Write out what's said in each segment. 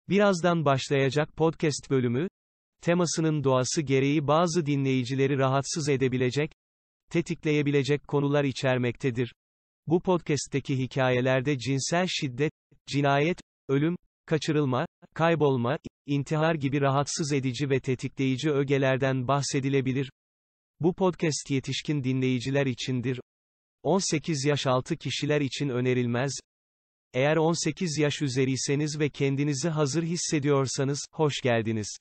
Birazdan başlayacak podcast bölümü, temasının doğası gereği bazı dinleyicileri rahatsız edebilecek, tetikleyebilecek konular içermektedir. Bu podcast'teki hikayelerde cinsel şiddet, cinayet, ölüm, kaçırılma, kaybolma, intihar gibi rahatsız edici ve tetikleyici ögelerden bahsedilebilir. Bu podcast yetişkin dinleyiciler içindir. 18 yaş altı kişiler için önerilmez. Eğer 18 yaş üzeriyseniz ve kendinizi hazır hissediyorsanız, hoş geldiniz.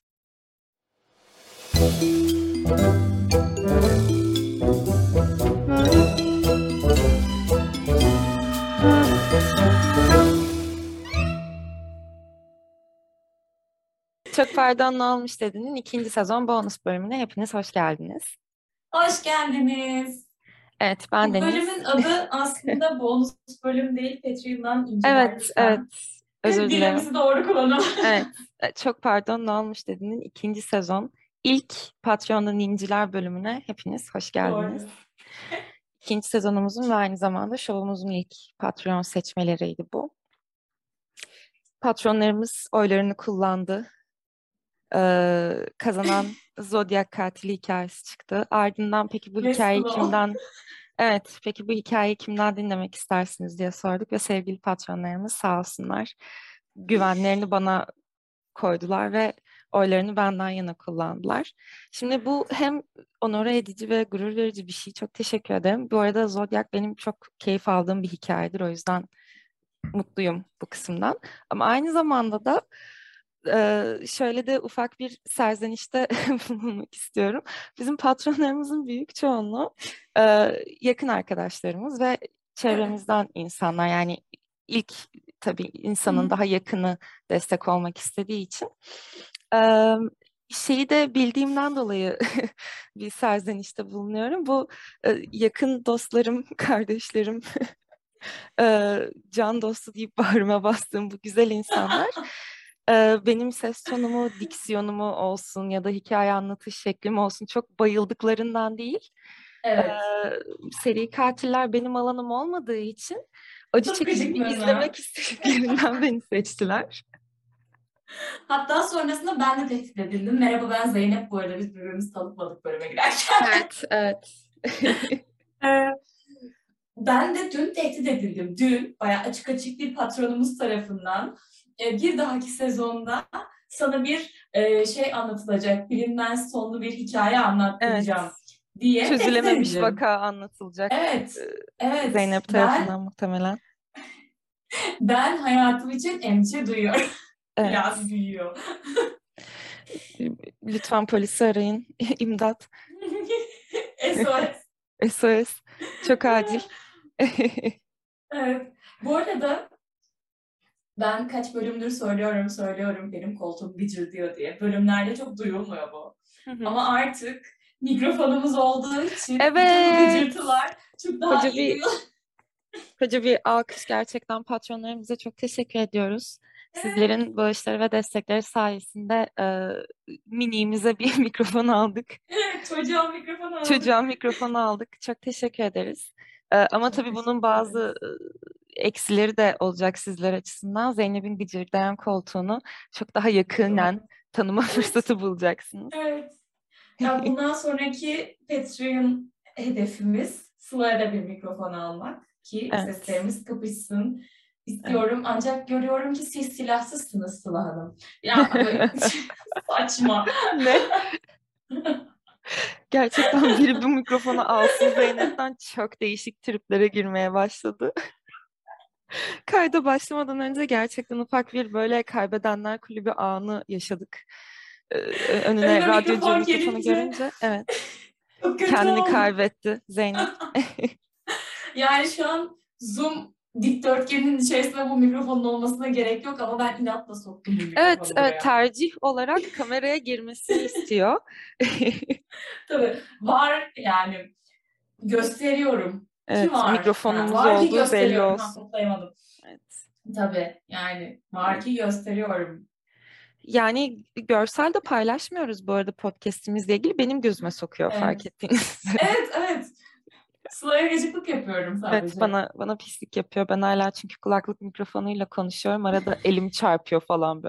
Çok Pardon Ne Olmuş Dedi'nin 2. sezon bonus bölümüne hepiniz hoş geldiniz. Hoş geldiniz. Evet, ben Bu Deniz. bölümün adı aslında bonus bölüm değil, Patreon'dan İnciler lütfen. Evet, özür dilerim. Dilimizi doğru kullanalım. Evet, Çok Pardon Ne Olmuş Dedi'nin 2. sezon ilk Patreon'dan İnciler bölümüne hepiniz hoş geldiniz. Doğru. 2. sezonumuzun ve aynı zamanda şovumuzun ilk Patreon seçmeleriydi bu. Patronlarımız oylarını kullandı. Kazanan Zodiac katili hikayesi çıktı. Ardından peki bu hikayeyi kimden peki bu hikayeyi kimden dinlemek istersiniz diye sorduk ve sevgili patronlarımız sağ olsunlar güvenlerini bana koydular ve oylarını benden yana kullandılar. Şimdi bu hem onore edici ve gurur verici bir şey. Çok teşekkür ederim. Bu arada Zodiac benim çok keyif aldığım bir hikayedir. O yüzden mutluyum bu kısımdan. Ama aynı zamanda da şöyle de ufak bir serzenişte bulunmak istiyorum. Bizim patronlarımızın büyük çoğunluğu yakın arkadaşlarımız ve çevremizden insanlar. Yani ilk tabii insanın daha yakını destek olmak istediği için. Şeyi de bildiğimden dolayı bir serzenişte bulunuyorum. Bu yakın dostlarım, kardeşlerim, can dostu deyip bağrıma bastığım bu güzel insanlar benim ses tonumu, diksiyonumu olsun ya da hikaye anlatış şeklim olsun çok bayıldıklarından değil. Evet. Seri katiller benim alanım olmadığı için acı Çok çekişini gıcık izlemek istediklerinden beni seçtiler. Hatta sonrasında ben de tehdit edildim. Merhaba, ben Zeynep, bu arada biz birbirimizi tanıtmadık bölüme girerken. Evet. Ben de dün tehdit edildim. Dün bayağı açık açık bir patronumuz tarafından bir dahaki sezonda sana bir şey anlatılacak, bilinmez sonlu bir hikaye anlatacağım diye çözülememiş tehdit edildim. vaka anlatılacak. Evet. Zeynep tarafından muhtemelen. Ben hayatım için endişe duyuyorum. Evet. Biraz büyüyor. Lütfen polisi arayın. İmdat. SOS. SOS. Çok acil. Evet. Bu arada ben kaç bölümdür söylüyorum benim koltuğum gıcırdıyor diye. Bölümlerde çok duyulmuyor bu. Ama artık mikrofonumuz olduğu için bütün bu gıcırtılar çok daha iyi duyuluyor. Koca bir alkış gerçekten patronlarımıza çok teşekkür ediyoruz. Sizlerin bağışları ve destekleri sayesinde miniğimize bir mikrofon aldık. Çocuğa mikrofon aldık. Çok teşekkür ederiz. Ama tabii bunun bazı eksileri de olacak sizler açısından. Zeynep'in gıcırdayan koltuğunu çok daha yakından tanıma fırsatı bulacaksınız. Evet. Ya bundan sonraki Patreon hedefimiz Sıla'ya da bir mikrofon almak ki seslerimiz kapışsın istiyorum. Ancak görüyorum ki siz silahsızsınız Sıla Hanım. Ya böyle saçma. Ne? Gerçekten biri bu mikrofonu alsın Zeynep'ten çok değişik triplere girmeye başladı. Kayda başlamadan önce gerçekten ufak bir böyle kaybedenler kulübü anı yaşadık. Önüne radyocu mikrofonu görünce kendini kaybetti Zeynep. Yani şu an Zoom dikdörtgenin içerisinde bu mikrofonun olmasına gerek yok ama ben inatla soktum bu mikrofonu buraya. Evet, tercih olarak kameraya girmesini istiyor. Tabii var yani gösteriyorum. Evet, ki var. mikrofonumuz var olduğu belli olsun. Kutlayamadım. Evet. Tabii yani var ki gösteriyorum. Yani görsel de paylaşmıyoruz bu arada podcast'imizle ilgili. Benim gözüme sokuyor fark ettiğiniz üzere. Evet. Sıla'ya gıcıklık yapıyorum sadece. Evet, bana pislik yapıyor. Ben hala çünkü kulaklık mikrofonuyla konuşuyorum. Arada elim çarpıyor falan böyle.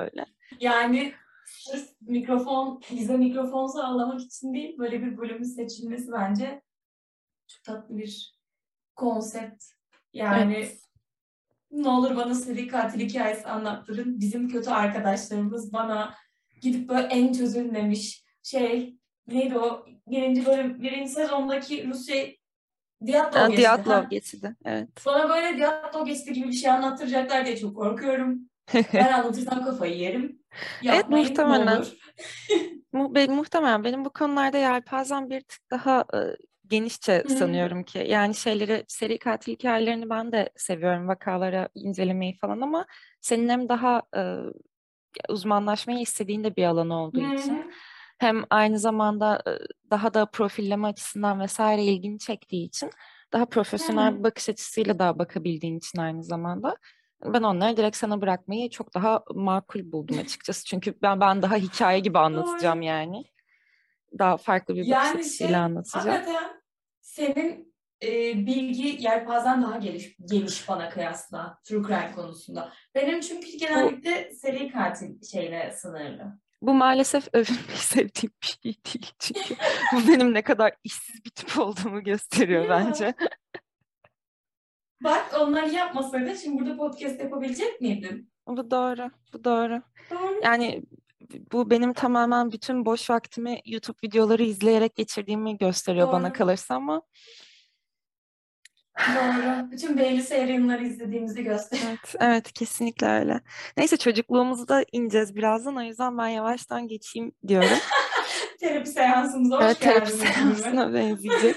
Yani sırf bize mikrofon sağlamak için değil, böyle bir bölümün seçilmesi bence çok tatlı bir konsept. Yani Evet. ne olur bana seri katil hikayesi anlattırın. Bizim kötü arkadaşlarımız bana gidip böyle en çözülmemiş neydi o? Birinci sezondaki Rus Diatlov geçti. Dyatlov geçidi. Evet. Bana böyle Diatlov geçti gibi bir şey anlattıracaklar diye çok korkuyorum. Ben anlatırsam kafayı yerim. Evet, Yapmayın ne muhtemelen. olur. Muhtemelen benim bu konularda yelpazem bir tık daha genişçe sanıyorum ki. Yani seri katil hikayelerini ben de seviyorum, vakalara incelemeyi falan, ama senin hem daha uzmanlaşmayı istediğin de bir alan olduğu için, hem aynı zamanda daha da profilleme açısından vesaire ilgini çektiği için, daha profesyonel bir bakış açısıyla da bakabildiğin için aynı zamanda, ben onları direkt sana bırakmayı çok daha makul buldum açıkçası. Çünkü ben daha hikaye gibi anlatacağım Doğru. yani. Daha farklı bir bakış Yani açısıyla anlatacağım. hakikaten senin bilgi yelpazen daha geniş bana kıyasla True Crime konusunda. Benim çünkü Bu genellikle seri katil sınırlı. bu maalesef övünmeyi sevdiğim bir şey değil. Çünkü bu benim ne kadar işsiz bir tip olduğumu gösteriyor Ya bence. bak onları yapmasaydın şimdi burada podcast yapabilecek miydin? Bu doğru, bu doğru. Doğru. Yani bu benim tamamen bütün boş vaktimi YouTube videoları izleyerek geçirdiğimi gösteriyor bana Doğru. kalırsa, ama Doğru. Bütün belli yayınları izlediğimizi gösteriyor. evet, evet, kesinlikle öyle. Neyse, çocukluğumuzu da ineceğiz birazdan, o yüzden ben yavaştan geçeyim diyorum. Terapi seansımıza hoş Evet, terapi geldiniz gibi. seansına benzeyecek.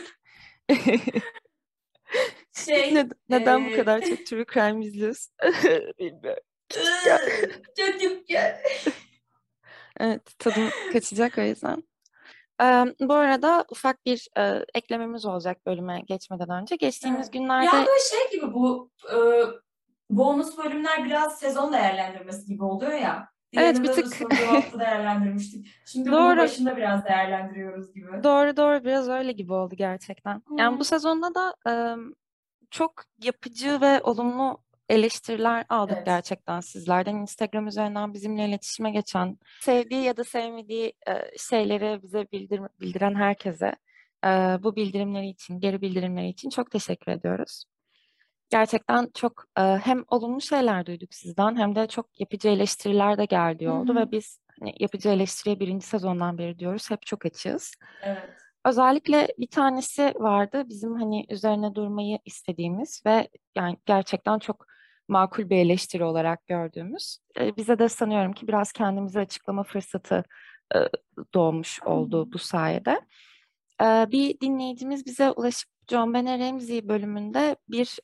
Neden bu kadar çok true crime izliyorsun? Bilmiyorum. Küçükken. Çocukken. Evet, tadım kaçacak o yüzden. Bu arada ufak bir eklememiz olacak bölüme geçmeden önce. Geçtiğimiz Evet. Ya günlerde, böyle gibi bu bonus bölümler biraz sezon değerlendirmesi gibi oluyor ya. evet, bir Diğerinde de tık soru cevapta değerlendirmiştik. Şimdi bunu doğru, başında biraz değerlendiriyoruz gibi. doğru biraz öyle gibi oldu gerçekten. Yani bu Hmm. sezonda da çok yapıcı ve olumlu eleştiriler aldık Evet. gerçekten sizlerden. Instagram üzerinden bizimle iletişime geçen, sevdiği ya da sevmediği şeyleri bize bildiren herkese bu bildirimleri için, geri bildirimleri için çok teşekkür ediyoruz. Gerçekten çok hem olumlu şeyler duyduk sizden, hem de çok yapıcı eleştiriler de geldiği Hı oldu hı. ve biz hani yapıcı eleştiriye birinci sezondan beri diyoruz, hep çok açığız. Evet. Özellikle bir tanesi vardı bizim hani üzerine durmayı istediğimiz ve yani gerçekten çok makul bir eleştiri olarak gördüğümüz. Bize de sanıyorum ki biraz kendimizi açıklama fırsatı e, doğmuş Hı hı. oldu bu sayede. Bir dinleyicimiz bize ulaşıp John Benet Ramsey bölümünde bir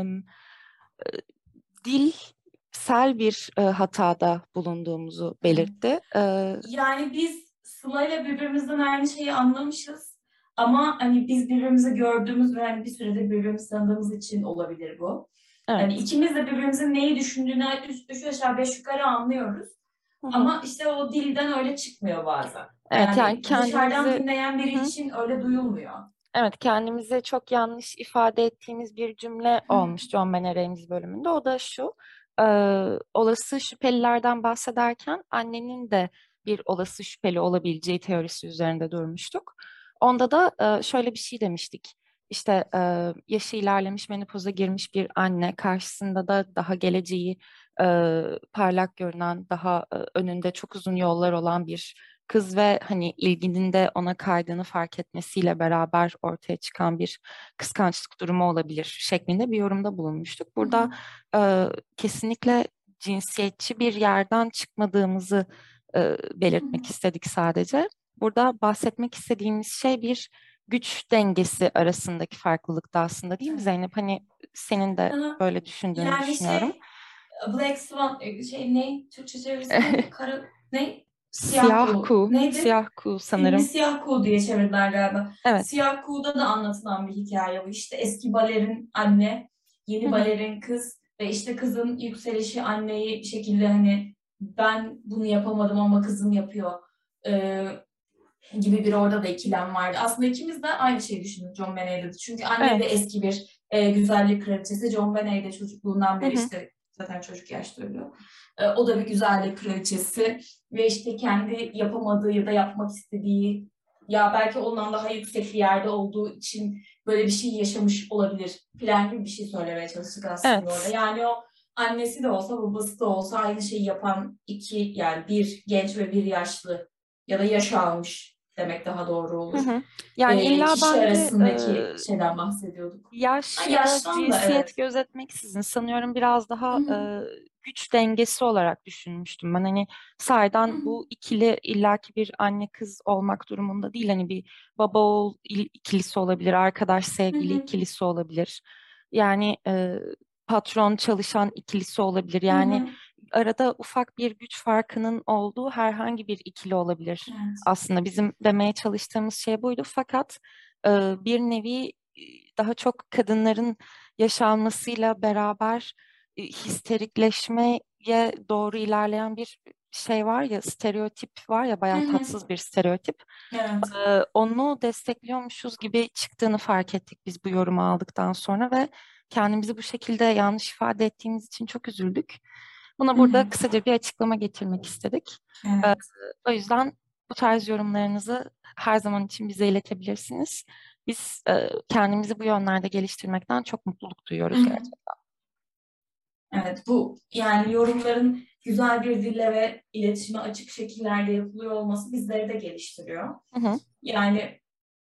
dilsel bir hatada bulunduğumuzu Evet. belirtti. Yani biz Sıla'yla birbirimizden aynı şeyi anlamışız. Ama hani biz birbirimizi gördüğümüz ve hani bir süredir birbirimizi tanıdığımız için olabilir bu. Hani Evet. ikimiz de birbirimizin neyi düşündüğünü üç aşağı beş yukarı anlıyoruz. Hı hı. Ama işte o dilden öyle çıkmıyor bazen. Evet, yani Yani dışarıdan kendimizi dinleyen biri hı hı. için öyle duyulmuyor. Evet, kendimizi çok yanlış ifade ettiğimiz bir cümle olmuş John Benet Ramsey bölümünde. O da şu: e, olası şüphelilerden bahsederken annenin de bir olası şüpheli olabileceği teorisi üzerinde durmuştuk. Onda da şöyle bir şey demiştik. İşte yaşı ilerlemiş, menopoza girmiş bir anne karşısında da daha geleceği parlak görünen, daha önünde çok uzun yollar olan bir kız ve hani ilginin de ona kaydığını fark etmesiyle beraber ortaya çıkan bir kıskançlık durumu olabilir şeklinde bir yorumda bulunmuştuk. Hı Burada hı. kesinlikle cinsiyetçi bir yerden çıkmadığımızı Hı belirtmek hı. istedik sadece. Burada bahsetmek istediğimiz şey bir güç dengesi arasındaki farklılıkta aslında, değil mi Evet. Zeynep? Hani senin de Aha. böyle düşündüğünü Yani düşünüyorum. Black Swan ne? Türkçe çevirisi neydi? Siyah Siyah Kuğu. kuğu, Neydi? siyah kuğu Filmi sanırım. Siyah Kuğu diye çevirdiler galiba. Evet. Siyah Kuğu'da da anlatılan bir hikaye bu. İşte eski balerin anne, Hı yeni hı. balerin kız ve işte kızın yükselişi anneyi bir şekilde hani ben bunu yapamadım ama kızım yapıyor ee, gibi bir orada da ikilem vardı. Aslında ikimiz de aynı şeyi düşündük John Benet'de. Çünkü anne de Evet. eski bir güzellik kraliçesi. John Benet de çocukluğundan Hı beri hı. işte Zaten çocuk yaşta ölüyor. O da bir güzellik kraliçesi ve işte kendi yapamadığı ya da yapmak istediği, ya belki ondan daha yüksek bir yerde olduğu için böyle bir şey yaşamış olabilir falan gibi bir şey söylemeye çalıştık aslında orada. Evet. Yani o annesi de olsa babası da olsa aynı şeyi yapan iki, yani bir genç ve bir yaşlı ya da yaş almış demek daha doğru Hı olur. hı. Yani illa Kişi bence arasındaki şeyden bahsediyorduk. yaş Ha, ya da yaştan da cinsiyet evet. gözetmeksizin sanıyorum biraz Hı daha hı, güç dengesi olarak düşünmüştüm ben. Hani hı sahiden hı, bu ikili illaki bir anne kız olmak durumunda değil. Hani bir baba oğul ikilisi olabilir, arkadaş hı sevgili hı, ikilisi olabilir. Yani patron çalışan ikilisi olabilir. hı Yani hı. arada ufak bir güç farkının olduğu herhangi bir ikili olabilir. Evet. Aslında bizim demeye çalıştığımız şey buydu. Fakat bir nevi daha çok kadınların yaşanmasıyla beraber histerikleşmeye doğru ilerleyen bir şey var ya, stereotip var ya, Hı bayağı hı. tatsız bir stereotip. Evet. Onu destekliyormuşuz gibi çıktığını fark ettik biz bu yorumu aldıktan sonra ve kendimizi bu şekilde yanlış ifade ettiğimiz için çok üzüldük. Buna Hı hı. burada kısaca bir açıklama getirmek istedik. Ee, Evet. O yüzden bu tarz yorumlarınızı her zaman için bize iletebilirsiniz. Biz kendimizi bu yönlerde geliştirmekten çok mutluluk Hı duyuyoruz hı. gerçekten. Evet, bu yani yorumların güzel bir dille ve iletişime açık şekillerde yapılıyor olması bizleri de geliştiriyor. Hı hı, Yani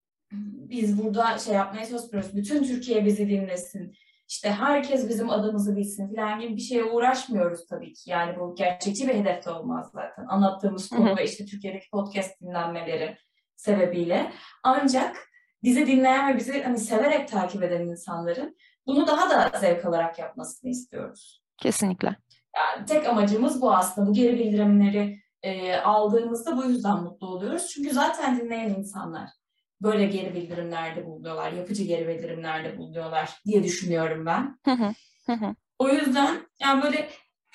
biz burada şey yapmaya çalışmıyoruz. Bütün Türkiye bizi dinlesin. İşte herkes bizim adımızı bilsin falan gibi bir şeye uğraşmıyoruz tabii ki. Yani bu gerçekçi bir hedef de olmaz zaten. Anlattığımız hı konu hı. ve işte Türkiye'deki podcast dinlenmeleri sebebiyle. Ancak bizi dinleyen ve bizi hani severek takip eden insanların bunu daha da zevk alarak yapmasını istiyoruz. Kesinlikle. Yani tek amacımız bu aslında. Bu geri bildirimleri aldığımızda bu yüzden mutlu oluyoruz. Çünkü zaten dinleyen insanlar böyle geri bildirimlerde bulunuyorlar, yapıcı geri bildirimlerde bulunuyorlar diye düşünüyorum ben. Hı hı, hı hı. O yüzden yani böyle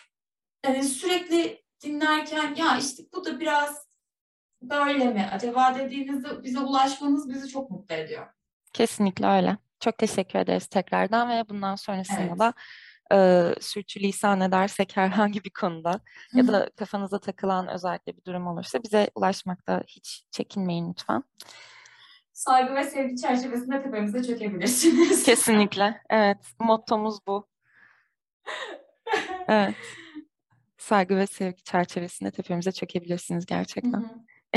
sürekli dinlerken ya işte bu da biraz böyle mi acaba dediğinizde bize ulaşmanız bizi çok mutlu ediyor. Kesinlikle öyle. Çok teşekkür ederiz tekrardan ve bundan sonrasında Evet. da sürçülisan edersek herhangi bir konuda ya da kafanıza takılan özellikle bir durum olursa bize ulaşmakta hiç çekinmeyin lütfen. Saygı ve sevgi çerçevesinde tepemize çökebilirsiniz. Kesinlikle. Evet. Mottomuz bu. Evet. Saygı ve sevgi çerçevesinde tepemize çökebilirsiniz Hı gerçekten. hı.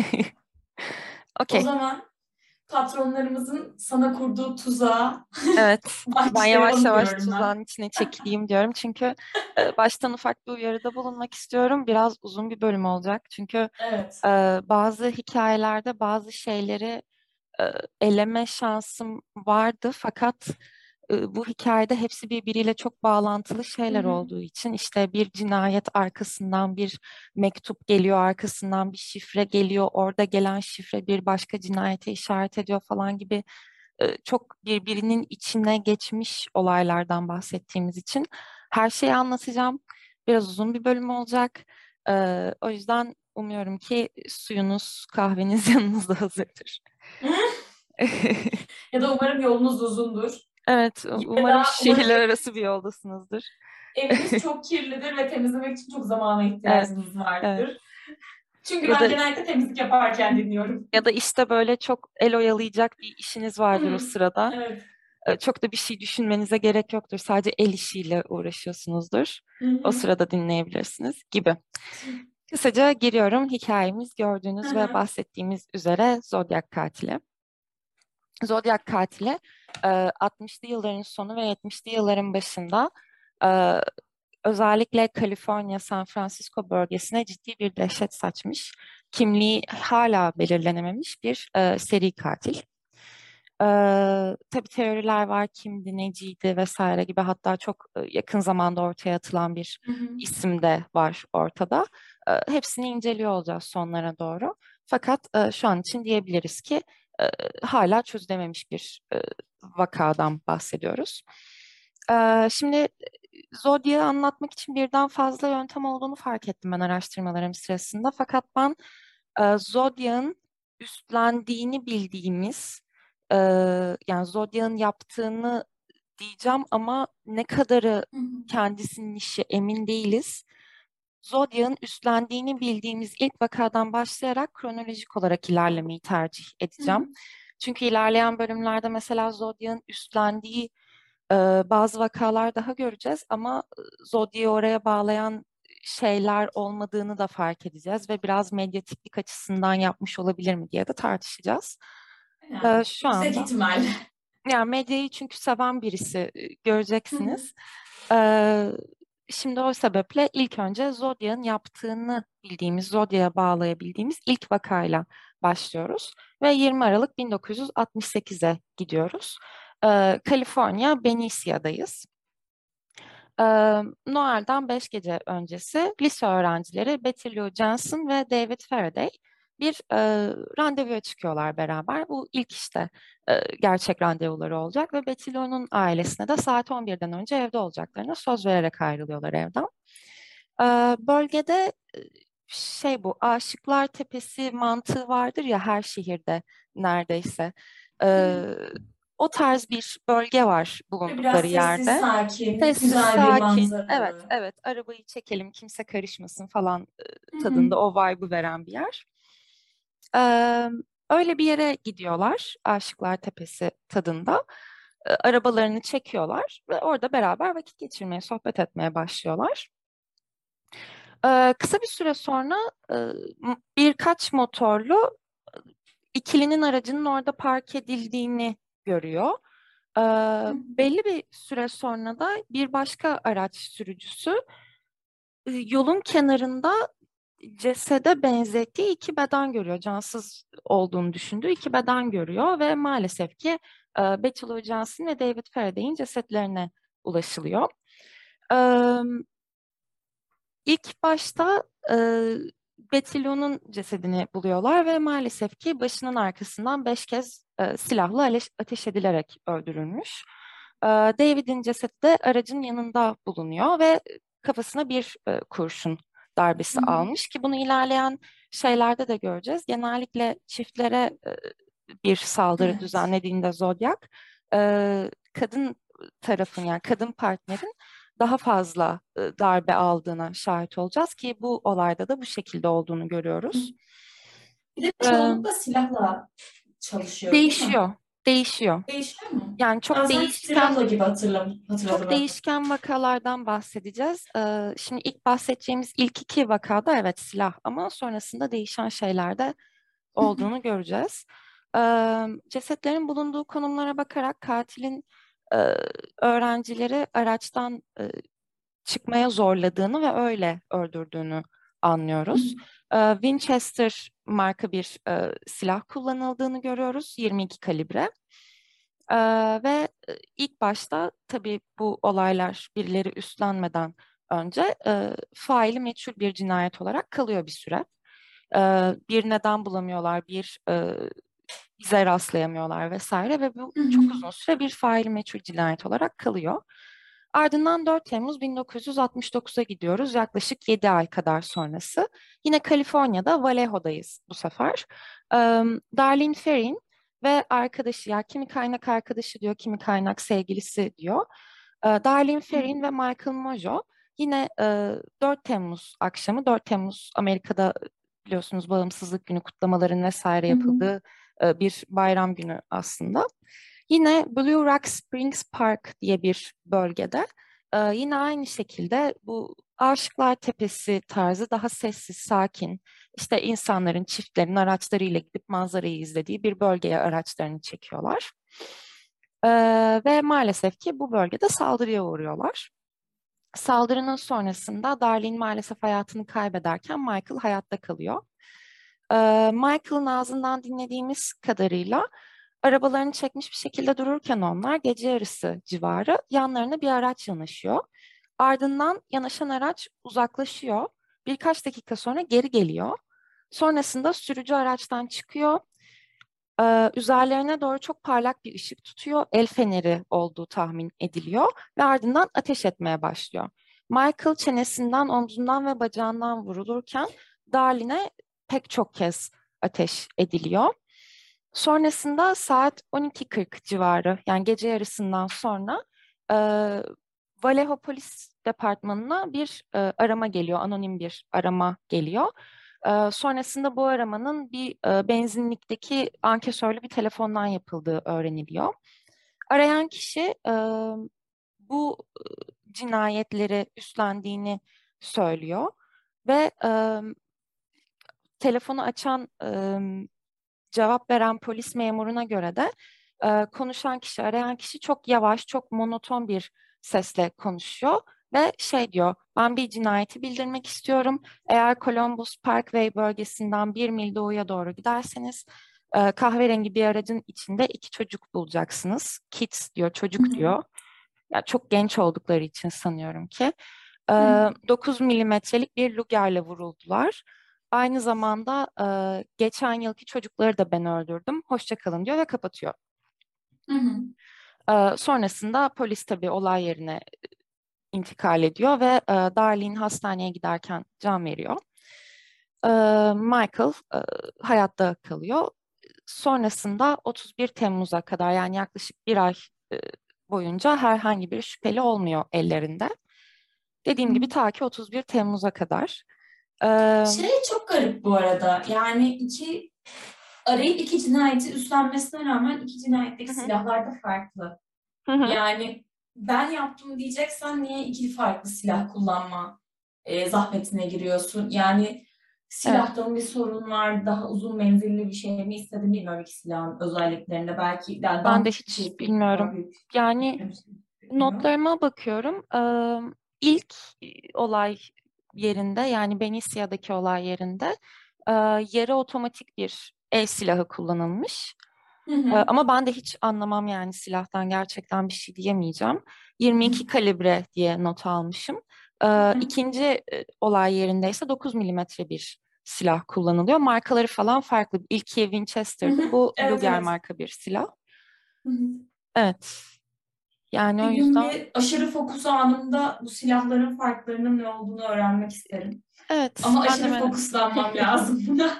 O Okey. zaman patronlarımızın sana kurduğu tuzağa Evet. Ben yavaş başlayalım yavaş diyorum ben. tuzağın içine çekileyim diyorum. Çünkü baştan ufak bir uyarıda bulunmak istiyorum. Biraz uzun bir bölüm olacak. Çünkü Evet. e, bazı hikayelerde bazı şeyleri e, eleme şansım vardı. Fakat bu hikayede hepsi birbiriyle çok bağlantılı Hı şeyler hı. olduğu için işte bir cinayet arkasından bir mektup geliyor, arkasından bir şifre geliyor, orada gelen şifre bir başka cinayete işaret ediyor falan gibi çok birbirinin içine geçmiş olaylardan bahsettiğimiz için her şeyi anlatacağım. Biraz uzun bir bölüm olacak. O yüzden umuyorum ki suyunuz, kahveniz yanınızda hazırdır. Ya da umarım yolunuz uzundur. Evet, Ya umarım da umarım şehirler arası bir yoldasınızdır. eviniz çok kirlidir ve temizlemek için çok zamana Evet, ihtiyacınız evet. vardır. Çünkü Ya ben da genellikle temizlik yaparken dinliyorum. ya da işte böyle çok el oyalayacak bir işiniz vardır o Hı. sırada. Evet. Çok da bir şey düşünmenize gerek yoktur. Sadece el işiyle uğraşıyorsunuzdur. Hı O hı. sırada dinleyebilirsiniz gibi. Kısaca giriyorum. Hikayemiz Hı gördüğünüz ve hı. bahsettiğimiz üzere Zodyak katili. Zodyak katili 60'lı yılların sonu ve 70'li yılların başında e, özellikle Kaliforniya, San Francisco bölgesine ciddi bir dehşet saçmış. Kimliği hala belirlenememiş bir seri katil. Tabii teoriler var, kimdi, neciydi vesaire gibi, hatta çok yakın zamanda ortaya atılan bir Hı hı. isim de var ortada. Hepsini inceliyor olacağız sonlara doğru. Fakat şu an için diyebiliriz ki e, hala çözülememiş bir vakadan bahsediyoruz. Şimdi Zodiac'ı anlatmak için birden fazla yöntem olduğunu fark ettim ben araştırmalarım sırasında. Fakat ben Zodiac'ın üstlendiğini bildiğimiz, e, yani Zodiac'ın yaptığını diyeceğim ama ne kadarı Hı hı. kendisinin işi emin değiliz. Zodiac'ın üstlendiğini bildiğimiz ilk vakadan başlayarak kronolojik olarak ilerlemeyi tercih Hı hı. edeceğim. Çünkü ilerleyen bölümlerde mesela Zodiac'ın üstlendiği bazı vakalar daha göreceğiz ama Zodiac'ı oraya bağlayan şeyler olmadığını da fark edeceğiz ve biraz medyatiklik açısından yapmış olabilir mi diye de tartışacağız. Yani Şu yüksek anda ihtimalle. yani medyayı çünkü seven birisi Hı hı. göreceksiniz. Şimdi o sebeple ilk önce Zodiac'ın yaptığını bildiğimiz, Zodiac'a bağlayabildiğimiz ilk vakayla başlıyoruz. Ve 20 Aralık 1968'e gidiyoruz. Kaliforniya, Benicia''dayız. Noel'den 5 gece öncesi lise öğrencileri Betty Lou Jensen ve David Faraday bir randevuya çıkıyorlar beraber. Bu ilk işte gerçek randevuları olacak ve Betty Lou'nun ailesine de saat 11'den önce evde olacaklarına söz vererek ayrılıyorlar evden. Bölgede bu Aşıklar Tepesi mantığı vardır ya her şehirde neredeyse. Hı hı. O tarz bir bölge var Böyle bulundukları biraz sessiz, yerde. sakin, Sessiz, güzel bir sakin. Evet, manzaralı. evet. Arabayı çekelim, kimse karışmasın falan Hı hı. tadında o vibe'ı veren bir yer. Ee, Öyle bir yere gidiyorlar, Aşıklar Tepesi tadında. Arabalarını çekiyorlar ve orada beraber vakit geçirmeye, sohbet etmeye başlıyorlar. Kısa bir süre sonra birkaç motorlu ikilinin aracının orada park edildiğini görüyor. Ee, Hı hı. Belli bir süre sonra da bir başka araç sürücüsü yolun kenarında cesede benzettiği iki beden görüyor. Cansız olduğunu düşündüğü iki beden görüyor ve maalesef ki Betty Lou Jensen ve David Faraday'in cesetlerine ulaşılıyor. İlk başta Betty Lou'nun cesedini buluyorlar ve maalesef ki başının arkasından 5 kez silahla ateş edilerek öldürülmüş. David'in cesedi de aracın yanında bulunuyor ve kafasına bir kurşun Hı darbesi hı. almış ki bunu ilerleyen şeylerde de göreceğiz. Genellikle çiftlere bir saldırı Evet. düzenlediğinde Zodiac, kadın tarafın yani kadın partnerin daha fazla darbe aldığına şahit olacağız ki bu olayda da bu şekilde olduğunu Hı. görüyoruz. Bir de Ee, çoğunlukla silahla çalışıyor, değil mi? Değişiyor, değişiyor. Değişiyor mu? Yani Ben çok sanki değişken, silahla gibi hatırladım çok hep. değişken vakalardan bahsedeceğiz. Şimdi ilk bahsedeceğimiz ilk iki vakada evet silah ama sonrasında değişen şeyler de olduğunu göreceğiz. Cesetlerin bulunduğu konumlara bakarak katilin e, öğrencileri araçtan çıkmaya zorladığını ve öyle öldürdüğünü anlıyoruz. Winchester marka bir silah kullanıldığını görüyoruz, 22 kalibre. Ve ilk başta tabii bu olaylar birileri üstlenmeden önce faili meçhul bir cinayet olarak kalıyor bir süre. Bir neden bulamıyorlar, bir bize rastlayamıyorlar vesaire ve bu Hı çok hı. uzun süre bir faili meçhul cinayet olarak kalıyor. Ardından 4 Temmuz 1969'a gidiyoruz. Yaklaşık 7 ay kadar sonrası. Yine Kaliforniya'da Vallejo'dayız bu sefer. Darlene Ferrin ve arkadaşı ya kimi kaynak arkadaşı diyor, kimi kaynak sevgilisi diyor. Darlene Hı hı. Ferrin ve Michael Mojo yine 4 Temmuz akşamı, 4 Temmuz Amerika'da biliyorsunuz bağımsızlık günü kutlamaların vesaire Hı hı. yapıldığı bir bayram günü aslında. Yine Blue Rock Springs Park diye bir bölgede yine aynı şekilde bu Aşıklar Tepesi tarzı daha sessiz, sakin, işte insanların, çiftlerin araçlarıyla gidip manzarayı izlediği bir bölgeye araçlarını çekiyorlar. Ve maalesef ki bu bölgede saldırıya uğruyorlar. Saldırının sonrasında Darlene maalesef hayatını kaybederken Michael hayatta kalıyor. Michael'ın ağzından dinlediğimiz kadarıyla arabalarını çekmiş bir şekilde dururken onlar gece yarısı civarı yanlarına bir araç yanaşıyor. Ardından yanaşan araç uzaklaşıyor. Birkaç dakika sonra geri geliyor. Sonrasında sürücü araçtan çıkıyor. Üzerlerine doğru çok parlak bir ışık tutuyor. El feneri olduğu tahmin ediliyor ve ardından ateş etmeye başlıyor. Michael çenesinden, omzundan ve bacağından vurulurken Darlin'e pek çok kez ateş ediliyor. Sonrasında saat 12:40 civarı yani gece yarısından sonra Vallejo Polis Departmanı'na bir arama geliyor, anonim bir arama geliyor. Sonrasında bu aramanın bir benzinlikteki ankesörlü bir telefondan yapıldığı öğreniliyor. Arayan kişi bu cinayetleri üstlendiğini söylüyor ve telefonu açan, cevap veren polis memuruna göre de konuşan kişi, arayan kişi çok yavaş, çok monoton bir sesle konuşuyor ve şey diyor, ben bir cinayeti bildirmek istiyorum. Eğer Columbus Parkway bölgesinden 1 mil doğuya doğru giderseniz kahverengi bir aracın içinde 2 çocuk bulacaksınız. Kids diyor, Hı çocuk hı. diyor. Ya çok genç oldukları için sanıyorum ki. Hı hı. 9 milimetrelik bir Luger'le vuruldular. Aynı zamanda geçen yılki çocukları da ben öldürdüm. Hoşça kalın diyor ve kapatıyor. Hı hı. Sonrasında polis tabii olay yerine intikal ediyor ve Darlene hastaneye giderken can veriyor. Michael hayatta kalıyor. Sonrasında 31 Temmuz'a kadar, yani yaklaşık bir ay e, boyunca herhangi bir şüpheli olmuyor ellerinde. Hı. Dediğim gibi ta ki 31 Temmuz'a kadar. Ee, Şey çok garip bu arada. Yani arayıp iki cinayeti üstlenmesine rağmen iki cinayetteki hı hı, silahlar da farklı. hı hı. Yani ben yaptım diyeceksen niye iki farklı silah kullanma zahmetine giriyorsun? Yani Evet, silahta mı bir sorun var? Daha uzun menzilli bir şey mi istedim bilmiyorum iki silahın özelliklerinde. Belki yani ben de dandik bir hiç şey bilmiyorum. daha büyük Yani istemiştim. Bilmiyorum. notlarıma bakıyorum. İlk olay yerinde, yani Benicia'daki olay yerinde e, yarı otomatik bir el silahı kullanılmış. Hı hı. Ama ben de hiç anlamam, yani silahtan gerçekten bir şey diyemeyeceğim. Hı 22 kalibre diye not almışım. hı. İkinci olay yerinde ise 9 milimetre bir silah kullanılıyor. Markaları falan farklı. İlki Hı Winchester'dı. hı. Bu Evet, Luger evet. marka bir silah. Hı hı. Evet. Yani o Bir gün yüzden bir aşırı fokus anında bu silahların farklarının ne olduğunu öğrenmek isterim. evet, Ama ben de aşırı merak. fokuslanmam lazım buna.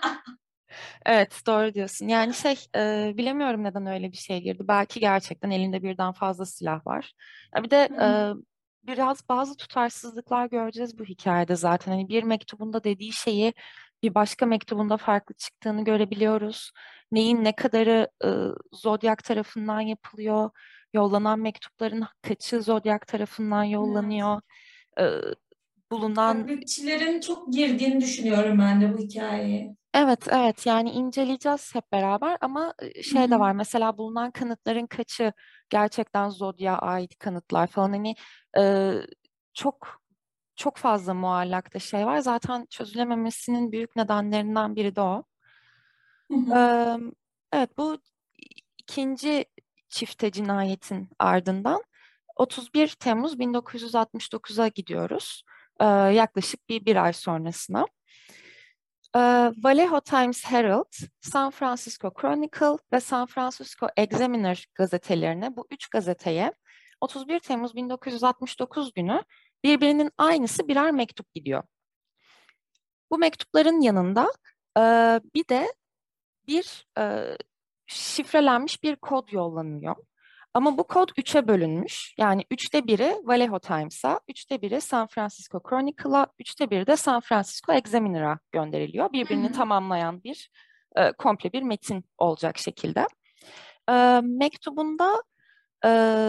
Evet, doğru diyorsun. Yani bilemiyorum neden öyle bir şey girdi. Belki gerçekten elinde birden fazla silah var. Ya bir de Hı hı. biraz bazı tutarsızlıklar göreceğiz bu hikayede zaten. Hani bir mektubunda dediği şeyi bir başka mektubunda farklı çıktığını görebiliyoruz. Neyin ne kadarı Zodiac tarafından yapılıyor. Yollanan mektupların kaçı Zodiac tarafından Evet. yollanıyor. E, Bulunan. Taklitçilerin çok girdiğini düşünüyorum ben de bu hikayeye. Evet, evet, yani inceleyeceğiz hep beraber ama Hı şey de hı. var, mesela bulunan kanıtların kaçı gerçekten Zodiac'a ait kanıtlar falan, hani e, çok çok fazla muallakta şey var. Zaten çözülememesinin büyük nedenlerinden biri de o. Hı hı. Ee, evet, bu ikinci çifte cinayetin ardından 31 Temmuz 1969'a gidiyoruz. Yaklaşık bir ay sonrasına. Vallejo Times Herald, San Francisco Chronicle ve San Francisco Examiner gazetelerine, bu 3 gazeteye 31 Temmuz 1969 günü birbirinin aynısı birer mektup gidiyor. Bu mektupların yanında e, bir de bir şifrelenmiş bir kod yollanıyor. Ama bu kod 3'e bölünmüş. Yani 1/3'ü Vallejo Times'a, 1/3'ü San Francisco Chronicle'a, 1/3'ü de San Francisco Examiner'a gönderiliyor. Hı Birbirini hı. tamamlayan bir komple bir metin olacak şekilde. Mektubunda e,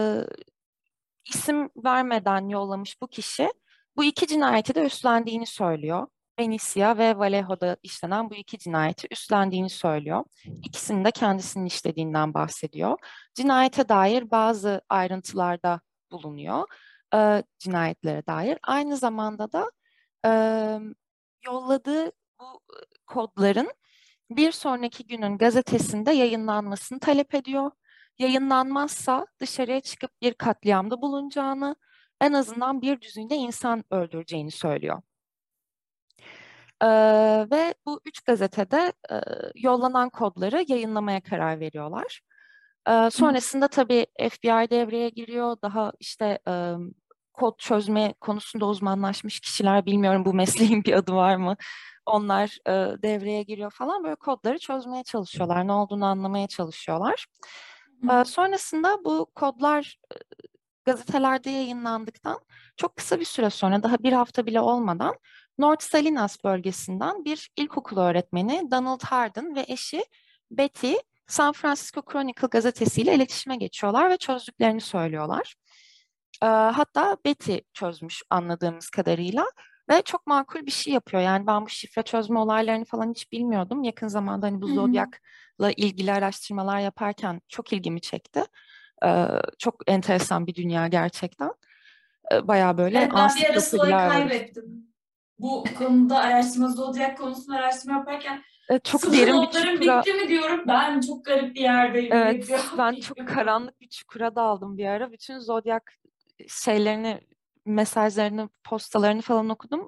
isim vermeden yollamış bu kişi bu iki cinayeti de üstlendiğini söylüyor. Benicia ve Vallejo'da işlenen bu iki cinayeti üstlendiğini söylüyor. İkisini de kendisinin işlediğinden bahsediyor. Cinayete dair bazı ayrıntılarda bulunuyor. Cinayetlere dair. Aynı zamanda da e, yolladığı bu kodların bir sonraki günün gazetesinde yayınlanmasını talep ediyor. Yayınlanmazsa dışarıya çıkıp bir katliamda bulunacağını, en azından bir düzine insan öldüreceğini söylüyor. Ee, Ve bu 3 gazetede yollanan kodları yayınlamaya karar veriyorlar. Hı hı. Sonrasında tabii FBI devreye giriyor. Daha işte kod çözme konusunda uzmanlaşmış kişiler, bilmiyorum bu mesleğin bir adı var mı? Onlar devreye giriyor falan, böyle kodları çözmeye çalışıyorlar. Ne olduğunu anlamaya çalışıyorlar. Sonrasında bu kodlar gazetelerde yayınlandıktan çok kısa bir süre sonra, daha bir hafta bile olmadan, North Salinas bölgesinden bir ilkokul öğretmeni Donald Hardin ve eşi Betty San Francisco Chronicle gazetesiyle iletişime geçiyorlar ve çözdüklerini söylüyorlar. Hatta Betty çözmüş anladığımız kadarıyla ve çok makul bir şey yapıyor. Yani ben bu şifre çözme olaylarını falan hiç bilmiyordum. Yakın zamanda hani bu Hı hı. Zodyak'la ilgili araştırmalar yaparken çok ilgimi çekti. Çok enteresan bir dünya gerçekten. Bayağı böyle Evet, ben bir ara Sıla'yı ansiklopediler var üstünde. kaybettim. Bu konuda araştırma, Zodyak konusunda araştırma yaparken Çok Sıla derin bir notlarım çukura, bitti mi diyorum. Ben çok garip bir yerdeyim diye evet, cevap ben çok geliyor. karanlık bir çukura daldım bir ara. Bütün Zodyak şeylerini, mesajlarını, postalarını falan okudum.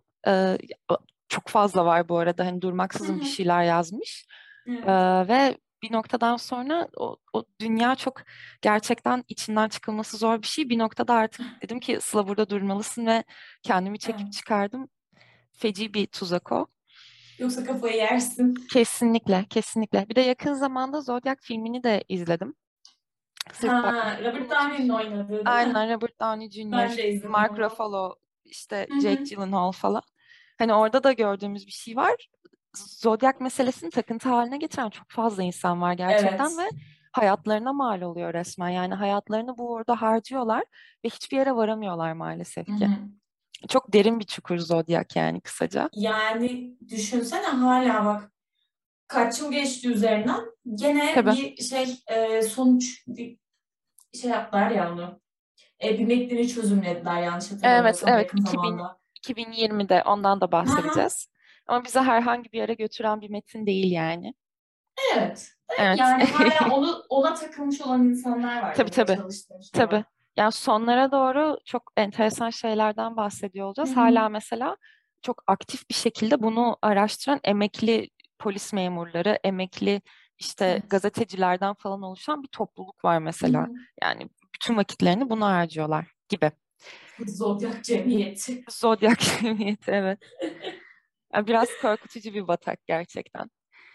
Çok fazla var bu arada. Hani Hı durmaksızın bir hı. şeyler yazmış. Evet. Ve bir noktadan sonra o dünya çok gerçekten içinden çıkılması zor bir şey. Bir noktada artık dedim ki Sıla burada durmalısın ve kendimi çekip Evet. çıkardım. Feci bir tuzak o. Yoksa kafayı yersin. Kesinlikle, kesinlikle. Bir de yakın zamanda Zodiac filmini de izledim. Sırf bak Ha, Robert Downey'nin unutmuştum. oynadığı değil mi? Aynen, Robert Downey Ben Jr., de izledim Mark onu. Ruffalo, işte Hı Jake hı. Gyllenhaal falan. Hani orada da gördüğümüz bir şey var. Zodiac meselesini takıntı haline getiren çok fazla insan var gerçekten Evet. ve hayatlarına mal oluyor resmen. Yani hayatlarını bu uğurda harcıyorlar ve hiçbir yere varamıyorlar Hı maalesef ki. hı. Çok derin bir çukur Zodiac yani kısaca. Yani düşünsene, hala bak kaç yıl geçti üzerinden, gene Tabii. bir sonuç, bir şey yaptılar ya onu. Bir metnini çözümlediler yanlış Evet, hatırlamıyorsam evet, yakın zamanda. 2020'de ondan da Hı hı. bahsedeceğiz. Ama bize herhangi bir yere götüren bir metin değil yani. Evet. Evet. Yani hala ona takılmış olan insanlar var, Tabii demeye tabii. çalıştığım şey Tabii. o. Yani sonlara doğru çok enteresan şeylerden bahsediyor Hı olacağız. hı. Hala mesela çok aktif bir şekilde bunu araştıran emekli polis memurları, emekli işte Evet. gazetecilerden falan oluşan bir topluluk var Hı mesela. hı. Yani bütün vakitlerini buna harcıyorlar gibi. Zodyak cemiyeti. Zodyak cemiyeti, evet. Yani biraz korkutucu bir batak gerçekten.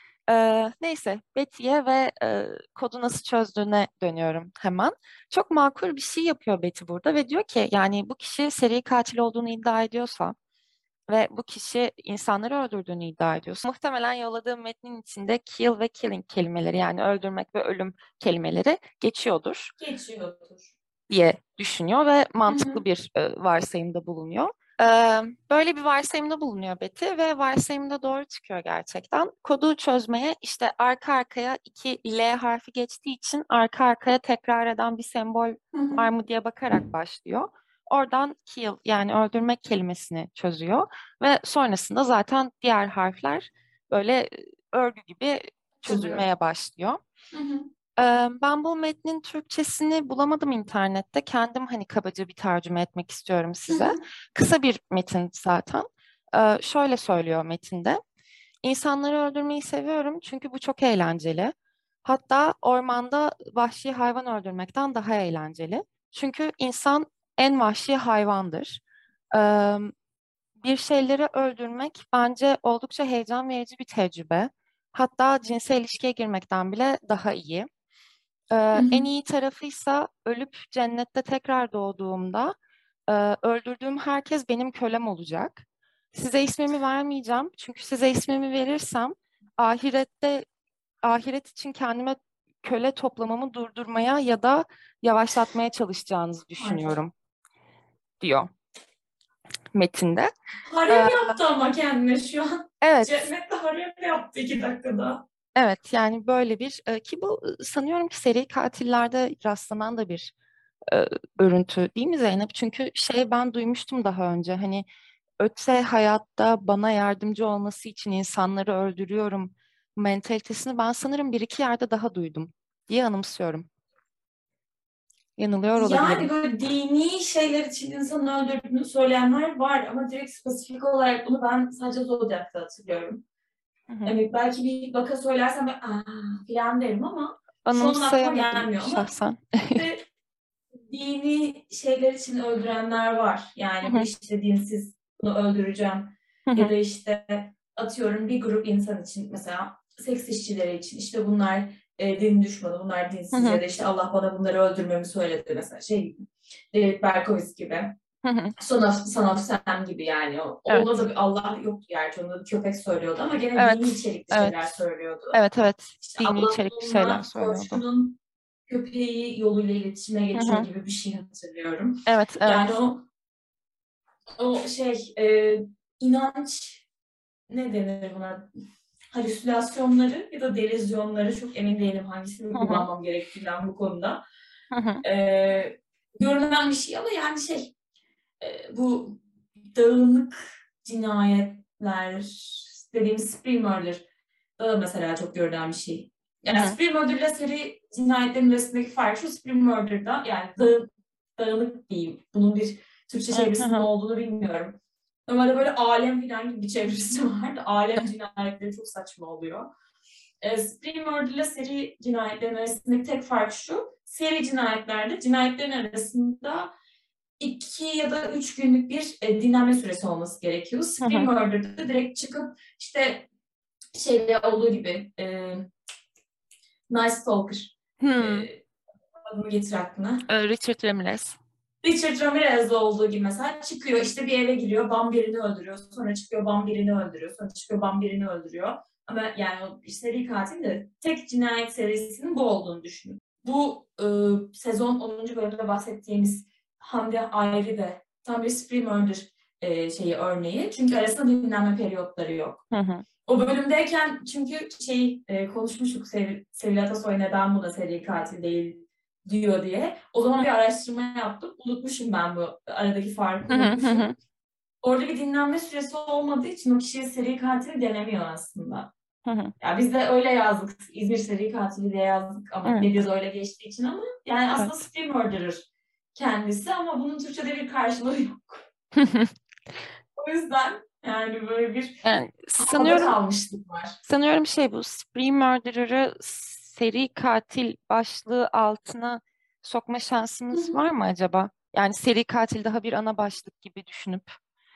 Neyse, Betty'ye ve kodu nasıl çözdüğüne dönüyorum hemen. Çok makul bir şey yapıyor Betty burada ve diyor ki yani bu kişi seri katil olduğunu iddia ediyorsa ve bu kişi insanları öldürdüğünü iddia ediyorsa muhtemelen yolladığım metnin içinde kill ve killing kelimeleri, yani öldürmek ve ölüm kelimeleri geçiyordur Geçiyordur. diye düşünüyor ve Hı mantıklı hı. bir varsayımda bulunuyor. Ee, Böyle bir varsayımda bulunuyor Betty ve varsayımda doğru çıkıyor gerçekten. Kodu çözmeye işte arka arkaya iki L harfi geçtiği için arka arkaya tekrar eden bir sembol Hı hı. var mı diye bakarak başlıyor. Oradan kill, yani öldürmek kelimesini çözüyor ve sonrasında zaten diğer harfler böyle örgü gibi Oluyor. çözülmeye başlıyor. Hı hı. Ben bu metnin Türkçesini bulamadım internette. Kendim hani kabaca bir tercüme etmek istiyorum Hı size. hı. Kısa bir metin zaten. Şöyle söylüyor metinde. İnsanları öldürmeyi seviyorum çünkü bu çok eğlenceli. Hatta ormanda vahşi hayvan öldürmekten daha eğlenceli. Çünkü insan en vahşi hayvandır. Ee, Bir şeyleri öldürmek bence oldukça heyecan verici bir tecrübe. Hatta cinsel ilişkiye girmekten bile daha iyi. Hı hı. En iyi tarafıysa ölüp cennette tekrar doğduğumda öldürdüğüm herkes benim kölem olacak. Size ismimi vermeyeceğim. Çünkü size ismimi verirsem ahirette ahiret için kendime köle toplamamı durdurmaya ya da yavaşlatmaya çalışacağınızı Ay. düşünüyorum diyor metinde. Harem Ee, yaptı ama kendine şu an. evet, Cennette harem yaptı 2 dakikada. evet, yani böyle bir ki bu sanıyorum ki seri katillerde rastlanan da bir e, örüntü değil mi Zeynep? Çünkü şey, ben duymuştum daha önce, hani öte hayatta bana yardımcı olması için insanları öldürüyorum mentalitesini ben sanırım bir iki yerde daha duydum diye anımsıyorum. Yanılıyor Yani olabilirim. böyle dini şeyler için insanı öldürdüğünü söyleyenler var ama direkt spesifik olarak bunu ben sadece Zodyak'ta hatırlıyorum. Hı hı. Hani belki bir vaka söylersem ben falan derim ama şu an aklıma Anımsayamadım gelmiyor. Ama şahsen. de dini şeyler için öldürenler var. Hı Yani bu hı, işte dinsiz, bunu öldüreceğim. hı Ya hı, da işte atıyorum bir grup insan için, mesela seks işçileri için, işte bunlar din düşmanı, bunlar Hı dinsiz hı. ya da işte Allah bana bunları öldürmemi söyledi mesela şey gibi. David Berkowitz gibi. Hı hı. Son of Sam gibi yani. Onda Evet. da bir Allah yoktu gerçi. Onda da bir köpek söylüyordu ama gene dini Evet. içerikli şeyler Evet. söylüyordu. Evet, evet. İşte Dini Allah içerikli şeyler onunla söylüyordu. komşunun köpeği yoluyla iletişime Hı geçiyor hı. gibi bir şey hatırlıyorum. Evet, Yani evet. o inanç ne denir buna? Halüsinasyonları ya da delizyonları çok emin değilim hangisini Hı hı. kullanmam gerektiğinden bu konuda. Hı hı. Görünen bir şey ama yani bu dağınık cinayetler dediğimiz spree murder da mesela çok görülen bir şey. Hı Yani hı. spree murder ile seri cinayetlerin arasındaki fark şu: spree murder'da yani dağınık diyeyim. Bunun bir Türkçe Hı çevirisinin hı. olduğunu bilmiyorum. Normalde böyle alem falan gibi bir çevirisi var da alem cinayetleri çok saçma oluyor. Spree murder ile seri cinayetlerin arasındaki tek fark şu: seri cinayetlerde cinayetlerin arasında 2 ya da 3 günlük bir dinlenme süresi olması gerekiyor. Hı Spree hı. murder'da direkt çıkıp işte şeyde olduğu gibi Night Stalker Hmm. adını getir aklına. Richard Ramirez. Richard Ramirez'de olduğu gibi mesela çıkıyor işte bir eve giriyor, bam birini öldürüyor. Sonra çıkıyor, bam birini öldürüyor. Sonra çıkıyor, bam birini öldürüyor. Ama yani o bir seri katil de tek cinayet serisinin bu olduğunu düşünün. Bu sezon 10. bölümde bahsettiğimiz Hande Ayrı da tam bir spree murder şeyi örneği. Çünkü arasında dinlenme periyotları yok. Hı hı. O bölümdeyken çünkü konuşmuştuk Sevil Atasoy neden bu da seri katil değil diyor diye. O zaman bir araştırma yaptım. Unutmuşum ben bu aradaki farkı Hı hı. Hı unutmuşum. hı. Orada bir dinlenme süresi olmadığı için o kişiye seri katil denemiyor aslında. Hı hı. Ya biz de öyle yazdık. İzmir seri katili diye yazdık ama Evet. medyada öyle geçtiği için ama yani aslında Evet. spree murderer kendisi ama bunun Türkçe'de bir karşılığı yok. O yüzden yani böyle bir Yani havada sanıyorum kalmışlık var. sanıyorum bu spree murderer'ı seri katil başlığı altına sokma şansımız var mı acaba? Yani seri katil daha bir ana başlık gibi düşünüp.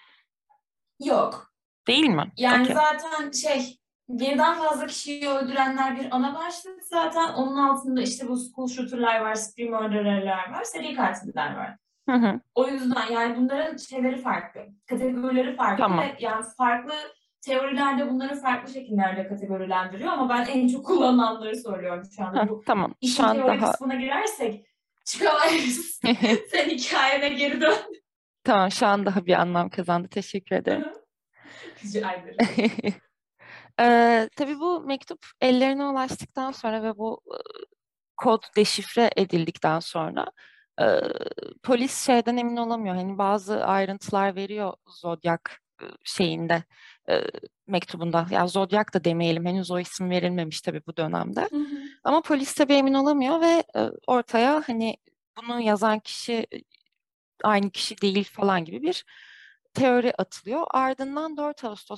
Yok. Değil mi? Yani Okey. zaten birden fazla kişiyi öldürenler bir ana başlık zaten. Onun altında işte bu school shooter'lar var, spree murderer'lar var, seri katiller var. Hı hı. O yüzden yani bunların şeyleri farklı, kategorileri farklı Tamam. ve yani farklı teorilerde bunları farklı şekillerde kategorilendiriyor ama ben en çok kullanılanları söylüyorum şu anda. Heh, Bu tamam. Şu işin an teori daha kısmına girersek çıkamayız. Sen hikayene geri dön. tamam, şu an daha bir anlam kazandı. Teşekkür ederim. Rica ederim. Tabii bu mektup ellerine ulaştıktan sonra ve bu kod deşifre edildikten sonra e, polis şeyden emin olamıyor. Hani bazı ayrıntılar veriyor Zodiac şeyinde e, mektubunda. Yani Zodiac da demeyelim, henüz o isim verilmemiş tabii bu dönemde. Hı hı. Ama polis tabii emin olamıyor ve ortaya hani bunu yazan kişi aynı kişi değil falan gibi bir teori atılıyor. Ardından 4 Ağustos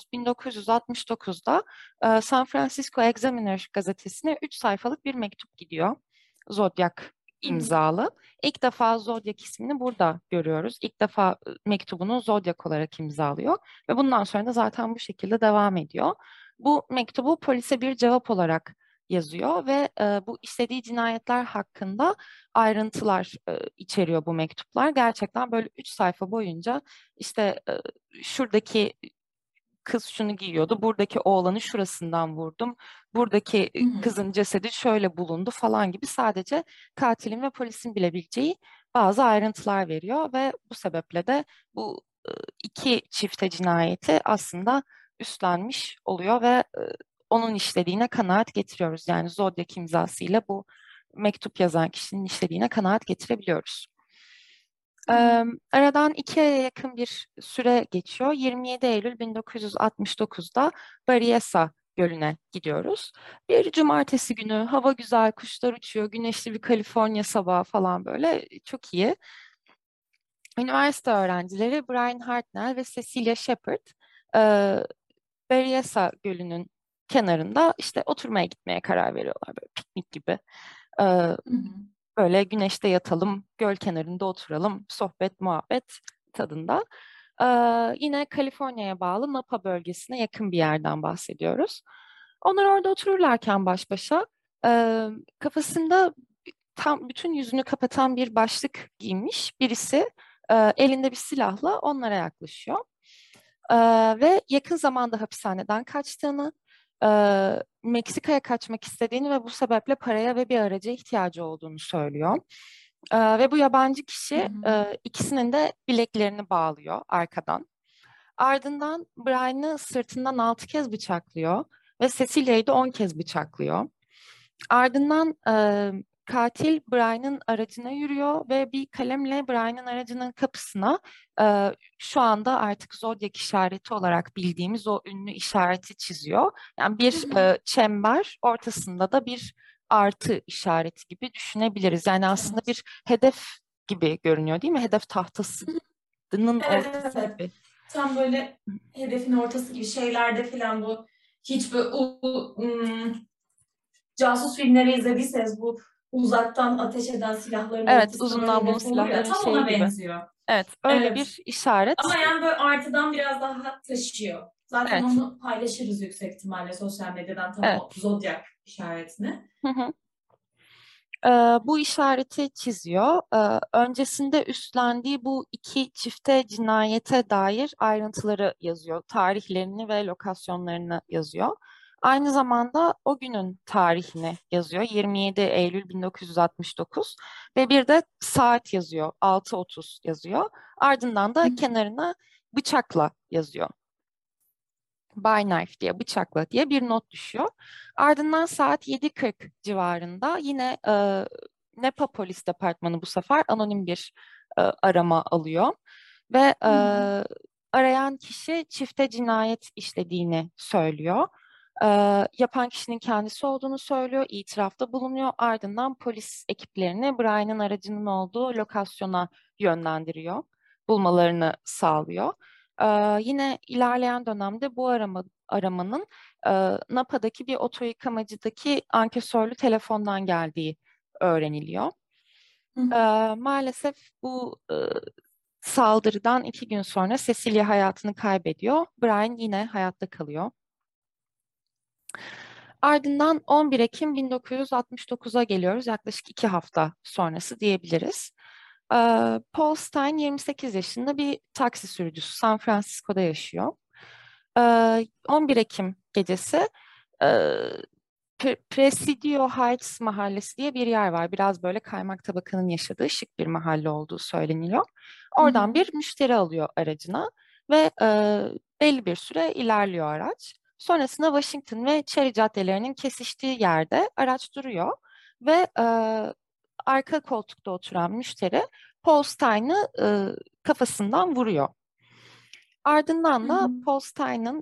1969'da San Francisco Examiner gazetesine 3 sayfalık bir mektup gidiyor. Zodiac Hı hı. imzalı. İlk defa Zodiac ismini burada görüyoruz. İlk defa mektubunu Zodiac olarak imzalıyor ve bundan sonra da zaten bu şekilde devam ediyor. Bu mektubu polise bir cevap olarak yazıyor ve bu işlediği cinayetler hakkında ayrıntılar içeriyor bu mektuplar. Gerçekten böyle 3 sayfa boyunca işte şuradaki kız şunu giyiyordu, buradaki oğlanı şurasından vurdum, buradaki Hı hı. kızın cesedi şöyle bulundu falan gibi sadece katilin ve polisin bilebileceği bazı ayrıntılar veriyor ve bu sebeple de bu iki çifte cinayeti aslında üstlenmiş oluyor ve onun işlediğine kanaat getiriyoruz. Yani Zodiac imzasıyla bu mektup yazan kişinin işlediğine kanaat getirebiliyoruz. Hı hı. Aradan 2 aya yakın bir süre geçiyor. 27 Eylül 1969'da Berryessa Gölü'ne gidiyoruz. Bir cumartesi günü, hava güzel, kuşlar uçuyor, güneşli bir Kaliforniya sabahı falan böyle çok iyi. Üniversite öğrencileri Brian Hartnell ve Cecilia Shepard e, Berryessa Gölü'nün kenarında işte oturmaya gitmeye karar veriyorlar böyle piknik gibi. E, Hı hı. Böyle güneşte yatalım, göl kenarında oturalım, sohbet, muhabbet tadında. Yine Kaliforniya'ya bağlı Napa bölgesine yakın bir yerden bahsediyoruz. Onlar orada otururlarken baş başa Kafasında tam bütün yüzünü kapatan bir başlık giymiş birisi elinde bir silahla onlara yaklaşıyor. Ve yakın zamanda hapishaneden kaçtığını, Meksika'ya kaçmak istediğini ve bu sebeple paraya ve bir araca ihtiyacı olduğunu söylüyor. Ve bu yabancı kişi ikisinin de bileklerini bağlıyor arkadan. Ardından Brian'ı sırtından 6 kez bıçaklıyor ve Cecilia'yı da 10 kez bıçaklıyor. Ardından katil Brian'ın aracına yürüyor ve bir kalemle Brian'ın aracının kapısına şu anda artık Zodiac işareti olarak bildiğimiz o ünlü işareti çiziyor. Yani bir çember, ortasında da bir artı işareti gibi düşünebiliriz. Yani aslında Evet. bir hedef gibi görünüyor, değil mi? Hedef tahtasının Evet, ortası evet. gibi. Tam böyle hedefin ortası gibi şeylerde falan bu hiç böyle casus filmleri izlediyseniz bu uzaktan ateş eden silahların Evet, ortasında uzun böyle namlulu hedef olur ya, silahların tam şeyi ona gibi. benziyor. Evet, öyle Evet. bir işaret. Ama yani böyle artıdan biraz daha taşıyor. Zaten Evet, onu paylaşırız yüksek ihtimalle sosyal medyadan, tam o evet. Zodiac işaretini. Hı hı. Bu işareti çiziyor. Öncesinde üstlendiği bu iki çifte cinayete dair ayrıntıları yazıyor. Tarihlerini ve lokasyonlarını yazıyor. Aynı zamanda o günün tarihini yazıyor. 27 Eylül 1969 ve bir de saat yazıyor. 6:30 yazıyor. Ardından da kenarına bıçakla yazıyor. By knife diye, bıçakla diye bir not düşüyor. Ardından saat 7:40 civarında yine Napa Polis Departmanı bu sefer anonim bir arama alıyor. Ve arayan kişi çifte cinayet işlediğini söylüyor. E, Yapan kişinin kendisi olduğunu söylüyor, itirafta bulunuyor. Ardından polis ekiplerini Brian'ın aracının olduğu lokasyona yönlendiriyor. Bulmalarını sağlıyor. Yine ilerleyen dönemde bu aramanın Napa'daki bir oto yıkamacıdaki ankesörlü telefondan geldiği öğreniliyor. Maalesef bu saldırıdan 2 gün sonra Cecilia hayatını kaybediyor. Brian yine hayatta kalıyor. Ardından 11 Ekim 1969'a geliyoruz. Yaklaşık 2 hafta sonrası diyebiliriz. Paul Stein 28 yaşında bir taksi sürücüsü. San Francisco'da yaşıyor. 11 Ekim gecesi Presidio Heights mahallesi diye bir yer var. Biraz böyle kaymak tabakanın yaşadığı şık bir mahalle olduğu söyleniyor. Oradan bir müşteri alıyor aracına ve belli bir süre ilerliyor araç. Sonrasında Washington ve Cherry caddelerinin kesiştiği yerde araç duruyor ve arka koltukta oturan müşteri Paul Stein'ı kafasından vuruyor. Ardından da Paul Stein'ın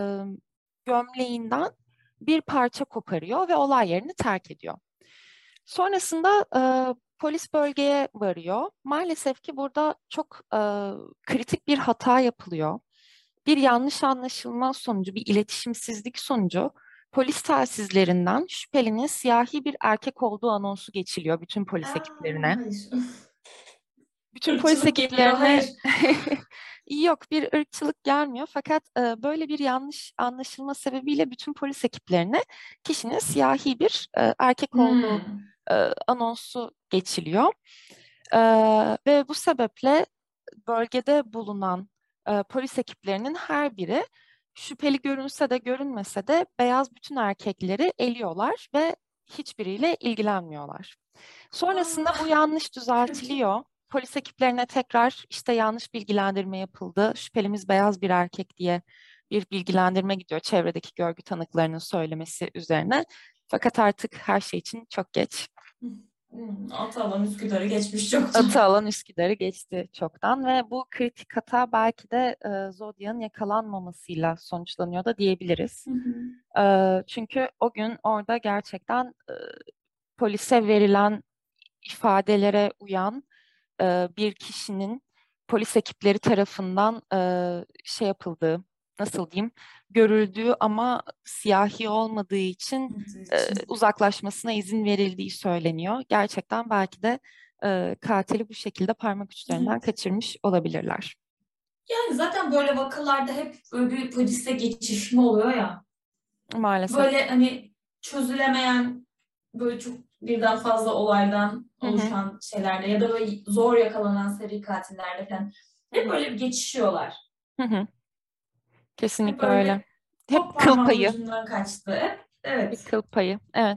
gömleğinden bir parça koparıyor ve olay yerini terk ediyor. Sonrasında polis bölgeye varıyor. Maalesef ki burada çok kritik bir hata yapılıyor. Bir yanlış anlaşılma sonucu, bir iletişimsizlik sonucu polis telsizlerinden şüphelinin siyahi bir erkek olduğu anonsu geçiliyor bütün polis ekiplerine. Hayır. Bütün polis Irkçılık geliyor, ekiplerine hayır. yok, bir ırkçılık gelmiyor fakat böyle bir yanlış anlaşılma sebebiyle bütün polis ekiplerine kişinin siyahi bir erkek olduğu anonsu geçiliyor. Ve bu sebeple bölgede bulunan polis ekiplerinin her biri şüpheli görünse de görünmese de beyaz bütün erkekleri eliyorlar ve hiçbiriyle ilgilenmiyorlar. Sonrasında bu yanlış Kötü. düzeltiliyor. Polis ekiplerine tekrar işte yanlış bilgilendirme yapıldı. Şüphelimiz beyaz bir erkek diye bir bilgilendirme gidiyor çevredeki görgü tanıklarının söylemesi üzerine. Fakat artık her şey için çok geç. Atalan Üsküdar'ı geçmiş çoktan. Atı alan Üsküdar'ı geçti çoktan ve bu kritik hata belki de Zodiac'ın yakalanmamasıyla sonuçlanıyor da diyebiliriz. Çünkü o gün orada gerçekten polise verilen ifadelere uyan bir kişinin polis ekipleri tarafından şey yapıldığı, nasıl diyeyim, görüldüğü ama siyahi olmadığı için uzaklaşmasına izin verildiği söyleniyor. Gerçekten belki de katili bu şekilde parmak uçlarından kaçırmış olabilirler. Yani zaten böyle vakalarda hep böyle bir polise geçişme oluyor ya. Maalesef. Böyle hani çözülemeyen böyle çok birden fazla olaydan Hı hı. oluşan şeylerde ya da böyle zor yakalanan seri katillerde falan hep böyle bir geçişiyorlar. Hı hı. Hep Kesinlikle öyle. böyle Hep hop kıl parmağımın payı. ucundan kaçtı. Bir Evet. kıl payı. Evet.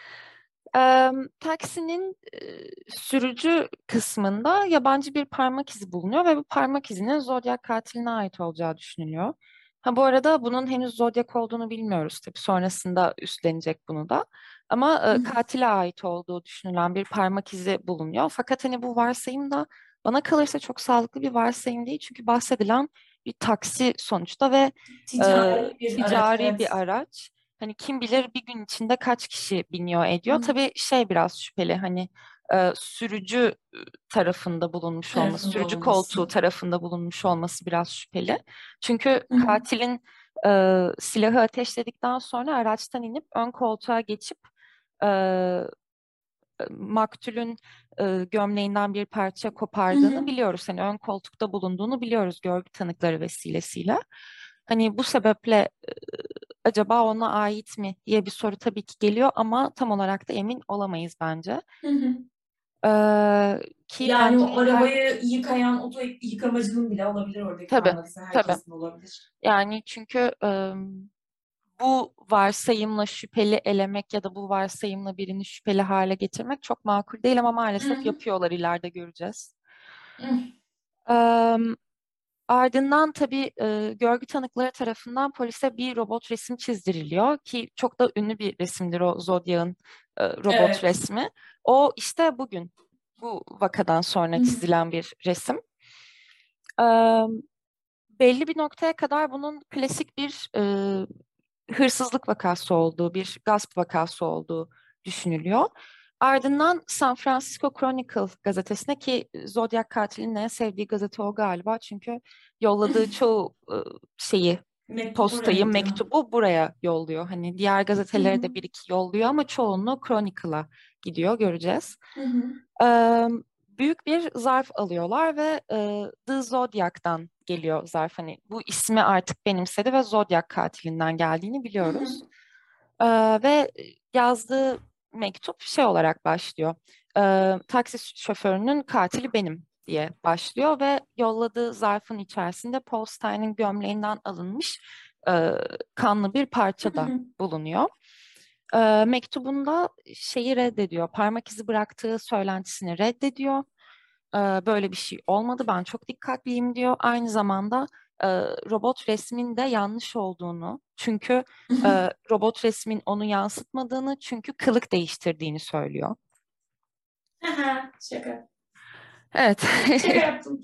Taksinin sürücü kısmında yabancı bir parmak izi bulunuyor ve bu parmak izinin Zodiac katiline ait olacağı düşünülüyor. Ha bu arada bunun henüz Zodiac olduğunu bilmiyoruz tabii. Sonrasında üstlenecek bunu da. Ama katile ait olduğu düşünülen bir parmak izi bulunuyor. Fakat hani bu varsayım da bana kalırsa çok sağlıklı bir varsayım değil. Çünkü bahsedilen bir taksi sonuçta ve Ticari bir araç, ticari evet. bir araç. Hani kim bilir bir gün içinde kaç kişi biniyor ediyor. Hı. Tabii şey biraz şüpheli hani sürücü tarafında bulunmuş olması, Tarafında sürücü koltuğu olması. tarafında bulunmuş olması biraz şüpheli. Çünkü Hı hı. katilin silahı ateşledikten sonra araçtan inip ön koltuğa geçip e, maktulün gömleğinden bir parça Hı kopardığını hı. biliyoruz. Hani ön koltukta bulunduğunu biliyoruz görgü tanıkları vesilesiyle. Hani bu sebeple acaba ona ait mi diye bir soru tabii ki geliyor ama tam olarak da emin olamayız bence. Hı hı. Ki Yani bence o her arabayı yıkayan oto yıkamacının bile olabilir oradaki tabii parmak izi. tabii. Herkesin olabilir. Yani çünkü bu varsayımla şüpheli elemek ya da bu varsayımla birini şüpheli hale getirmek çok makul değil ama Hı maalesef hı. yapıyorlar ileride göreceğiz. Hı. Ardından tabii görgü tanıkları tarafından polise bir robot resim çizdiriliyor ki çok da ünlü bir resimdir o Zodiac'ın robot Evet. resmi. O işte bugün bu vakadan Hı sonra hı. çizilen bir resim. E, Belli bir noktaya kadar bunun klasik bir hırsızlık vakası olduğu, bir gasp vakası olduğu düşünülüyor. Ardından San Francisco Chronicle gazetesine ki Zodiac katilinin en sevdiği gazete o galiba. Çünkü yolladığı çoğu şeyi, Mektup oraya postayı, gidiyor. mektubu buraya yolluyor. Hani diğer Hı gazetelere hı. de bir iki yolluyor ama çoğunluğu Chronicle'a gidiyor, göreceğiz. Hı hı. Ee, Büyük bir zarf alıyorlar ve The Zodiac'dan geliyor zarf. Hani bu ismi artık benimsedi ve Zodiac katilinden geldiğini Hı hı. biliyoruz. Ve yazdığı mektup şey olarak başlıyor. Taksi şoförünün katili benim diye başlıyor ve yolladığı zarfın içerisinde Paul Stein'in gömleğinden alınmış kanlı bir parça Hı da hı. bulunuyor. Mektubunda şeyi reddediyor, parmak izi bıraktığı söylentisini reddediyor. Böyle bir şey olmadı, ben çok dikkatliyim diyor. Aynı zamanda e, robot resmin de yanlış olduğunu, çünkü robot resmin onu yansıtmadığını, çünkü kılık değiştirdiğini söylüyor. Haha, şaka. Evet. Şaka yaptım.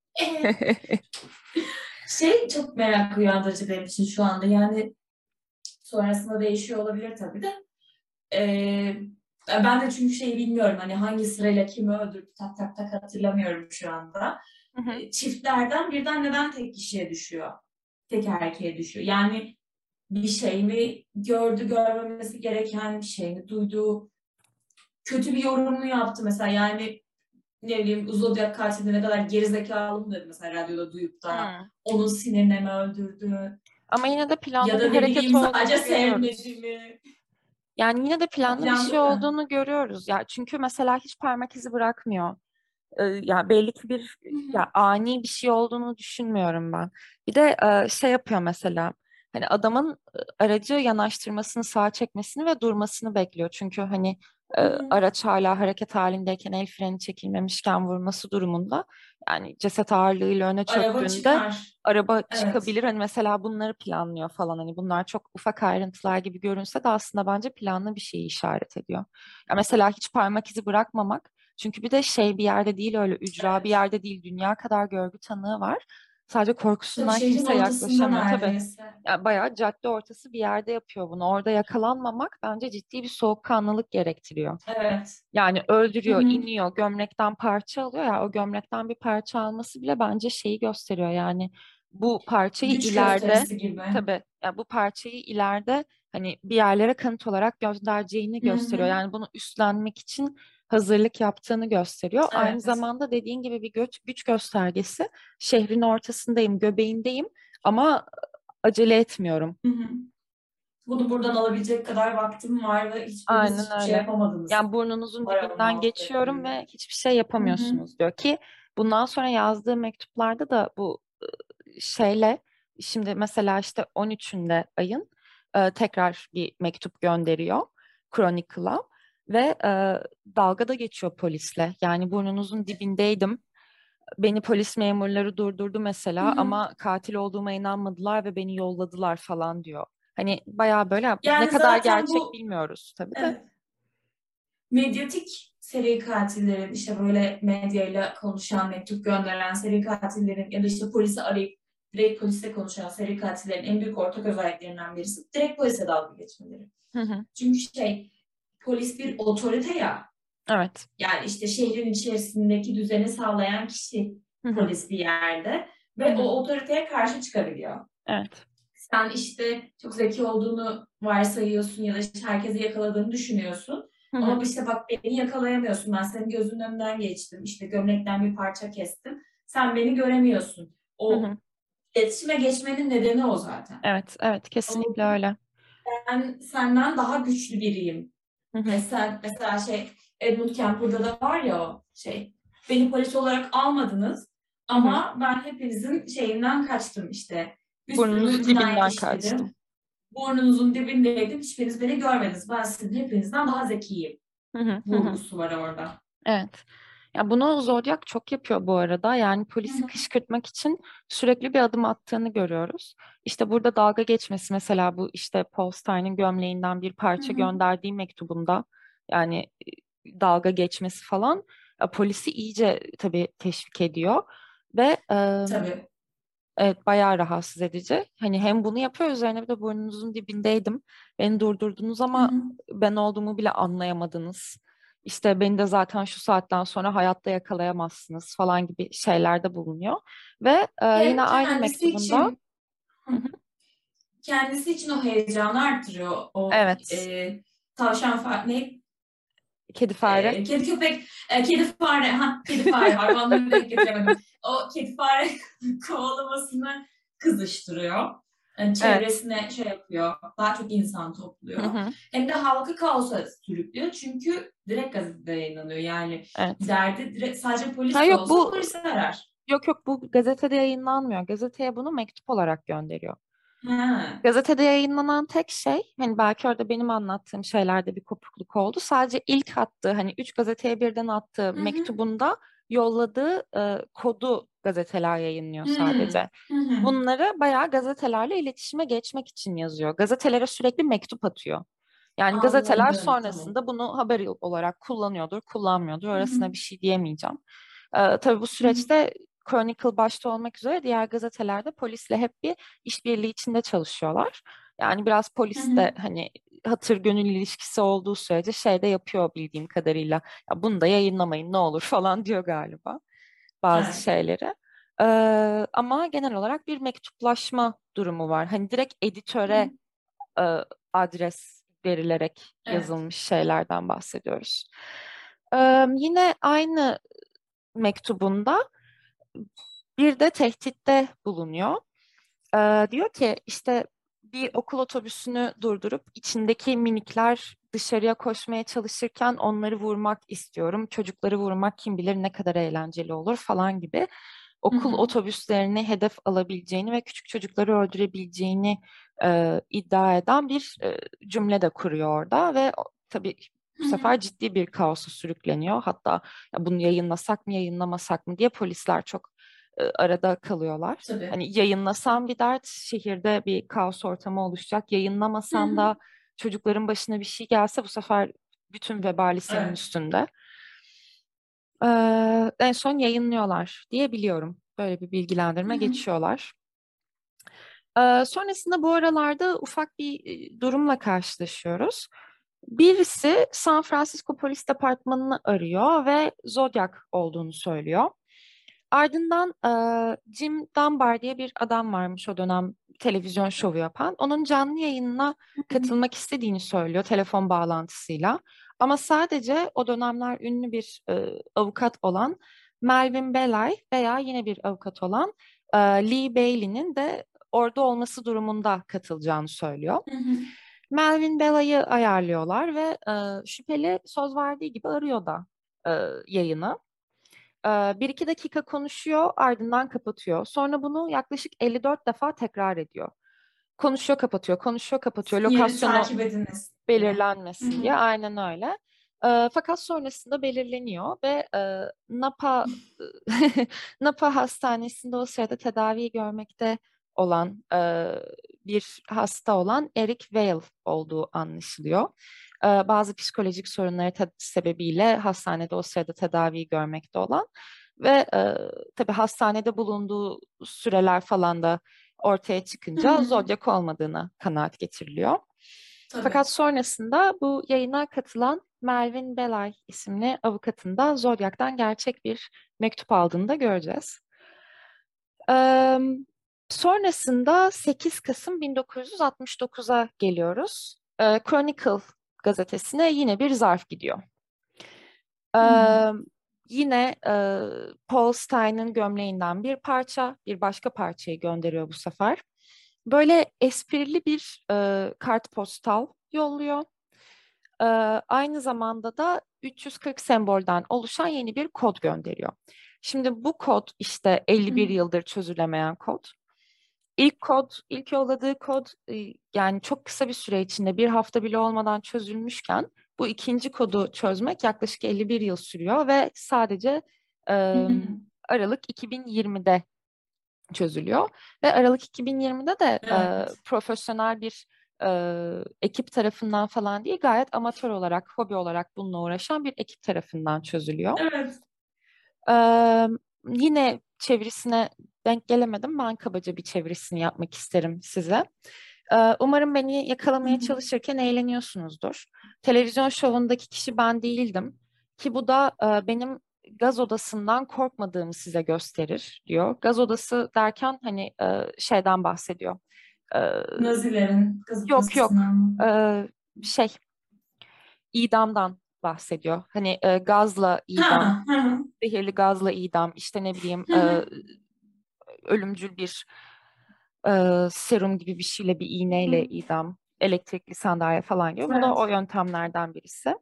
Şey çok merak uyandırıcı benim için şu anda. Yani sonrasında değişiyor olabilir tabii de. Ee, ben de çünkü şeyi bilmiyorum. Hani hangi sırayla kimi öldürdü tak tak tak hatırlamıyorum şu anda. Hı hı. Çiftlerden birden neden tek kişiye düşüyor? Tek erkeğe düşüyor. Yani bir şey mi gördü, görmemesi gereken bir şey mi duydu? Kötü bir yorum mu yaptı mesela? Yani ne bileyim Zodiac katilde ne kadar gerizekalı mı dedi mesela radyoda duyup da Hmm. onun sinirine mi öldürdü? Ama yine de Ya planlı da bir ne hareket bileyim sadece olduğunu sevmedi görüyoruz. mi? Yani yine de Ha, planlı bir şey planlı mı? olduğunu görüyoruz. Ya çünkü mesela hiç parmak izi bırakmıyor. Ya belli ki bir Hı hı. ya ani bir şey olduğunu düşünmüyorum ben. Bir de şey yapıyor mesela. Hani adamın aracı yanaştırmasını, sağa çekmesini ve durmasını bekliyor. Çünkü hani Hı hı. araç hala hareket halindeyken el freni çekilmemişken vurması durumunda yani ceset ağırlığıyla öne Araba çöktüğünde çıkar. araba Evet. çıkabilir. Hani mesela bunları planlıyor falan. Hani bunlar çok ufak ayrıntılar gibi görünse de aslında bence planlı bir şeyi işaret ediyor. Ya mesela hiç parmak izi bırakmamak, çünkü bir de şey bir yerde değil, öyle ücra bir Evet. yerde değil, dünya kadar görgü tanığı var. Sadece Tabii korkusundan şehrin kimse ortasında yaklaşamıyor. Tabii neredeyse. yani bayağı cadde ortası bir yerde yapıyor bunu. Orada yakalanmamak bence ciddi bir soğukkanlılık gerektiriyor. Evet. Yani Hı öldürüyor, hı. iniyor, gömlekten parça alıyor ya, o gömlekten bir parça alması bile bence şeyi gösteriyor. Yani bu parçayı Güç ileride, gösterisi gibi. tabii yani bu parçayı ileride hani bir yerlere kanıt olarak göndereceğini Hı gösteriyor. hı. Yani bunu üstlenmek için hazırlık yaptığını gösteriyor. Aynı Evet. zamanda dediğin gibi bir güç göstergesi. Şehrin ortasındayım, göbeğindeyim ama acele etmiyorum. Hı hı. bunu buradan alabilecek kadar vaktim var ve hiçbiriniz Aynen hiçbir şey öyle. yapamadınız. Yani burnunuzun Paramı dibinden mahvettim geçiyorum diyor. ve hiçbir şey Hı hı. yapamıyorsunuz diyor ki bundan sonra yazdığı mektuplarda da bu şeyle şimdi mesela işte 13'ünde ayın tekrar bir mektup gönderiyor Chronicle'a ve dalga da geçiyor polisle. Yani burnunuzun dibindeydim. Beni polis memurları durdurdu Hı mesela hı. ama katil olduğuma inanmadılar ve beni yolladılar falan diyor. Hani bayağı böyle ne Yani kadar zaten gerçek bu, bilmiyoruz tabii de. evet, medyatik seri katillerin, işte böyle medyayla konuşan, mektup gönderen seri katillerin ya da işte polisi arayıp direkt polisle konuşan seri katillerin en büyük ortak özelliklerinden birisi direkt polise dalga geçmeleri. Hı hı. Çünkü polis bir otorite ya. Evet. Yani işte şehrin içerisindeki düzeni sağlayan kişi Hı hı. polis bir yerde Hı ve o hı. otoriteye karşı çıkabiliyor. Evet. Sen işte çok zeki olduğunu varsayıyorsun ya da işte herkesi yakaladığını düşünüyorsun. Hı hı. Ama işte bak beni yakalayamıyorsun. Ben senin gözünün önünden geçtim. İşte gömlekten bir parça kestim. Sen beni göremiyorsun. Hı O hı. iletişime geçmenin nedeni o zaten. Evet. Evet. Kesinlikle Ama öyle. ben senden daha güçlü biriyim. Hı hı. Sen mesela Edmund Kemper'da da var ya o beni polis olarak almadınız Hı hı. ama ben hepinizin şeyinden kaçtım işte. Bir sürü Burnunuzun cinayet dibinden kaçtım. işledim. Burnunuzun dibindeydim. Hiçbiriniz beni görmediniz. Ben sizin hepinizden daha zekiyim. Hı hı. Hı hı. Vurgusu var orada. Evet. Ya bunu Zodiac çok yapıyor bu arada. Yani Hı polisi hı. kışkırtmak için sürekli bir adım attığını görüyoruz. İşte burada dalga geçmesi mesela bu işte Paul Stein'in gömleğinden bir Hı parça hı. gönderdiği mektubunda yani dalga geçmesi falan polisi iyice tabii teşvik ediyor ve Tabii. evet bayağı rahatsız edici. Hani hem bunu yapıyor üzerine bir de burnunuzun dibindeydim. Beni durdurdunuz Hı ama hı. ben olduğumu bile anlayamadınız. İşte beni de zaten şu saatten sonra hayatta yakalayamazsınız falan gibi şeylerde bulunuyor. Ve yine Hem aynı kendisi mektubunda için hı hı, kendisi için o heyecanı arttırıyor. O evet tavşan ne? kedi fare Kedi köpek, kedi fare, kedi fare hayvanları denk getiremedim. O kedi fare kovalamasını kızıştırıyor. Yani evet çevresine yapıyor, daha çok insan hı topluyor. hı, Hem de halkı kaosa sürüklüyor çünkü direkt gazetede yayınlanıyor. Yani evet. derdi direkt sadece Ha polis de yok olsa bu polisi arar. yok bu gazetede yayınlanmıyor. Gazeteye bunu mektup olarak gönderiyor. Ha. Gazetede yayınlanan tek şey, hani belki orada benim anlattığım şeylerde bir kopukluk oldu. Sadece ilk attığı, hani 3 gazeteye birden attığı Hı hı. mektubunda yolladığı kodu gazeteler yayınlıyor Hı hı. sadece. Hı hı. Bunları bayağı gazetelerle iletişime geçmek için yazıyor. Gazetelere sürekli mektup atıyor. Yani gazeteler Anladım, tamam. sonrasında bunu haber olarak kullanıyordur, kullanmıyordur. Hı hı. Orasına bir şey diyemeyeceğim. Tabii bu Hı hı. süreçte Chronicle başta olmak üzere diğer gazetelerde polisle hep bir işbirliği içinde çalışıyorlar. Yani biraz Hı polis hı. de hani hatır gönül ilişkisi olduğu sürece şey de yapıyor bildiğim kadarıyla. Ya bunu da yayınlamayın ne olur falan diyor galiba bazı Evet. şeyleri. Ama genel olarak bir mektuplaşma durumu var. Hani direkt Hı hı. editöre e, adres verilerek Evet. yazılmış şeylerden bahsediyoruz. Yine aynı mektubunda bir de tehditte bulunuyor. Diyor ki işte bir okul otobüsünü durdurup içindeki minikler dışarıya koşmaya çalışırken onları vurmak istiyorum. Çocukları vurmak kim bilir ne kadar eğlenceli olur falan gibi. Hı Okul hı. otobüslerini hedef alabileceğini ve küçük çocukları öldürebileceğini iddia eden bir cümle de kuruyor orada ve tabii Hı bu hı. sefer ciddi bir kaosa sürükleniyor. Hatta ya bunu yayınlasak mı yayınlamasak mı diye polisler çok arada kalıyorlar. Tabii. Hani yayınlasan bir dert, şehirde bir kaos ortamı oluşacak. Hı Yayınlamasan hı. da çocukların başına bir şey gelse bu sefer bütün vebali senin Evet. üstünde. En son yayınlıyorlar diye biliyorum. Böyle bir Hı bilgilendirme hı. geçiyorlar. Sonrasında bu aralarda ufak bir durumla karşılaşıyoruz. Birisi San Francisco Polis Departmanı'nı arıyor ve Zodiac olduğunu söylüyor. Ardından Jim Dunbar diye bir adam varmış o dönem televizyon şovu yapan. Onun canlı yayınına katılmak istediğini söylüyor telefon bağlantısıyla. Ama sadece o dönemler ünlü bir avukat olan Melvin Belay veya yine bir avukat olan Lee Bailey'nin de orada olması durumunda katılacağını söylüyor. Hı hı. Melvin Bella'yı ayarlıyorlar ve şüpheli söz verdiği gibi arıyor da yayını. 1-2 dakika konuşuyor, ardından kapatıyor. Sonra bunu yaklaşık 54 defa tekrar ediyor. Konuşuyor, kapatıyor, konuşuyor, kapatıyor. Yeri Lokasyonu takip edilmesi diye. Hı belirlenmesin hı. diye. Aynen öyle. Fakat sonrasında belirleniyor ve Napa Napa Hastanesi'nde o sırada tedavi görmekte olan bir hasta olan Eric Vale olduğu anlaşılıyor. Bazı psikolojik sorunları sebebiyle hastanede o sırada tedavi görmekte olan ve tabii hastanede bulunduğu süreler falan da ortaya Hı çıkınca hı. Zodiac olmadığını kanaat getiriliyor. Tabii. Fakat sonrasında bu yayına katılan Melvin Belay isimli avukatın da Zodiac'tan gerçek bir mektup aldığını da göreceğiz. Ee, Sonrasında 8 Kasım 1969'a geliyoruz. Chronicle gazetesine yine bir zarf gidiyor. Hı hı. Ee, Yine Paul Stein'ın gömleğinden bir parça, bir başka parçayı gönderiyor bu sefer. Böyle esprili bir kartpostal yolluyor. Ee, Aynı zamanda da 340 sembolden oluşan yeni bir kod gönderiyor. Şimdi bu kod işte Hı 51 hı. yıldır çözülemeyen kod. İlk yolladığı kod yani çok kısa bir süre içinde bir hafta bile olmadan çözülmüşken bu ikinci kodu çözmek yaklaşık 51 yıl sürüyor ve sadece Hı e, hı. Aralık 2020'de çözülüyor. Ve Aralık 2020'de de Evet. profesyonel bir ekip tarafından falan değil, gayet amatör olarak, hobi olarak bununla uğraşan bir ekip tarafından çözülüyor. Evet. Ee, Yine çevirisine denk gelemedim. Ben kabaca bir çevirisini yapmak isterim size. Umarım beni Hı yakalamaya hı. çalışırken eğleniyorsunuzdur. Televizyon şovundaki kişi ben değildim. Ki bu da benim gaz odasından korkmadığımı size gösterir diyor. Gaz odası derken hani şeyden bahsediyor. Ee, Nazilerin Yok yok. kazıtmasından mı? Şey idamdan bahsediyor. Hani gazla idam, Ha, hı hı. zehirli gazla idam, işte ne bileyim Hı hı. ölümcül bir serum gibi bir şeyle, bir iğneyle idam, elektrikli sandalye falan gibi. Bu da o Evet. yöntemlerden birisi.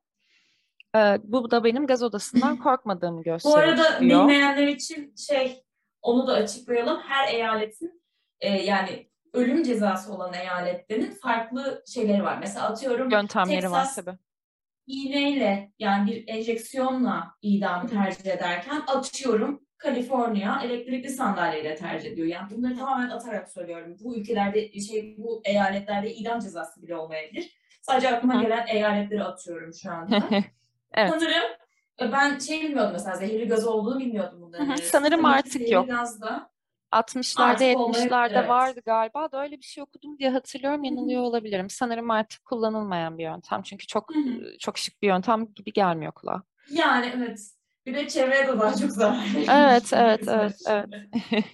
Bu da benim gaz odasından korkmadığımı Bu gösterir arada diyor. bilmeyenler için onu da açıklayalım. Her eyaletin yani ölüm cezası olan eyaletlerin farklı şeyleri var. Mesela atıyorum Yöntemleri var Texas tabii. iğneyle yani bir enjeksiyonla Hı idamı hı. tercih ederken atıyorum Kaliforniya elektrikli sandalyeyle tercih ediyor. Yani bunları tamamen atarak söylüyorum. Bu ülkelerde bu eyaletlerde idam cezası bile olmayabilir. Sadece aklıma Hı hı. gelen eyaletleri atıyorum şu anda. Evet. Sanırım ben bilmiyordum mesela zehirli gaz olduğunu bilmiyordum Hı bunların hı. arasında. Sanırım Demek ki artık zehirli yok. gaz da 60'larda artık olmayabilir, 70'lerde evet. vardı galiba da öyle bir şey okudum diye hatırlıyorum, Hı hı. yanılıyor olabilirim. Sanırım artık kullanılmayan bir yöntem çünkü çok Hı hı. çok şık bir yöntem gibi gelmiyor kulağa. Yani evet. Bir de çevreye de daha çok zarar veriyormuş Evet, gibi evet, gözler evet, evet. şimdi.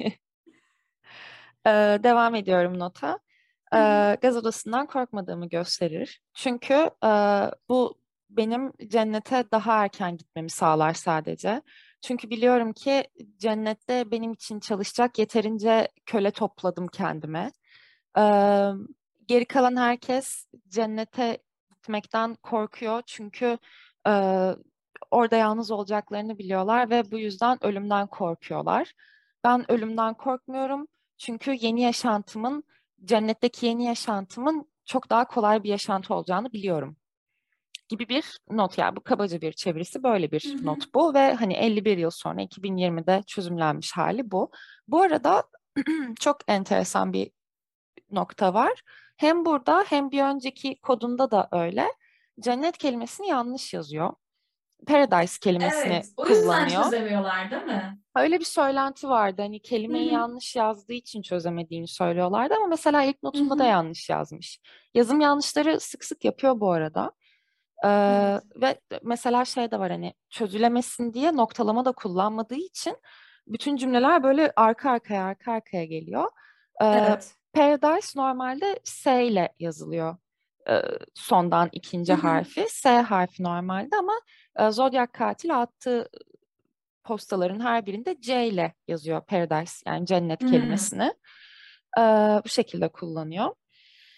Devam ediyorum nota. Hı hı. Gaz odasından korkmadığımı gösterir. Çünkü bu benim cennete daha erken gitmemi sağlar sadece. Çünkü biliyorum ki cennette benim için çalışacak yeterince köle topladım kendime. Ee, Geri kalan herkes cennete gitmekten korkuyor çünkü e, orada yalnız olacaklarını biliyorlar ve bu yüzden ölümden korkuyorlar. Ben ölümden korkmuyorum çünkü cennetteki yeni yaşantımın çok daha kolay bir yaşantı olacağını biliyorum gibi bir not. Yani bu kabaca bir çevirisi, böyle Hı bir hı. not bu ve hani 51 yıl sonra 2020'de çözümlenmiş hali bu. Bu arada çok enteresan bir nokta var. Hem burada hem bir önceki kodunda da öyle. Cennet kelimesini yanlış yazıyor. Paradise kelimesini Evet. O yüzden kullanıyor. çözemiyorlar değil mi? Öyle bir söylenti vardı. Hani Hı kelimeyi hı. yanlış yazdığı için çözemediğini söylüyorlardı ama mesela ilk Hı notunda da hı. yanlış yazmış. Yazım yanlışları sık sık yapıyor bu arada. Evet. Ve mesela şey de var, hani çözülemesin diye noktalama da kullanmadığı için bütün cümleler böyle arka arkaya geliyor. Evet. Paradise normalde S ile yazılıyor. Sondan Hı ikinci hı. harfi. S harfi normalde ama Zodiac katil attığı postaların her birinde C ile yazıyor Paradise, yani cennet Hı hı. kelimesini. Ee, Bu şekilde kullanıyor.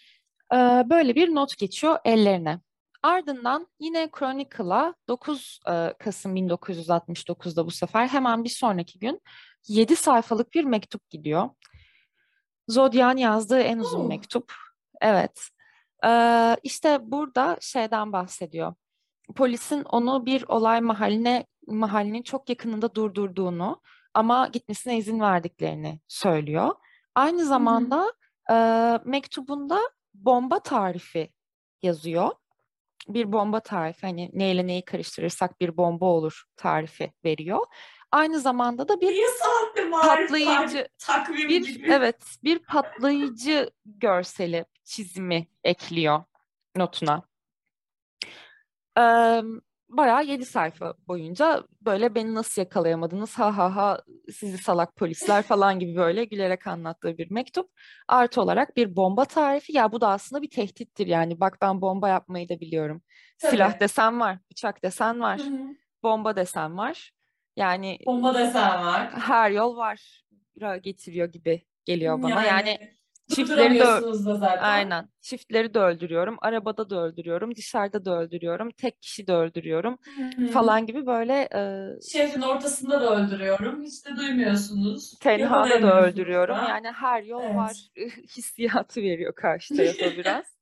Böyle bir not geçiyor ellerine. Ardından yine Chronicle'a 9 Kasım 1969'da bu sefer hemen bir sonraki gün 7 sayfalık bir mektup gidiyor. Zodiac'ın yazdığı en uzun Oh. mektup. Evet. İşte burada şeyden bahsediyor. Polisin onu bir olay mahallinin çok yakınında durdurduğunu ama gitmesine izin verdiklerini söylüyor. Aynı zamanda mektubunda bomba tarifi yazıyor. Bir bomba tarifi, hani neyle neyi karıştırırsak bir bomba olur tarifi veriyor. Aynı zamanda da bir Niye saatte patlayıcı takvim gibi? evet, bir patlayıcı görseli çizimi ekliyor notuna. Ee, Bayağı 7 sayfa boyunca böyle beni nasıl yakalayamadınız ha ha ha sizi salak polisler falan gibi böyle gülerek anlattığı bir mektup. Artı olarak bir bomba tarifi. Ya bu da aslında bir tehdittir yani. Bak ben bomba yapmayı da biliyorum. Silah Tabii. desen var, bıçak desen Hı var, hı. bomba desen var. Yani Bomba desen var. her yol var getiriyor gibi geliyor bana. Yani Yani çiftleri de durduramıyorsunuz da zaten. aynen. Çiftleri de öldürüyorum, arabada da öldürüyorum, dışarıda da öldürüyorum, tek kişi de öldürüyorum Hı hı. falan gibi böyle Şehrin ortasında da öldürüyorum. Hiç de duymuyorsunuz. tenhada da Yakalayamıyorsunuz öldürüyorum. da. Yani her yol Evet. var hissiyatı veriyor karşı tarafa biraz.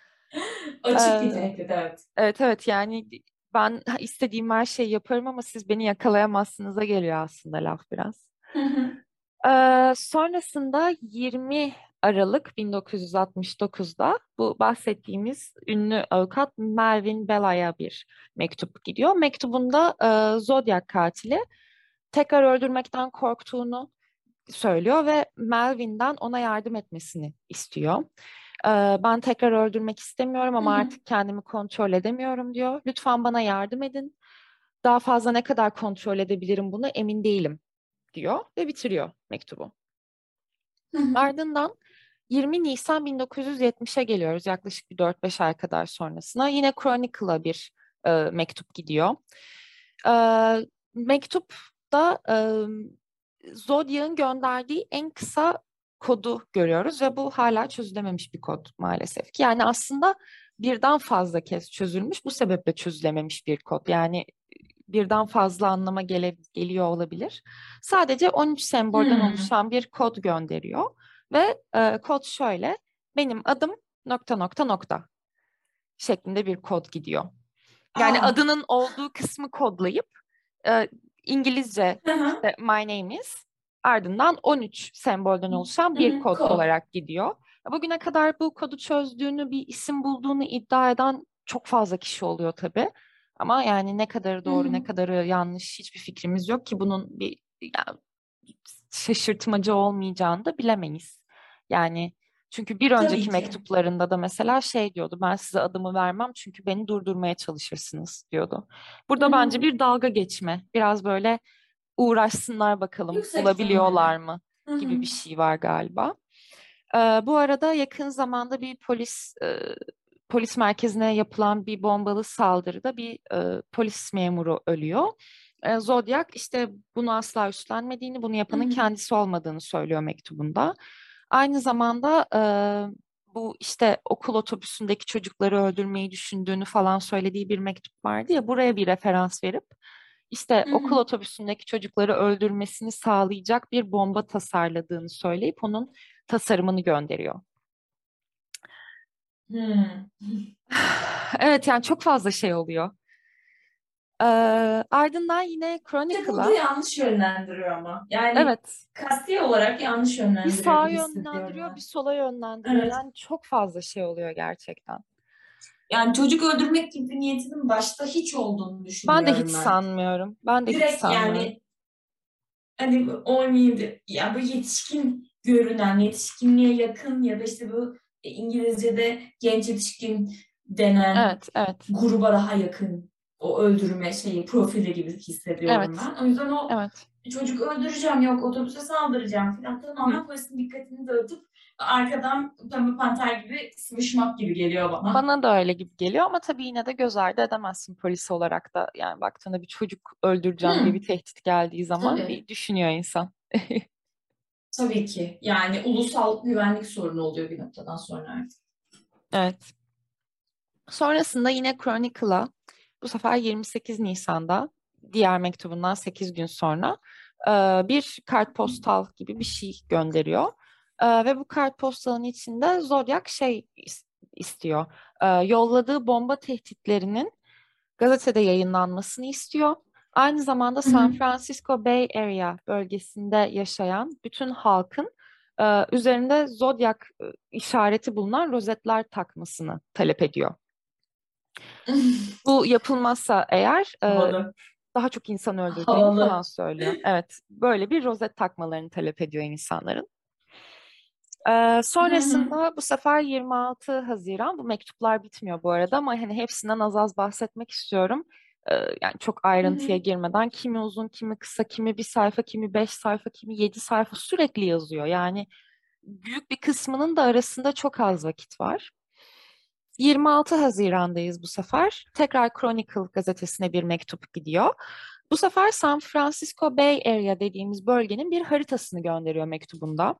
Açık bir Ee, tehdit, evet. evet evet yani ben istediğim her şeyi yaparım ama siz beni yakalayamazsınız'a geliyor aslında laf biraz. Hı hı. Sonrasında 20 Aralık 1969'da bu bahsettiğimiz ünlü avukat Melvin Bela'ya bir mektup gidiyor. Mektubunda Zodiac katili tekrar öldürmekten korktuğunu söylüyor ve Melvin'den ona yardım etmesini istiyor. Ben tekrar öldürmek istemiyorum Hı ama hı. artık kendimi kontrol edemiyorum diyor. Lütfen bana yardım edin. Daha fazla ne kadar kontrol edebilirim bunu emin değilim diyor ve bitiriyor mektubu. Hı hı. Ardından 20 Nisan 1970'e geliyoruz yaklaşık bir 4-5 ay kadar sonrasına. Yine Chronicle'a bir mektup gidiyor. E, Mektupta Zodiac'ın gönderdiği en kısa kodu görüyoruz ve bu hala çözülememiş bir kod maalesef ki. Yani aslında birden fazla kez çözülmüş, bu sebeple çözülememiş bir kod. Yani birden fazla anlama geliyor olabilir. Sadece 13 sembolden Hmm. oluşan bir kod gönderiyor ve kod şöyle: benim adım nokta nokta nokta şeklinde bir kod gidiyor. Yani Aa. adının olduğu kısmı kodlayıp e, İngilizce Hı hı. işte my name is ardından 13 sembolden oluşan Hı bir hı. kod Kod. olarak gidiyor. Bugüne kadar bu kodu çözdüğünü, bir isim bulduğunu iddia eden çok fazla kişi oluyor tabii. Ama yani ne kadarı Hı doğru, hı. ne kadarı yanlış hiçbir fikrimiz yok ki bunun bir yani, şaşırtmacı olmayacağını da bilemeyiz. Yani çünkü bir Tabii önceki ki. mektuplarında da mesela şey diyordu: ben size adımı vermem çünkü beni durdurmaya çalışırsınız diyordu. Hı Burada bence hı. bir dalga geçme, biraz böyle uğraşsınlar bakalım Yüksek bulabiliyorlar ihtimalle. mı Hı hı. gibi bir şey var galiba. Bu arada yakın zamanda bir polis merkezine yapılan bir bombalı saldırıda bir polis memuru ölüyor. Zodiac işte bunu asla üstlenmediğini, bunu Hı yapanın hı. kendisi olmadığını söylüyor mektubunda. Aynı zamanda bu işte okul otobüsündeki çocukları öldürmeyi düşündüğünü falan söylediği bir mektup vardı ya, buraya bir referans verip işte Hı okul hı. otobüsündeki çocukları öldürmesini sağlayacak bir bomba tasarladığını söyleyip onun tasarımını gönderiyor. Hmm. Evet yani çok fazla şey oluyor. Ee, Ardından yine İşte burada Chronicle'a yanlış yönlendiriyor ama. Yani evet kasti olarak yanlış bir yönlendiriyor sağa gibi hissediyorum yönlendiriyor bir ben. sola yönlendiriyor. Evet. Yani çok fazla şey oluyor gerçekten. Yani çocuk öldürmek gibi bir niyetinin başta hiç olduğunu Ben de hiç düşünmüyorum ben. sanmıyorum. Ben de hiç Direkt sanmıyorum. yani hani 17 ya bu yetişkin görünen, yetişkinliğe yakın ya da işte bu İngilizce'de genç yetişkin denen Evet, evet, gruba daha yakın o öldürme şeyi profili gibi hissediyorum evet, ben. O yüzden o evet. çocuk öldüreceğim yok otobüse saldıracağım falan Hı hı. tamamen polisin dikkatini dağıtıp arkadan pembe panter gibi sıvışmak gibi geliyor bana. Bana da öyle gibi geliyor ama tabii yine de göz ardı edemezsin polis olarak da. Yani baktığında bir çocuk öldüreceğim diye Hı, bir tehdit geldiği zaman tabii. bir düşünüyor insan. Tabii ki. Yani ulusal güvenlik sorunu oluyor bir noktadan sonra artık. Evet. Sonrasında yine Chronicle'a bu sefer 28 Nisan'da diğer mektubundan 8 gün sonra bir kartpostal gibi bir şey gönderiyor. Ve bu kartpostalın içinde Zodiac istiyor. Yolladığı bomba tehditlerinin gazetede yayınlanmasını istiyor. Aynı zamanda Hı San hı. Francisco Bay Area bölgesinde yaşayan bütün halkın üzerinde Zodiac işareti bulunan rozetler takmasını talep ediyor. Bu yapılmazsa eğer Havalı. daha çok insan öldüreceğini falan Havalı. söylüyor. Evet, böyle bir rozet takmalarını talep ediyor insanların. Hı hı. Sonrasında bu sefer 26 Haziran, bu mektuplar bitmiyor bu arada ama hani hepsinden az bahsetmek istiyorum. Yani çok Hı ayrıntıya hı. girmeden kimi uzun, kimi kısa, kimi bir sayfa, kimi 5 sayfa, kimi 7 sayfa sürekli yazıyor. Yani büyük bir kısmının da arasında çok az vakit var. 26 Haziran'dayız bu sefer. Tekrar Chronicle gazetesine bir mektup gidiyor. Bu sefer San Francisco Bay Area dediğimiz bölgenin bir haritasını gönderiyor mektubunda.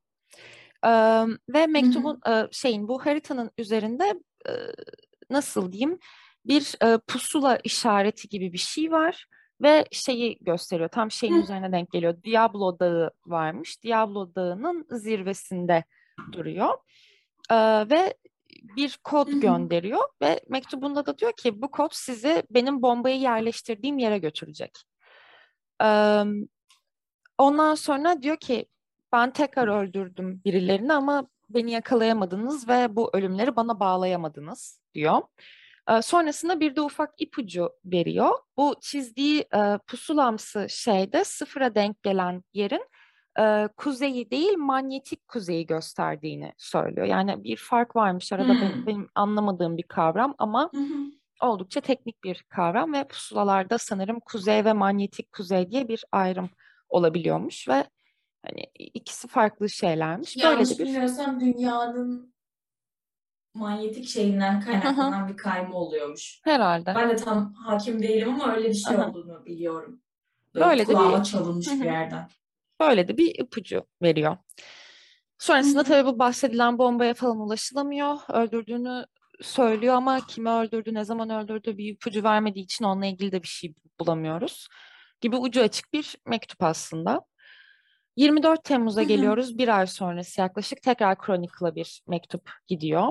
Ve Hı hı. mektubun bu haritanın üzerinde e, nasıl diyeyim bir pusula işareti gibi bir şey var ve şeyi gösteriyor. Tam şeyin Hı üzerine denk geliyor. Diablo Dağı varmış. Diablo Dağı'nın zirvesinde duruyor. Ve bir kod hı. gönderiyor ve mektubunda da diyor ki bu kod sizi benim bombayı yerleştirdiğim yere götürecek. Ee, Ondan sonra diyor ki ben tekrar öldürdüm birilerini ama beni yakalayamadınız ve bu ölümleri bana bağlayamadınız diyor. Sonrasında bir de ufak ipucu veriyor. Bu çizdiği pusulamsı şeyde sıfıra denk gelen yerin kuzeyi değil manyetik kuzeyi gösterdiğini söylüyor. Yani bir fark varmış arada Hı. benim anlamadığım bir kavram ama Hı hı. oldukça teknik bir kavram ve pusulalarda sanırım kuzey ve manyetik kuzey diye bir ayrım olabiliyormuş ve hani ikisi farklı şeylermiş. Böyle de Yanlış bir bilmiyorsam dünyanın manyetik şeyinden kaynaklanan bir kayma oluyormuş. herhalde. Ben de tam hakim değilim ama öyle bir şey Aha. olduğunu biliyorum. Böyle Böyle de bir kulağıma çalınmış bir yerden. böyle de bir ipucu veriyor. Hı Sonrasında hı. tabii bu bahsedilen bombaya falan ulaşılamıyor. Öldürdüğünü söylüyor ama kimi öldürdü, ne zaman öldürdü bir ipucu vermediği için onunla ilgili de bir şey bulamıyoruz. Gibi ucu açık bir mektup aslında. 24 Temmuz'a Hı hı. geliyoruz. Bir ay sonrası yaklaşık tekrar Chronicle'a bir mektup gidiyor.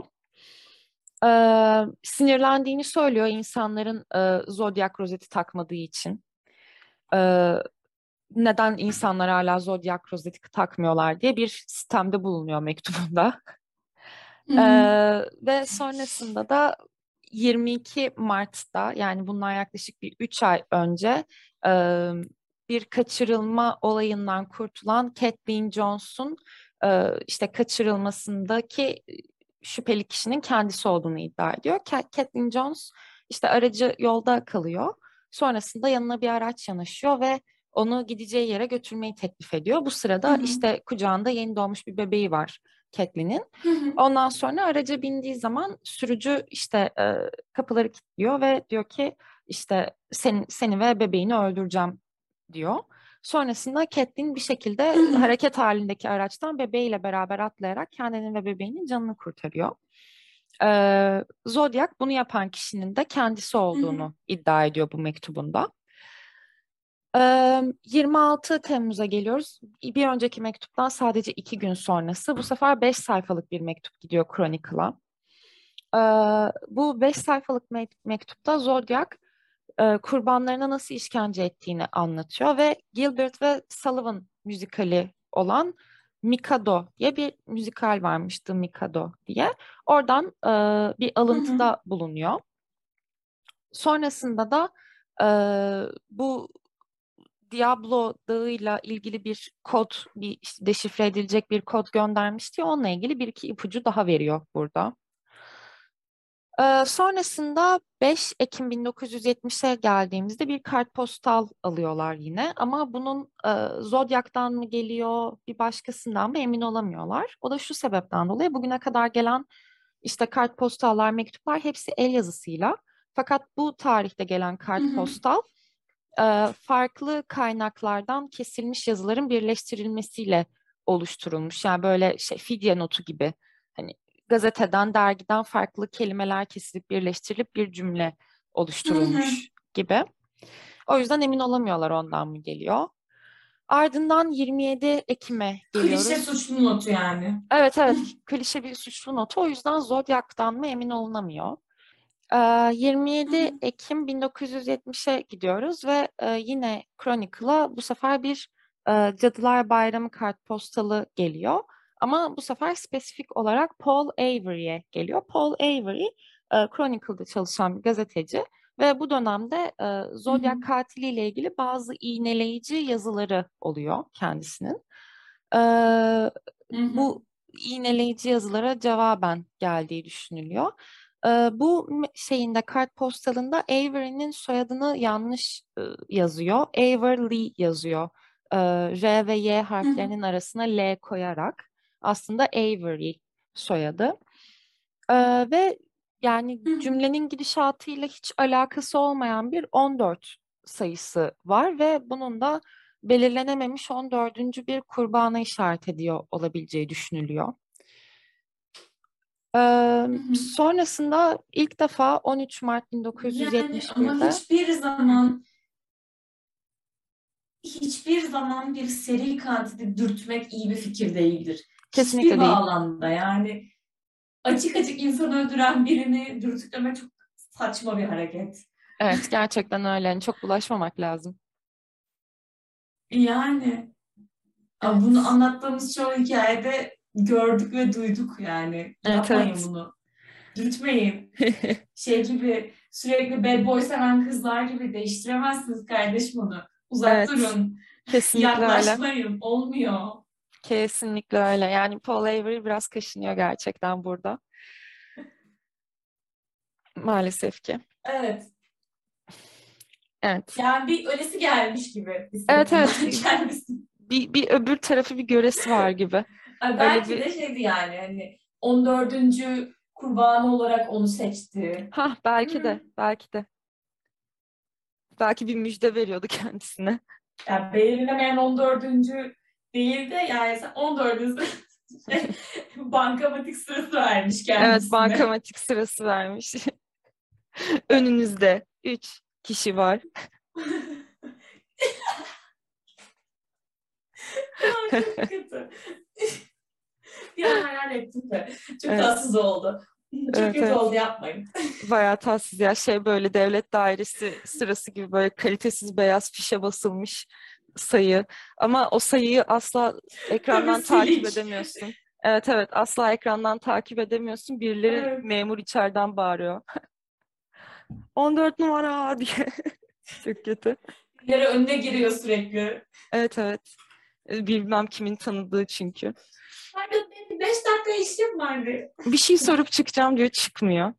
Sinirlendiğini söylüyor insanların zodyak rozeti takmadığı için. Ee, Neden insanlar hala zodyak rozeti takmıyorlar diye bir sistemde bulunuyor mektubunda. Hı hı. Ve sonrasında da 22 Mart'ta yani bundan yaklaşık bir 3 ay önce e, bir kaçırılma olayından kurtulan Kathleen Jones'un işte kaçırılmasındaki şüpheli kişinin kendisi olduğunu iddia ediyor. Kathleen Jones işte aracı yolda kalıyor. Sonrasında yanına bir araç yanaşıyor ve onu gideceği yere götürmeyi teklif ediyor. Bu Hı sırada hı. işte kucağında yeni doğmuş bir bebeği var Catelyn'in. Hı hı. Ondan sonra araca bindiği zaman sürücü işte kapıları kilitliyor ve diyor ki işte seni ve bebeğini öldüreceğim diyor. Sonrasında Catelyn bir Hı şekilde hı. hareket halindeki araçtan bebeğiyle beraber atlayarak kendinin ve bebeğinin canını kurtarıyor. Zodiac bunu yapan kişinin de kendisi Hı hı. olduğunu iddia ediyor bu mektubunda. 26 Temmuz'a geliyoruz. Bir önceki mektuptan sadece 2 gün sonrası. Bu sefer 5 sayfalık bir mektup gidiyor Chronicle'a. Bu 5 sayfalık mektupta Zodiac kurbanlarına nasıl işkence ettiğini anlatıyor ve Gilbert ve Sullivan müzikali olan Mikado diye bir müzikal varmış, The Mikado diye. Oradan bir Hı hı. alıntıda bulunuyor. Sonrasında da bu Diablo Dağı'yla ilgili bir kod, bir işte deşifre edilecek bir kod göndermişti. Onunla ilgili bir iki ipucu daha veriyor burada. Sonrasında 5 Ekim 1970'e geldiğimizde bir kartpostal alıyorlar yine. Ama bunun Zodiac'tan mı geliyor, bir başkasından mı emin olamıyorlar. O da şu sebepten dolayı bugüne kadar gelen işte kartpostallar, mektuplar hepsi el yazısıyla. Fakat bu tarihte gelen Hı hı. kartpostal farklı kaynaklardan kesilmiş yazıların birleştirilmesiyle oluşturulmuş. Yani böyle şey fidye notu gibi hani gazeteden, dergiden farklı kelimeler kesilip birleştirilip bir cümle oluşturulmuş gibi. O yüzden emin olamıyorlar ondan mı geliyor. Ardından 27 Ekim'e geliyoruz. Klişe suçlu notu yani. Evet, klişe bir suçlu notu. O yüzden Zodyak'tan mı emin olunamıyor. 27 Ekim 1970'e gidiyoruz ve yine Chronicle'a bu sefer bir Cadılar Bayramı kartpostalı geliyor. Ama bu sefer spesifik olarak Paul Avery'e geliyor. Paul Avery, Chronicle'da çalışan bir gazeteci ve bu dönemde Zodiac katiliyle ilgili bazı iğneleyici yazıları oluyor kendisinin. Bu iğneleyici yazılara cevaben geldiği düşünülüyor. Bu şeyinde kartpostalında Avery'nin soyadını yanlış yazıyor. Averly yazıyor. R ve Y harflerinin arasına L koyarak. Aslında Avery soyadı. Ve yani cümlenin gidişatıyla hiç alakası olmayan bir 14 sayısı var ve bunun da belirlenememiş 14. bir kurbana işaret ediyor olabileceği düşünülüyor. Sonrasında ilk defa 13 Mart Yani 1971'de ama hiçbir zaman bir seri katili dürtmek iyi bir fikir değildir. Kesinlikle Hiçbir değil. bağlamda yani açık açık insan öldüren birini dürtüklemek çok saçma bir hareket. Evet, gerçekten öyle. Yani çok bulaşmamak lazım. Yani Evet. bunu anlattığımız çoğu hikayede gördük ve duyduk yani. Yapmayın Evet. bunu. Dürtmeyin. Şey gibi sürekli bad boy seven kızlar gibi değiştiremezsiniz kardeş bunu. Uzak Evet. durun. Kesinlikle öyle. Yaklaşmayın. Olmuyor. Kesinlikle öyle. Yani Paul Avery biraz kaşınıyor gerçekten burada. Maalesef ki. Evet. Evet. Yani bir ölesi gelmiş gibi Evet, hissettim evet. ben kendisini. Bir öbür tarafı bir göresi var gibi. Öyle Belki bir... de şeydi yani hani 14. kurbanı olarak onu seçti. Belki de. Belki de. Belki bir müjde veriyordu kendisine. Yani belirlenemeyen 14. değil de yani sen 14. bankamatik sırası vermiş Evet, kendisine. bankamatik sırası vermiş. Önünüzde 3 kişi var. Ya çok kötü. Bir an hayal ettim de. Çok Evet. tatsız oldu. Çok Evet, kötü evet. oldu, yapmayın. Bayağı tatsız ya, şey, böyle devlet dairesi sırası gibi böyle kalitesiz beyaz fişe basılmış sayı. Ama o sayıyı asla Tabii ekrandan takip silik. edemiyorsun. Evet, evet, asla ekrandan takip edemiyorsun. Birileri, Evet. memur içeriden bağırıyor. 14 numara diye. Çok kötü. Birileri önüne giriyor sürekli. Evet, evet. Bilmem kimin tanıdığı çünkü. Pardon, benim 5 dakika işim vardı. Bir şey sorup çıkacağım diyor, çıkmıyor.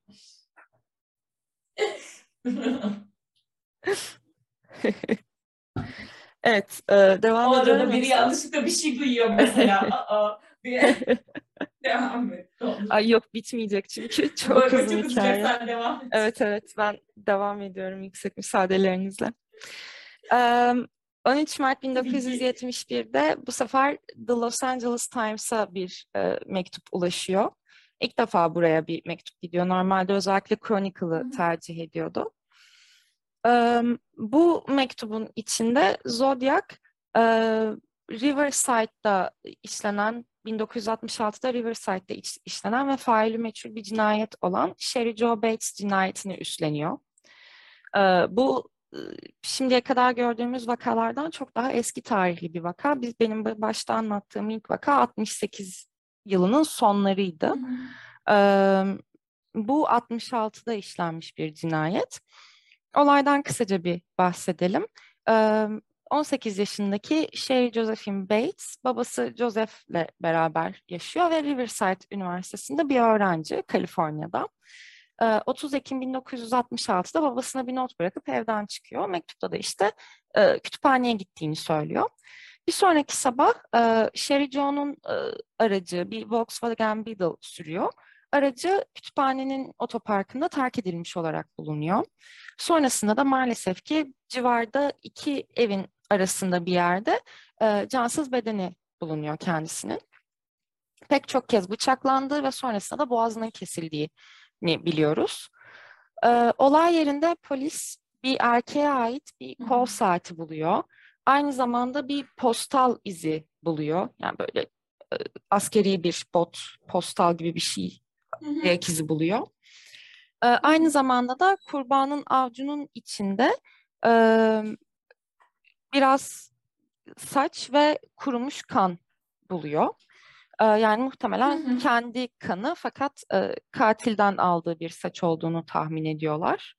Evet, devam O ediyorum arada biri yoksa? yanlışlıkla bir şey duyuyor mesela. Diye. Devam et. Olur. Ay yok, bitmeyecek çünkü çok Böyle uzun çok uzayacak, hikaye. sen devam et. Evet, evet, ben devam ediyorum yüksek müsaadelerinizle. Eee, 13 Mart Tabii ki. 1971'de bu sefer The Los Angeles Times'a bir mektup ulaşıyor. İlk defa buraya bir mektup gidiyor. Normalde özellikle Chronicle'ı tercih ediyordu. Bu mektubun içinde Zodiac, Riverside'da işlenen, 1966'da Riverside'da işlenen ve faili meçhul bir cinayet olan Sherry Joe Bates cinayetini üstleniyor. Bu şimdiye kadar gördüğümüz vakalardan çok daha eski tarihli bir vaka. Benim başta anlattığım ilk vaka 68 yılının sonlarıydı. Bu 66'da işlenmiş bir cinayet. Olaydan kısaca bir bahsedelim. 18 yaşındaki Sherry Josephine Bates, babası Joseph'le beraber yaşıyor ve Riverside Üniversitesi'nde bir öğrenci, Kaliforniya'da. 30 Ekim 1966'da babasına bir not bırakıp evden çıkıyor. Mektupta da işte kütüphaneye gittiğini söylüyor. Bir sonraki sabah Sherry Joe'nun aracı bir Volkswagen Beetle sürüyor. Aracı kütüphanenin otoparkında terk edilmiş olarak bulunuyor. Sonrasında da maalesef ki civarda iki evin arasında bir yerde cansız bedeni bulunuyor kendisinin. pek çok kez bıçaklandığı ve sonrasında da boğazının kesildiğini biliyoruz. Olay yerinde polis bir erkeğe ait bir kol saati buluyor. Aynı zamanda bir postal izi buluyor. Yani böyle askeri bir postal gibi bir şey, ayak izi buluyor. Aynı zamanda da kurbanın avucunun içinde e, biraz saç ve kurumuş kan buluyor. Yani muhtemelen kendi kanı fakat katilden aldığı bir saç olduğunu tahmin ediyorlar.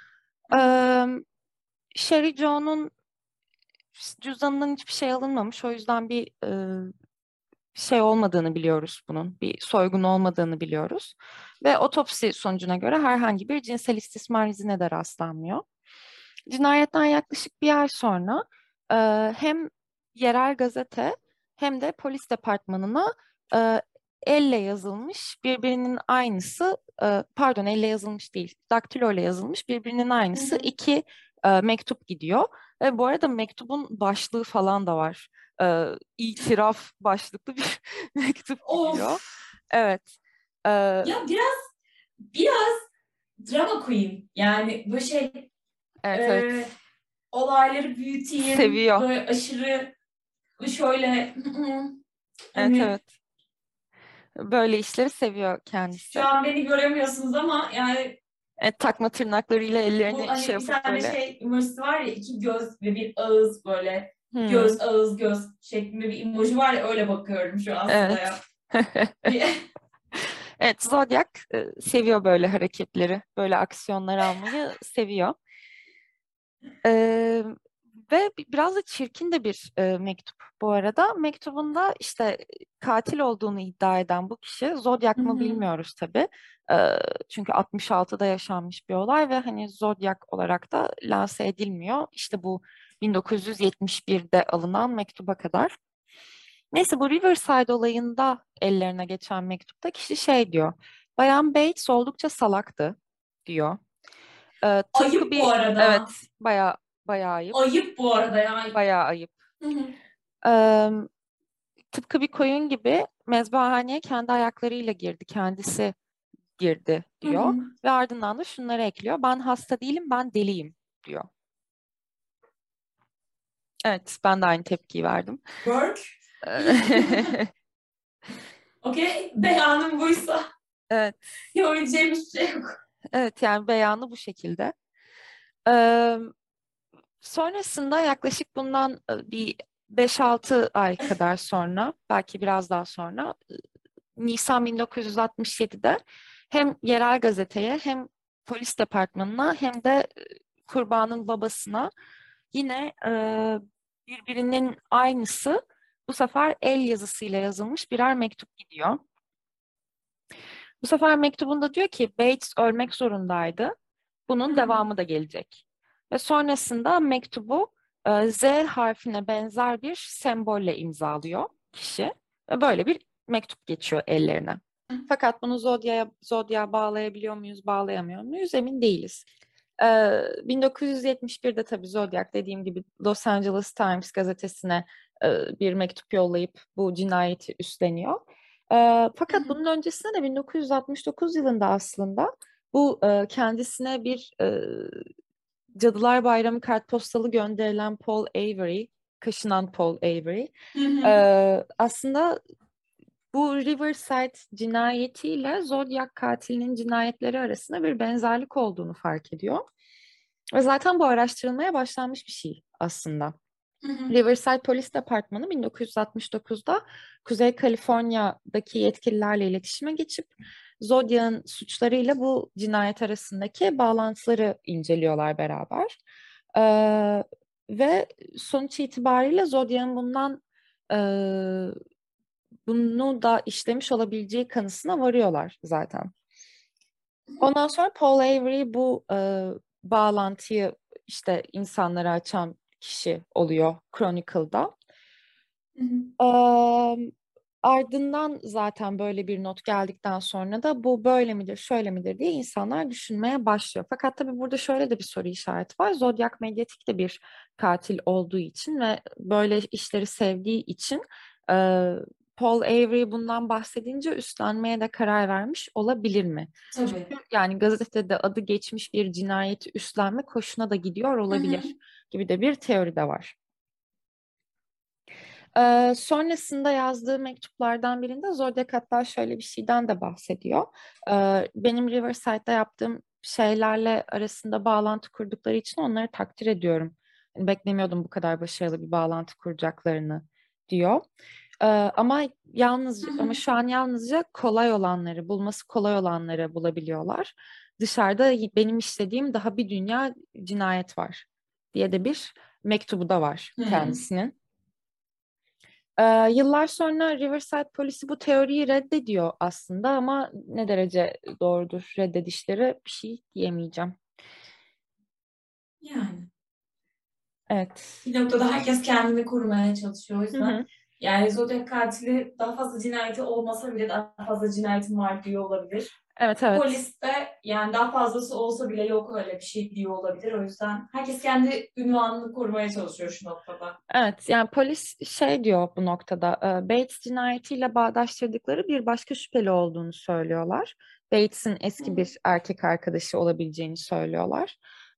Sherry Jones'un cüzdanından hiçbir şey alınmamış. O yüzden bir şey olmadığını biliyoruz bunun. Bir soygun olmadığını biliyoruz. Ve otopsi sonucuna göre herhangi bir cinsel istismar izine de rastlanmıyor. Cinayetten yaklaşık bir ay sonra hem yerel gazete hem de polis departmanına e, elle yazılmış birbirinin aynısı, pardon elle yazılmış değil, daktilo ile yazılmış birbirinin aynısı iki mektup gidiyor. Ve bu arada mektubun başlığı falan da var. İtiraf başlıklı bir mektup gidiyor. Of. Evet. Ya biraz drama queen. Yani böyle Evet, evet. olayları büyüteyim. Seviyor. Böyle aşırı şöyle Evet, hani evet. Böyle işleri seviyor kendisi. şu an beni göremiyorsunuz ama yani Takma tırnaklarıyla bu ellerini şey hani bir yapıp tane böyle. emoji var ya, iki göz ve bir ağız, böyle Hmm, göz ağız göz şeklinde bir emoji var ya, öyle bakıyorum şu an Sıla'ya. evet. Evet, Zodiac seviyor böyle hareketleri, böyle aksiyonlar almayı seviyor. Ee, Ve biraz da çirkin de bir mektup bu arada. Mektubunda işte katil olduğunu iddia eden bu kişi, Zodiac Hı mı hı. bilmiyoruz tabii. Çünkü 66'da yaşanmış bir olay ve hani Zodiac olarak da lanse edilmiyor. İşte bu 1971'de alınan mektuba kadar. Neyse, bu Riverside olayında ellerine geçen mektupta kişi şey diyor. Bayan Bates oldukça salaktı diyor. Tıpkı Ayıp bu bir, arada. evet, bayağı ayıp. Ayıp bu arada ya. Bayağı ayıp. Hı hı. Ee, Tıpkı bir koyun gibi mezbahaneye kendi ayaklarıyla girdi. Kendisi girdi Hı diyor. hı. Ve ardından da şunları ekliyor. Ben hasta değilim, ben deliyim diyor. Evet, ben de aynı tepkiyi verdim. Work. Okey. Beyanım buysa Evet, yapabileceğim hiçbir şey yok. evet, yani beyanı bu şekilde. Ee, Sonrasında yaklaşık bundan bir 5-6 ay kadar sonra, belki biraz daha sonra, Nisan 1967'de hem yerel gazeteye hem polis departmanına hem de kurbanın babasına yine birbirinin aynısı, bu sefer el yazısıyla yazılmış birer mektup gidiyor. Bu sefer mektubunda diyor ki Bates ölmek zorundaydı. Bunun devamı da gelecek. Ve sonrasında mektubu Z harfine benzer bir sembolle imzalıyor kişi. Ve böyle bir mektup geçiyor ellerine. Fakat bunu Zodiac'a bağlayabiliyor muyuz, bağlayamıyor muyuz emin değiliz. 1971'de tabii Zodiac, dediğim gibi, Los Angeles Times gazetesine bir mektup yollayıp bu cinayeti üstleniyor. Fakat bunun öncesinde de 1969 yılında aslında bu kendisine bir Cadılar Bayramı kartpostalı gönderilen Paul Avery, kaşınan Paul Avery, aslında bu Riverside cinayetiyle Zodiac katilinin cinayetleri arasında bir benzerlik olduğunu fark ediyor. Ve zaten bu araştırılmaya başlanmış bir şey aslında. Riverside Polis Departmanı 1969'da Kuzey Kaliforniya'daki yetkililerle iletişime geçip Zodiac'ın suçlarıyla bu cinayet arasındaki bağlantıları inceliyorlar beraber. Ve sonuç itibariyle Zodiac'ın bunu da işlemiş olabileceği kanısına varıyorlar zaten. Ondan sonra Paul Avery bu bağlantıyı işte insanlara açan kişi oluyor Chronicle'da. Ardından zaten böyle bir not geldikten sonra da bu böyle midir, şöyle midir diye insanlar düşünmeye başlıyor. Fakat tabii burada şöyle de bir soru işareti var. Zodiac medyatik de bir katil olduğu için ve böyle işleri sevdiği için e, Paul Avery bundan bahsedince üstlenmeye de karar vermiş olabilir mi? Tabii. Çünkü yani gazetede adı geçmiş bir cinayeti üstlenmek hoşuna da gidiyor olabilir gibi de bir teori de var. Sonrasında yazdığı mektuplardan birinde Zodiac hatta şöyle bir şeyden de bahsediyor. Benim Riverside'da yaptığım şeylerle arasında bağlantı kurdukları için onları takdir ediyorum. Yani beklemiyordum bu kadar başarılı bir bağlantı kuracaklarını diyor. Ama ama şu an yalnızca kolay olanları, bulması kolay olanları bulabiliyorlar. Dışarıda benim işlediğim daha bir dünya cinayet var diye de bir mektubu da var kendisinin. Yıllar sonra Riverside polisi bu teoriyi reddediyor aslında ama ne derece doğrudur reddedişleri bir şey diyemeyeceğim. Yani. Evet. Bir noktada herkes kendini korumaya çalışıyor. O yüzden Hı. yani Zodiac katili daha fazla cinayeti olmasa bile daha fazla cinayetim var diyor olabilir. Evet. Polis de yani daha fazlası olsa bile yok öyle bir şey diyor olabilir. O yüzden herkes kendi ünvanını korumaya çalışıyor şu noktada. Evet, yani polis şey diyor bu noktada, Bates cinayetiyle bağdaştırdıkları bir başka şüpheli olduğunu söylüyorlar. Bates'in eski bir erkek arkadaşı olabileceğini söylüyorlar.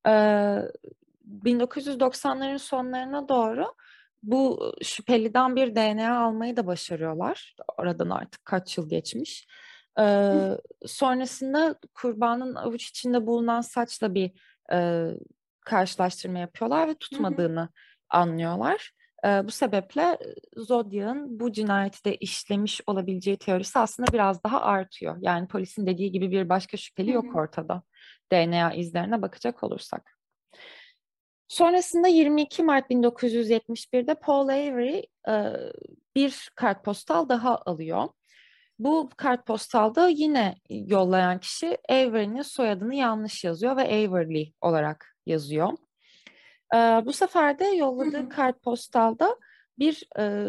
1990'ların sonlarına doğru bu şüpheliden bir DNA almayı da başarıyorlar. Oradan artık kaç yıl geçmiş. Sonrasında kurbanın avuç içinde bulunan saçla bir e, karşılaştırma yapıyorlar ve tutmadığını anlıyorlar. Bu sebeple Zodiac'ın bu cinayeti de işlemiş olabileceği teorisi aslında biraz daha artıyor. Yani polisin dediği gibi bir başka şüpheli yok ortada. DNA izlerine bakacak olursak. Sonrasında 22 Mart 1971'de Paul Avery bir kartpostal daha alıyor. Bu kartpostalda yine yollayan kişi Avery'nin soyadını yanlış yazıyor ve Averly olarak yazıyor. Bu sefer de yolladığı kartpostalda bir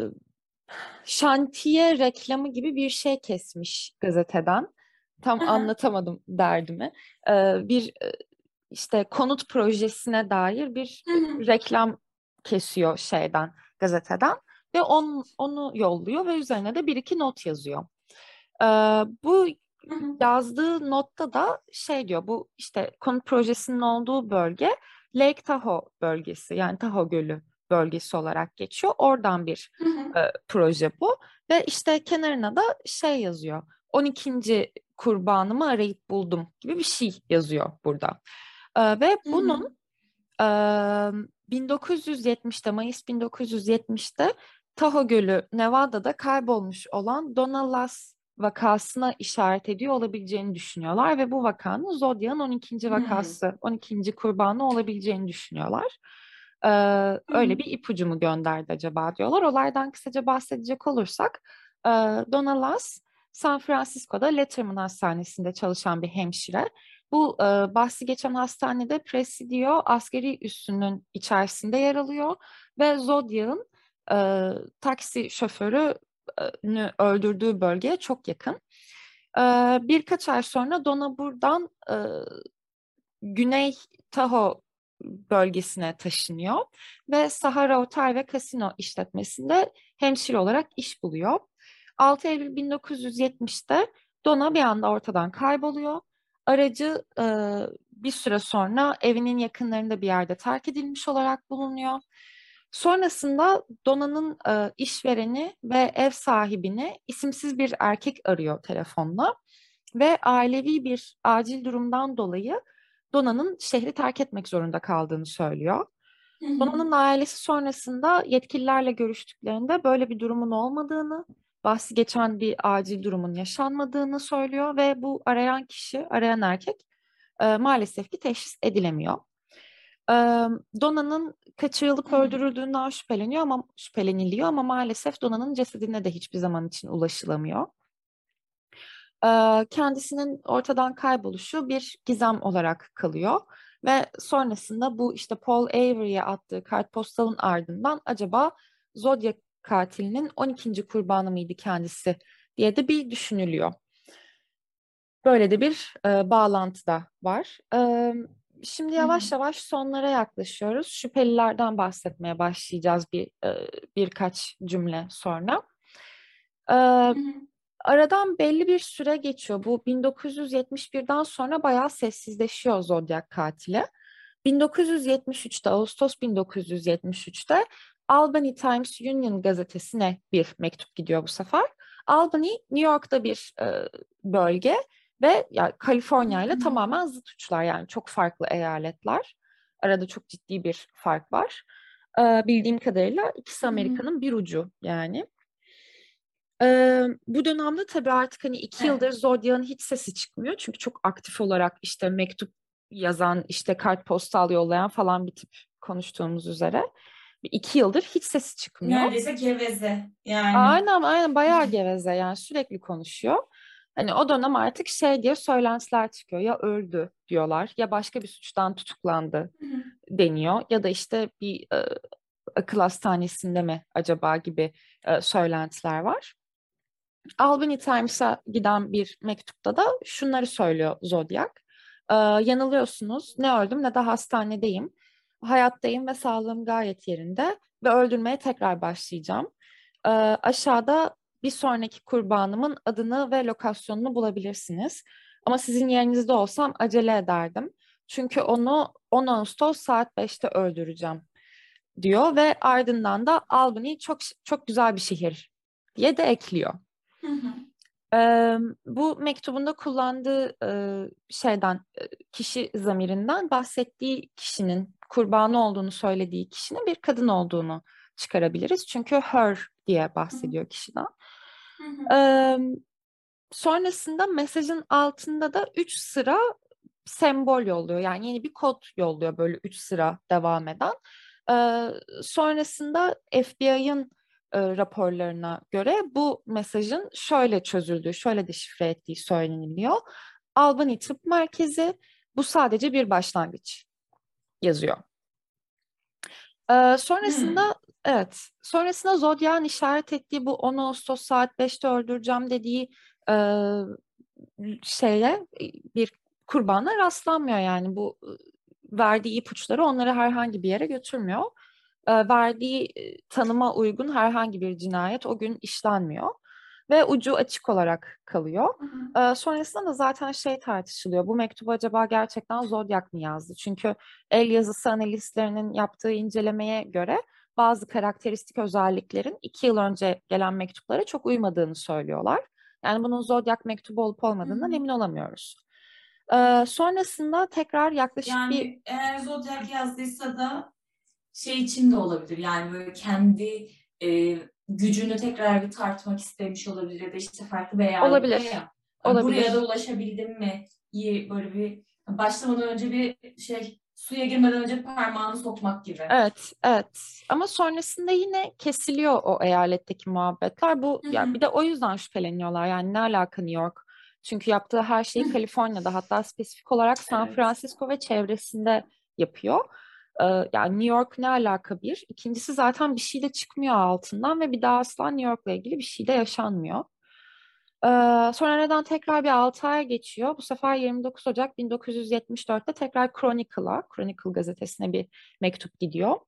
şantiye reklamı gibi bir şey kesmiş gazeteden. Tam anlatamadım derdimi. Bir işte konut projesine dair bir reklam kesiyor gazeteden ve onu yolluyor ve üzerine de bir iki not yazıyor. Bu yazdığı notta da şey diyor, bu işte konut projesinin olduğu bölge Lake Tahoe bölgesi, yani Tahoe Gölü bölgesi olarak geçiyor. Oradan bir proje bu ve işte kenarına da şey yazıyor. 12. kurbanımı arayıp buldum gibi bir şey yazıyor burada. Ve bunun 1970'te, Mayıs 1970'te Tahoe Gölü, Nevada'da kaybolmuş olan Donna Lass vakasına işaret ediyor olabileceğini düşünüyorlar ve bu vakanın Zodiac'ın 12. vakası, 12. kurbanı olabileceğini düşünüyorlar. Öyle bir ipucu mu gönderdi acaba diyorlar. Olaydan kısaca bahsedecek olursak, Donna Lass, San Francisco'da Letterman Hastanesi'nde çalışan bir hemşire. Bu bahsi geçen hastanede Presidio askeri üssünün içerisinde yer alıyor ve Zodiac'ın taksi şoförünü öldürdüğü bölgeye çok yakın. Birkaç ay sonra Donna buradan Güney Tahoe bölgesine taşınıyor ve Sahara Otel ve Kasino işletmesinde hemşire olarak iş buluyor. 6 Eylül 1970'te Donna bir anda ortadan kayboluyor. Aracı bir süre sonra evinin yakınlarında bir yerde terk edilmiş olarak bulunuyor. Sonrasında Donna'nın işvereni ve ev sahibini isimsiz bir erkek arıyor telefonla ve ailevi bir acil durumdan dolayı Donna'nın şehri terk etmek zorunda kaldığını söylüyor. Donna'nın ailesi sonrasında yetkililerle görüştüklerinde böyle bir durumun olmadığını, bahsi geçen bir acil durumun yaşanmadığını söylüyor ve bu arayan erkek maalesef ki teşhis edilemiyor. Ee, Donna'nın kaçırılıp öldürüldüğünden şüpheleniliyor ama maalesef Donna'nın cesedine de hiçbir zaman için ulaşılamıyor. Kendisinin ortadan kayboluşu bir gizem olarak kalıyor ve sonrasında bu işte Paul Avery'e attığı kartpostalın ardından acaba Zodiac katilinin 12. kurbanı mıydı kendisi diye de bir düşünülüyor. Böyle de bir bağlantı da var. Şimdi yavaş yavaş sonlara yaklaşıyoruz. Şüphelilerden bahsetmeye başlayacağız birkaç cümle sonra. Ee, Hı hı. Aradan belli bir süre geçiyor. Bu 1971'den sonra bayağı sessizleşiyor Zodyak katili. 1973'te, Ağustos 1973'te Albany Times Union gazetesine bir mektup gidiyor bu sefer. Albany, New York'ta bir bölge ve yani Kaliforniya ile tamamen zıt uçlar, yani çok farklı eyaletler. Arada çok ciddi bir fark var. Bildiğim kadarıyla ikisi Hı hı. Amerika'nın bir ucu yani. Bu dönemde tabii artık hani 2 yıldır Evet. Zodyak'ın hiç sesi çıkmıyor. Çünkü çok aktif olarak işte mektup yazan, işte kartpostal yollayan falan bir tip, konuştuğumuz üzere. 2 yıldır hiç sesi çıkmıyor. Neredeyse geveze yani. Aynen aynen, bayağı geveze yani, sürekli konuşuyor. Hani o dönem artık şey diye söylentiler çıkıyor. Ya öldü diyorlar, ya başka bir suçtan tutuklandı Hı hı. deniyor. Ya da işte bir akıl hastanesinde mi acaba gibi söylentiler var. Albany Times'a giden bir mektupta da şunları söylüyor Zodiac. Yanılıyorsunuz. Ne öldüm ne de hastanedeyim. Hayattayım ve sağlığım gayet yerinde ve öldürmeye tekrar başlayacağım. Aşağıda bir sonraki kurbanımın adını ve lokasyonunu bulabilirsiniz. Ama sizin yerinizde olsam acele ederdim. Çünkü onu 10 Ağustos saat 5'te öldüreceğim diyor ve ardından da Albany çok çok güzel bir şehir diye de ekliyor. Hı hı. Bu mektubunda kullandığı kişi zamirinden bahsettiği kişinin, kurbanı olduğunu söylediği kişinin bir kadın olduğunu çıkarabiliriz. Çünkü her diye Hı hı. bahsediyor kişiden. Hı hı. Eee, Sonrasında mesajın altında da 3 sıra sembol yolluyor. Yani yeni bir kod yolluyor, böyle 3 sıra devam eden. Sonrasında FBI'ın raporlarına göre bu mesajın şöyle çözüldüğü, şöyle deşifre ettiği söyleniliyor. Albany Tıp Merkezi, bu sadece bir başlangıç yazıyor. Hı. Sonrasında evet, sonrasında Zodiac'ın işaret ettiği bu 10 Ağustos saat 5'te öldüreceğim dediği e, şeye, bir kurbana rastlanmıyor yani. Bu verdiği ipuçları onları herhangi bir yere götürmüyor. Verdiği tanıma uygun herhangi bir cinayet o gün işlenmiyor ve ucu açık olarak kalıyor. Hı hı. Sonrasında da zaten şey tartışılıyor. Bu mektubu acaba gerçekten Zodiac mı yazdı? Çünkü el yazısı analistlerinin yaptığı incelemeye göre bazı karakteristik özelliklerin 2 yıl önce gelen mektuplara çok uymadığını söylüyorlar. Yani bunun Zodiac mektubu olup Hı olmadığından hı. emin olamıyoruz. Sonrasında tekrar yaklaşık bir Yani eğer Zodiac yazdıysa da şey için de olabilir. Yani böyle kendi gücünü tekrar bir tartmak istemiş olabilir ya da işte farklı bir eyalette olabilir. ya. Buraya da Olabilir. ulaşabildim mi? İyi böyle bir başlamadan önce bir şey suya girmeden önce parmağını sokmak gibi. Evet, evet. Ama sonrasında yine kesiliyor o eyaletteki muhabbetler. Bu Hı ya, hı. bir de o yüzden şüpheleniyorlar. Yani ne alaka New York? Çünkü yaptığı her şeyi Kaliforniya'da, hatta spesifik olarak San Evet. Francisco ve çevresinde yapıyor. Yani New York ne alaka bir? İkincisi, zaten bir şey de çıkmıyor altından ve bir daha asla New York'la ilgili bir şey de yaşanmıyor. Sonra neden tekrar bir 6 ay geçiyor. Bu sefer 29 Ocak 1974'te tekrar Chronicle gazetesine bir mektup gidiyor.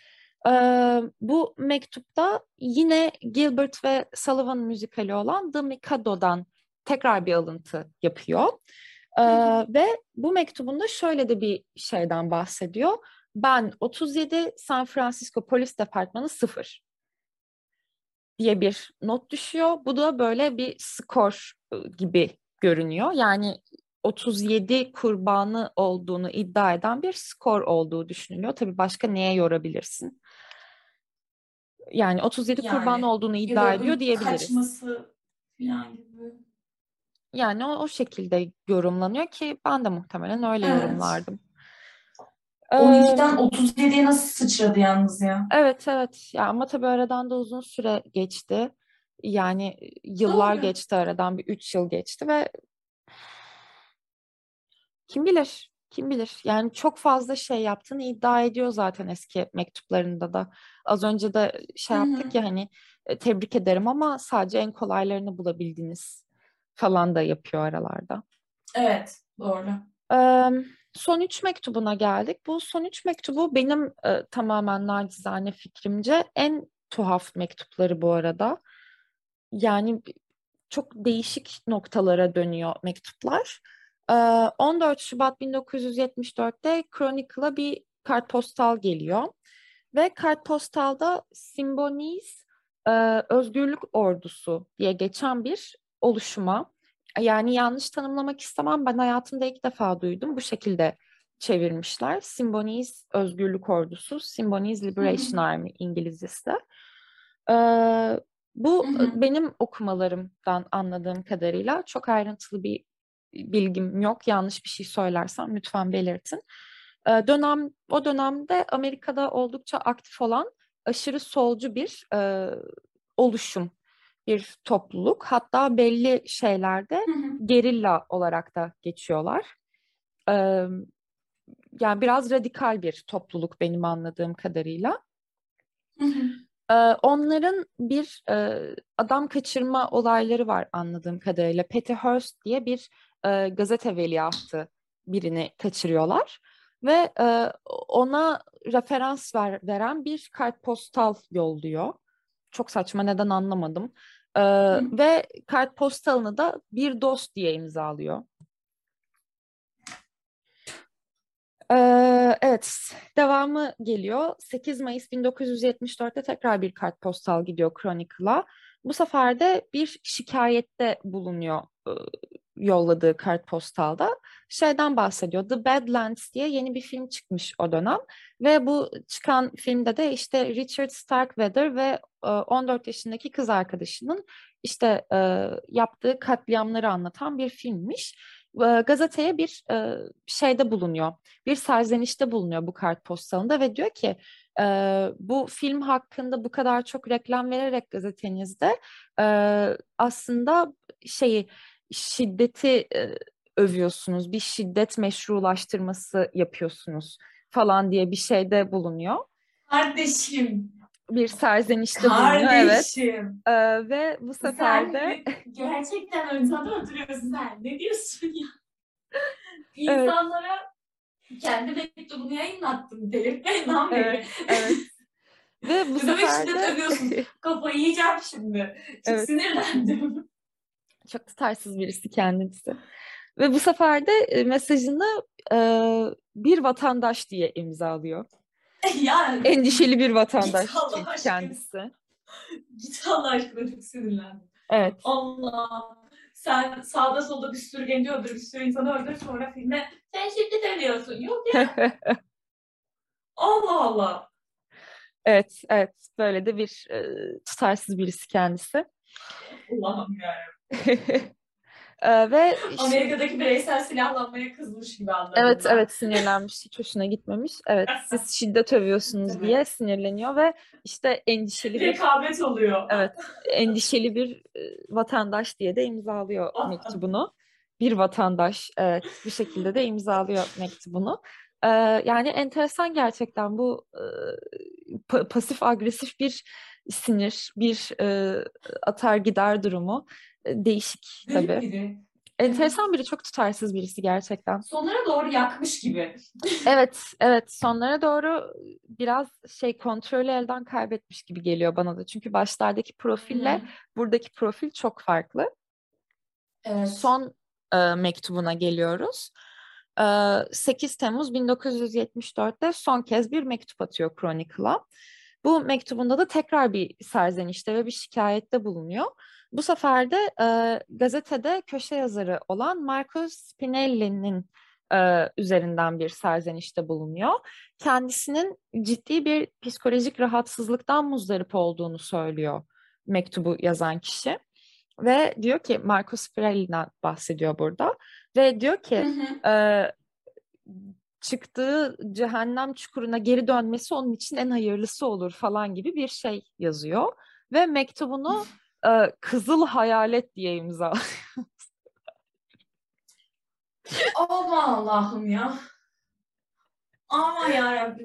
Bu mektupta yine Gilbert ve Sullivan müzikali olan The Mikado'dan tekrar bir alıntı yapıyor. Ee, Ve bu mektubunda şöyle de bir şeyden bahsediyor. Ben 37, San Francisco Polis Departmanı 0 diye bir not düşüyor. Bu da böyle bir skor gibi görünüyor. Yani 37 kurbanı olduğunu iddia eden bir skor olduğu düşünülüyor. Tabii başka neye yorabilirsin? Yani 37 kurban Yani olduğunu ya iddia da ediyor böyle diyebiliriz. kaçması falan gibi. Yani o şekilde yorumlanıyor ki ben de muhtemelen öyle Evet. yorumlardım. 12'den Ee, 37'ye nasıl sıçradı yalnız ya? evet evet ya, ama tabii aradan da uzun süre geçti. Yani yıllar Doğru. geçti aradan, bir 3 yıl geçti ve kim bilir, kim bilir. Yani çok fazla şey yaptığını iddia ediyor zaten eski mektuplarında da. Az önce de Hı şey yaptık hı. ya hani, tebrik ederim ama sadece en kolaylarını bulabildiniz falan da yapıyor aralarda. Evet, doğru. Ee, Son 3 mektubuna geldik. Bu son 3 mektubu benim tamamen nacizane fikrimce en tuhaf mektupları bu arada. Yani çok değişik noktalara dönüyor mektuplar. 14 Şubat 1974'te Chronicle'a bir kartpostal geliyor. Ve kartpostalda Symbionese Özgürlük Ordusu diye geçen bir oluşuma, yani yanlış tanımlamak istemem, ben hayatımda ilk defa duydum. Bu şekilde çevirmişler. Symbionese Özgürlük Ordusu, Symbionese Liberation Army İngilizcesi de. Ee, Bu benim okumalarımdan anladığım kadarıyla, çok ayrıntılı bir bilgim yok. Yanlış bir şey söylersem lütfen belirtin. O dönemde Amerika'da oldukça aktif olan aşırı solcu bir oluşum, bir topluluk. Hatta belli şeylerde gerilla olarak da geçiyorlar. Ee, Yani biraz radikal bir topluluk benim anladığım kadarıyla. Onların bir adam kaçırma olayları var anladığım kadarıyla. Patty Hearst diye bir gazete veliahtı, birini kaçırıyorlar. Ve ona referans veren bir kartpostal yolluyor. Çok saçma, neden anlamadım. Ve kartpostalını da bir dost diye imzalıyor. Evet, devamı geliyor. 8 Mayıs 1974'te tekrar bir kartpostal gidiyor Chronicle'a. Bu sefer de bir şikayette bulunuyor yolladığı kartpostalda. Şeyden bahsediyor. The Badlands diye yeni bir film çıkmış o dönem. Ve bu çıkan filmde de işte Richard Starkweather ve 14 yaşındaki kız arkadaşının işte yaptığı katliamları anlatan bir filmmiş. Gazeteye bir şeyde bulunuyor, bir serzenişte bulunuyor bu kartpostalında ve diyor ki bu film hakkında bu kadar çok reklam vererek gazetenizde aslında şiddeti övüyorsunuz, bir şiddet meşrulaştırması yapıyorsunuz falan diye bir şeyde bulunuyor. Kardeşim. Bir serzenişte bulunuyor, evet. Ve bu sefer de gerçekten insanı öldürüyorsun sen. Ne diyorsun ya? Evet. İnsanlara kendi mektubunu yayınlattım. Delirtmeyin lan beni. Evet. Ve bu sefer de övüyorsun. Kafayı yiyeceğim şimdi. Çok sinirlendim. Çok tutarsız birisi kendisi. Ve bu sefer de mesajını bir vatandaş diye imzalıyor. Ya, endişeli bir vatandaş çünkü kendisi. Git Allah aşkına, çok sinirlendim. Evet. Allah. Sen sağda solda bir sürü genci öldür, bir sürü insanı öldür, sonra filme sen şimdi dönüyorsun. Yok ya. Allah Allah. Evet, böyle de bir tutarsız birisi kendisi. Allah'ım ya. Ve Amerika'daki bireysel silahlanmaya kızmış gibi anladım ben. Evet, sinirlenmiş, hiç hoşuna gitmemiş. Evet, siz şiddet övüyorsunuz diye sinirleniyor ve işte endişeli bir rekabet oluyor. Evet, endişeli bir vatandaş diye de imzalıyor mektubunu. Bir vatandaş, evet, bu şekilde de imzalıyor mektubunu. Yani enteresan gerçekten bu pasif agresif bir sinir, bir atar gider durumu. Değişik tabii. Biri. Enteresan biri, çok tutarsız birisi gerçekten. Sonlara doğru yakmış gibi. Evet, sonlara doğru biraz kontrolü elden kaybetmiş gibi geliyor bana da. Çünkü başlardaki profille buradaki profil çok farklı. Evet. Son mektubuna geliyoruz. 8 Temmuz 1974'te son kez bir mektup atıyor Chronicle'a. Bu mektubunda da tekrar bir serzenişte ve bir şikayette bulunuyor. Bu sefer de gazetede köşe yazarı olan Marco Spinelli'nin üzerinden bir serzenişte bulunuyor. Kendisinin ciddi bir psikolojik rahatsızlıktan muzdarip olduğunu söylüyor mektubu yazan kişi. Ve diyor ki, Marco Spinelli'den bahsediyor burada. Ve diyor ki çıktığı cehennem çukuruna geri dönmesi onun için en hayırlısı olur falan gibi bir şey yazıyor. Ve mektubunu Kızıl Hayalet diye imzalıyor. Aman Allah'ım ya. Aman yarabbim.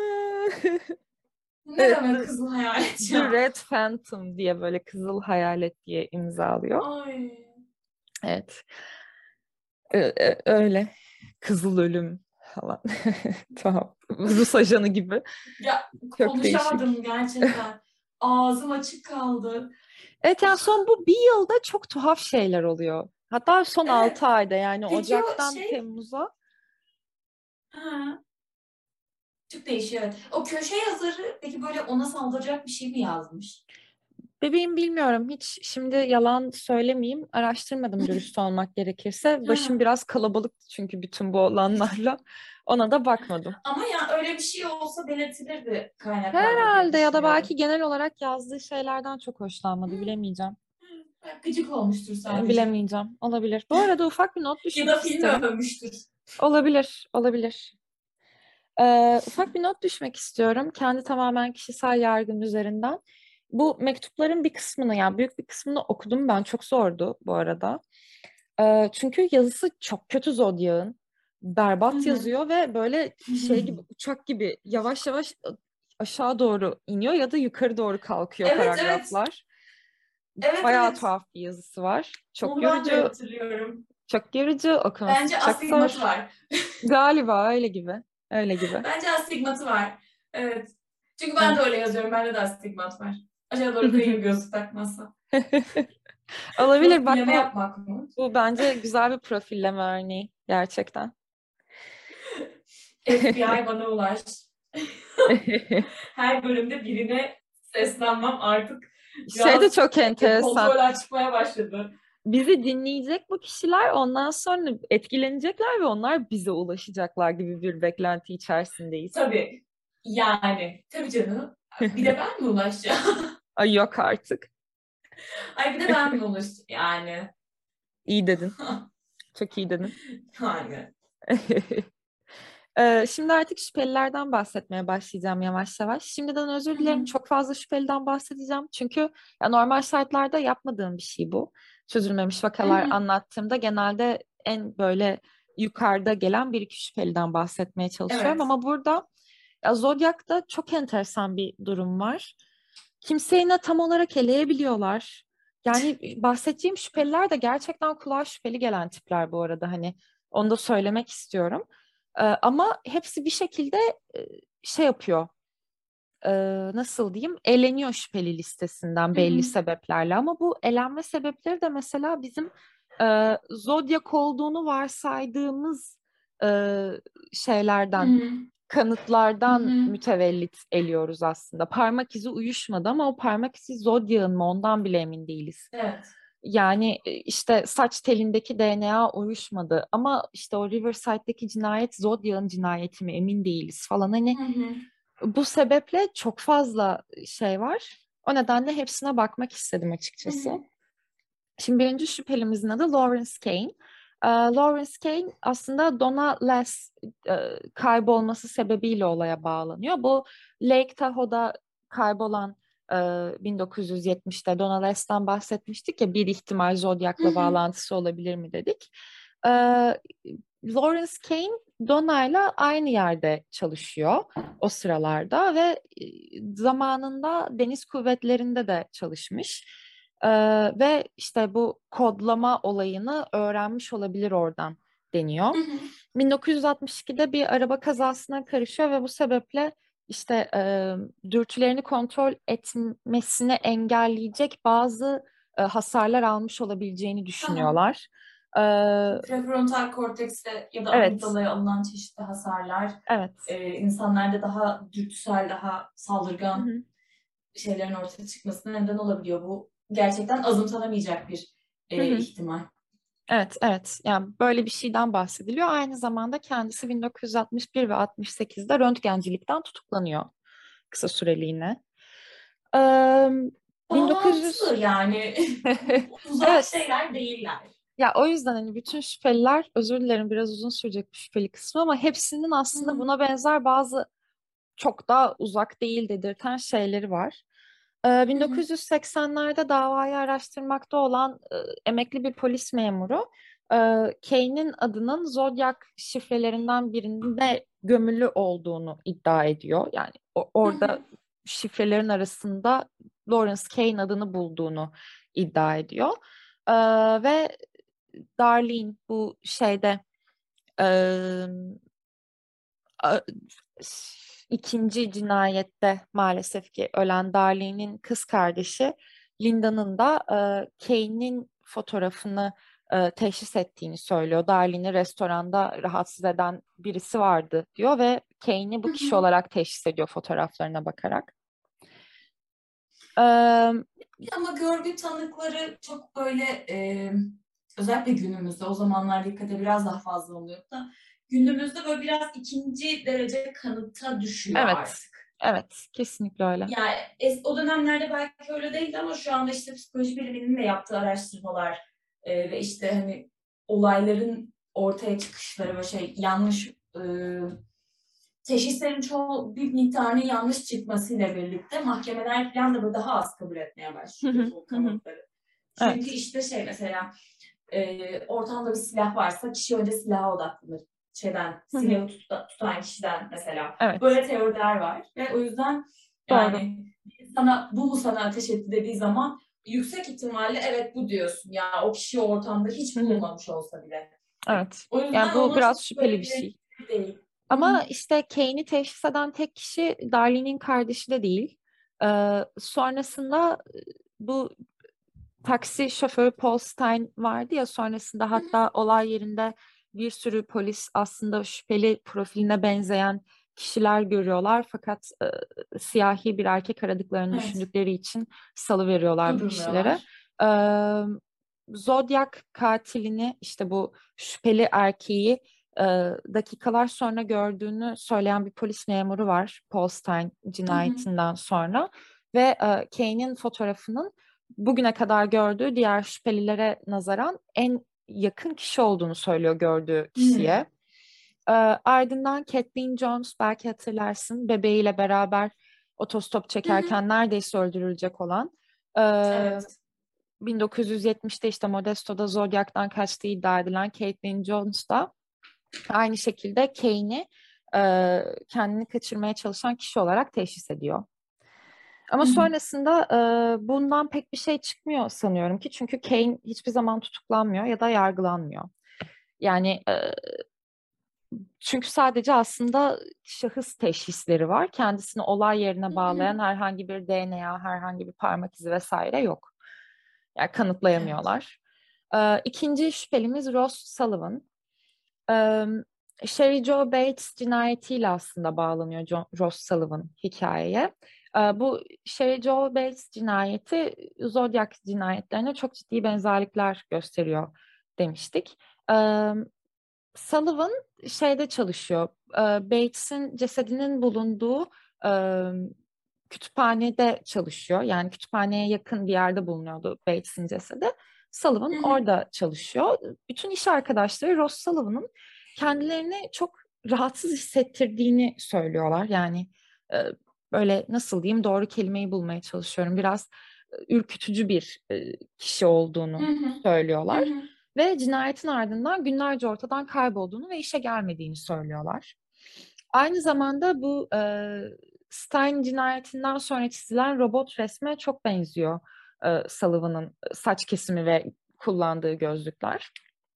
Ne demek Kızıl Hayalet ya? The Red Phantom diye, böyle Kızıl Hayalet diye imzalıyor. Ay. Evet. Öyle. Kızıl Ölüm falan. Tamam. Rus ajanı gibi. Ya Çok konuşamadım değişik. gerçekten. Ağzım açık kaldı. Evet, yani son bu bir yılda çok tuhaf şeyler oluyor. Hatta son Evet. 6 ayda, yani Peki o Ocak'tan Temmuz'a. ha, çok değişiyor. Evet. O köşe yazarı peki böyle ona saldıracak bir şey mi yazmış? Bebeğim, bilmiyorum. Hiç şimdi yalan söylemeyeyim. Araştırmadım dürüst olmak gerekirse. Başım Ha. biraz kalabalıktı çünkü bütün bu olanlarla. Ona da bakmadım. Ama ya öyle bir şey olsa belirtilirdi kaynaklarda diye Herhalde, ya da düşünüyorum. belki genel olarak yazdığı şeylerden çok Hı, hoşlanmadı. Bilemeyeceğim. gıcık olmuştur sadece. Bilemeyeceğim. Olabilir. Bu arada ufak bir not Ya düşmek da filmi isterim. övmüştür. Olabilir. Olabilir. Ufak bir not düşmek istiyorum. Kendi tamamen kişisel yargım üzerinden. Bu mektupların bir kısmını, yani büyük bir kısmını okudum ben. Çok zordu bu arada. Çünkü yazısı çok kötü Zodiac'ın. Hı Berbat hı. yazıyor ve böyle şey gibi, uçak gibi yavaş yavaş aşağı doğru iniyor ya da yukarı doğru kalkıyor Evet, evet. paragraflar. Evet, Bayağı evet. tuhaf bir yazısı var. Çok Onu ben de yorucu, hatırlıyorum. çok yorucu, okuması Bence çok astigmatı zor. var. Galiba öyle gibi. Öyle gibi. Bence astigmatı var. Evet. Çünkü ben de öyle Evet. yazıyorum. Bende de astigmat var. Aşağı doğru kayıyor gözlük takmazsa. Olabilir. Bak, Profilleme bu yapmak mı? bu bence güzel bir profilleme örneği gerçekten. FBI bana ulaş. Her bölümde birine seslenmem artık Şey de biraz çok enteresan. kontrolden çıkmaya başladı. Bizi dinleyecek bu kişiler, ondan sonra etkilenecekler ve onlar bize ulaşacaklar gibi bir beklenti içerisindeyiz. Tabii. Yani. Tabii canım. Bir de ben mi ulaşacağım? Ay, yok artık. Ay bir de ben mi ulaşacağım? Yani. İyi dedin. Çok iyi dedin. Yani. Şimdi artık şüphelilerden bahsetmeye başlayacağım yavaş yavaş. Şimdiden özür Hı dilerim. hı. Çok fazla şüpheliden bahsedeceğim. Çünkü ya, normal şartlarda yapmadığım bir şey bu. Çözülmemiş Hı vakalar hı. anlattığımda genelde en böyle yukarıda gelen bir iki şüpheliden bahsetmeye çalışıyorum. Evet. Ama burada ya, Zodyak'ta çok enteresan bir durum var. Kimseyi ne tam olarak eleyebiliyorlar. Yani bahsedeceğim şüpheliler de gerçekten kulağa şüpheli gelen tipler bu arada. Hani onu da söylemek istiyorum. Ama hepsi bir şekilde e, şey yapıyor. e, Nasıl diyeyim? Eleniyor şüpheli listesinden Hı hı. belli sebeplerle. Ama bu elenme sebepleri de mesela bizim Zodyak olduğunu varsaydığımız e, Hı şeylerden, hı. Hı kanıtlardan hı. mütevellit eliyoruz aslında. Parmak izi uyuşmadı ama o parmak izi Zodyak'ın mı, ondan bile emin değiliz. Evet. Yani işte saç telindeki DNA uyuşmadı ama işte o Riverside'deki cinayet Zodiac'ın cinayeti mi, emin değiliz falan. Hani Hı hı. bu sebeple çok fazla şey var. O nedenle hepsine bakmak istedim Hı açıkçası. hı. Şimdi birinci şüphelimizin adı Lawrence Kane. Lawrence Kane aslında Donna Lass kaybolması sebebiyle olaya bağlanıyor. Bu Lake Tahoe'da kaybolan 1970'te Donna Lass'tan bahsetmiştik ya, bir ihtimal Hı Zodiac'la hı. bağlantısı olabilir mi dedik. Ee, Lawrence Kane Donna'yla aynı yerde çalışıyor o sıralarda ve zamanında deniz kuvvetlerinde de çalışmış. Ee, Ve işte bu kodlama olayını öğrenmiş olabilir oradan deniyor. Hı hı. 1962'de bir araba kazasına karışıyor ve bu sebeple işte dürtülerini kontrol etmesini engelleyecek bazı hasarlar almış olabileceğini Tamam. düşünüyorlar. Ee, Prefrontal kortekste ya da evet, amigdalaya alınan çeşitli hasarlar evet. insanlarda daha dürtüsel, daha Hı saldırgan hı. şeylerin ortaya çıkmasına neden olabiliyor. Bu gerçekten azımsanamayacak bir Hı hı. ihtimal. Evet, evet. Yani böyle bir şeyden bahsediliyor. Aynı zamanda kendisi 1961 ve 68'de röntgencilikten tutuklanıyor kısa süreliğine. Ee, 1900 Bağlantılı yani uzak Evet. şeyler değiller. Ya, o yüzden hani bütün şüpheliler, özür dilerim biraz uzun sürecek bir şüpheli kısmı, ama hepsinin Hı aslında hı. buna benzer bazı çok daha uzak değil dedirten şeyleri var. Hı hı. 1980'lerde davayı araştırmakta olan emekli bir polis memuru e, Kane'in adının Zodiac şifrelerinden birinde gömülü olduğunu iddia ediyor. Yani Hı orada hı. şifrelerin arasında Lawrence Kane adını bulduğunu iddia ediyor. E, Ve Darlene bu şeyde e, a- ikinci cinayette maalesef ki ölen Darlene'in kız kardeşi Linda'nın da Kane'in fotoğrafını teşhis ettiğini söylüyor. Darlene'i restoranda rahatsız eden birisi vardı diyor ve Kane'i bu kişi olarak teşhis ediyor fotoğraflarına bakarak. Ama görgü tanıkları çok böyle özellikle günümüzde, o zamanlar dikkate biraz daha fazla oluyor da günümüzde böyle biraz ikinci derece kanıta düşüyor artık. Evet, kesinlikle öyle. Yani o dönemlerde belki öyle değildi ama şu anda işte psikoloji biliminin de yaptığı araştırmalar ve işte hani olayların ortaya çıkışları ve yanlış teşhislerin çoğu bir miktarının yanlış çıkmasıyla birlikte mahkemeler falan da böyle daha az kabul etmeye başlıyor bu kanıtları. Çünkü işte mesela ortamda bir silah varsa kişi önce silaha odaklanır. Silahı tutan kişiden mesela. Evet. Böyle teoriler var ve o yüzden yani bu mu sana ateş etti dediği zaman yüksek ihtimalle evet bu diyorsun. Ya o kişi ortamda hiç bulunmamış olsa bile. Evet. O yüzden yani bu biraz şüpheli bir şey. Değil. Ama işte Kane'i teşhis eden tek kişi Darlene'in kardeşi de değil. Sonrasında bu taksi şoförü Paul Stein vardı ya, sonrasında hatta olay yerinde bir sürü polis aslında şüpheli profiline benzeyen kişiler görüyorlar. Fakat siyahi bir erkek aradıklarını düşündükleri için salıveriyorlar bu kişilere. Zodiac katilini, işte bu şüpheli erkeği dakikalar sonra gördüğünü söyleyen bir polis memuru var Paul Stein cinayetinden sonra ve Kane'in fotoğrafının bugüne kadar gördüğü diğer şüphelilere nazaran en yakın kişi olduğunu söylüyor gördüğü kişiye. Ardından Kathleen Jones, belki hatırlarsın, bebeğiyle beraber otostop çekerken neredeyse öldürülecek olan. Evet. 1970'te işte Modesto'da Zodiac'tan kaçtığı iddia edilen Kathleen Jones da aynı şekilde Kane'i kendini kaçırmaya çalışan kişi olarak teşhis ediyor. Ama sonrasında bundan pek bir şey çıkmıyor sanıyorum ki, çünkü Kane hiçbir zaman tutuklanmıyor ya da yargılanmıyor. Yani çünkü sadece aslında şahıs teşhisleri var. Kendisini olay yerine bağlayan herhangi bir DNA, herhangi bir parmak izi vesaire yok. Yani kanıtlayamıyorlar. İkinci şüphelimiz Ross Sullivan. Sherry Jo Bates cinayetiyle aslında bağlanıyor Ross Sullivan hikayeye. Bu Sherry Jo Bates cinayeti Zodiac cinayetlerine çok ciddi benzerlikler gösteriyor demiştik. Sullivan şeyde çalışıyor. Bates'in cesedinin bulunduğu kütüphanede çalışıyor. Yani kütüphaneye yakın bir yerde bulunuyordu Bates'in cesedi. Sullivan orada çalışıyor. Bütün iş arkadaşları Ross Sullivan'ın kendilerini çok rahatsız hissettirdiğini söylüyorlar. Yani böyle, nasıl diyeyim, doğru kelimeyi bulmaya çalışıyorum. Biraz ürkütücü bir kişi olduğunu söylüyorlar. Ve cinayetin ardından günlerce ortadan kaybolduğunu ve işe gelmediğini söylüyorlar. Aynı zamanda bu Stein cinayetinden sonra çizilen robot resme çok benziyor Sullivan'ın saç kesimi ve kullandığı gözlükler.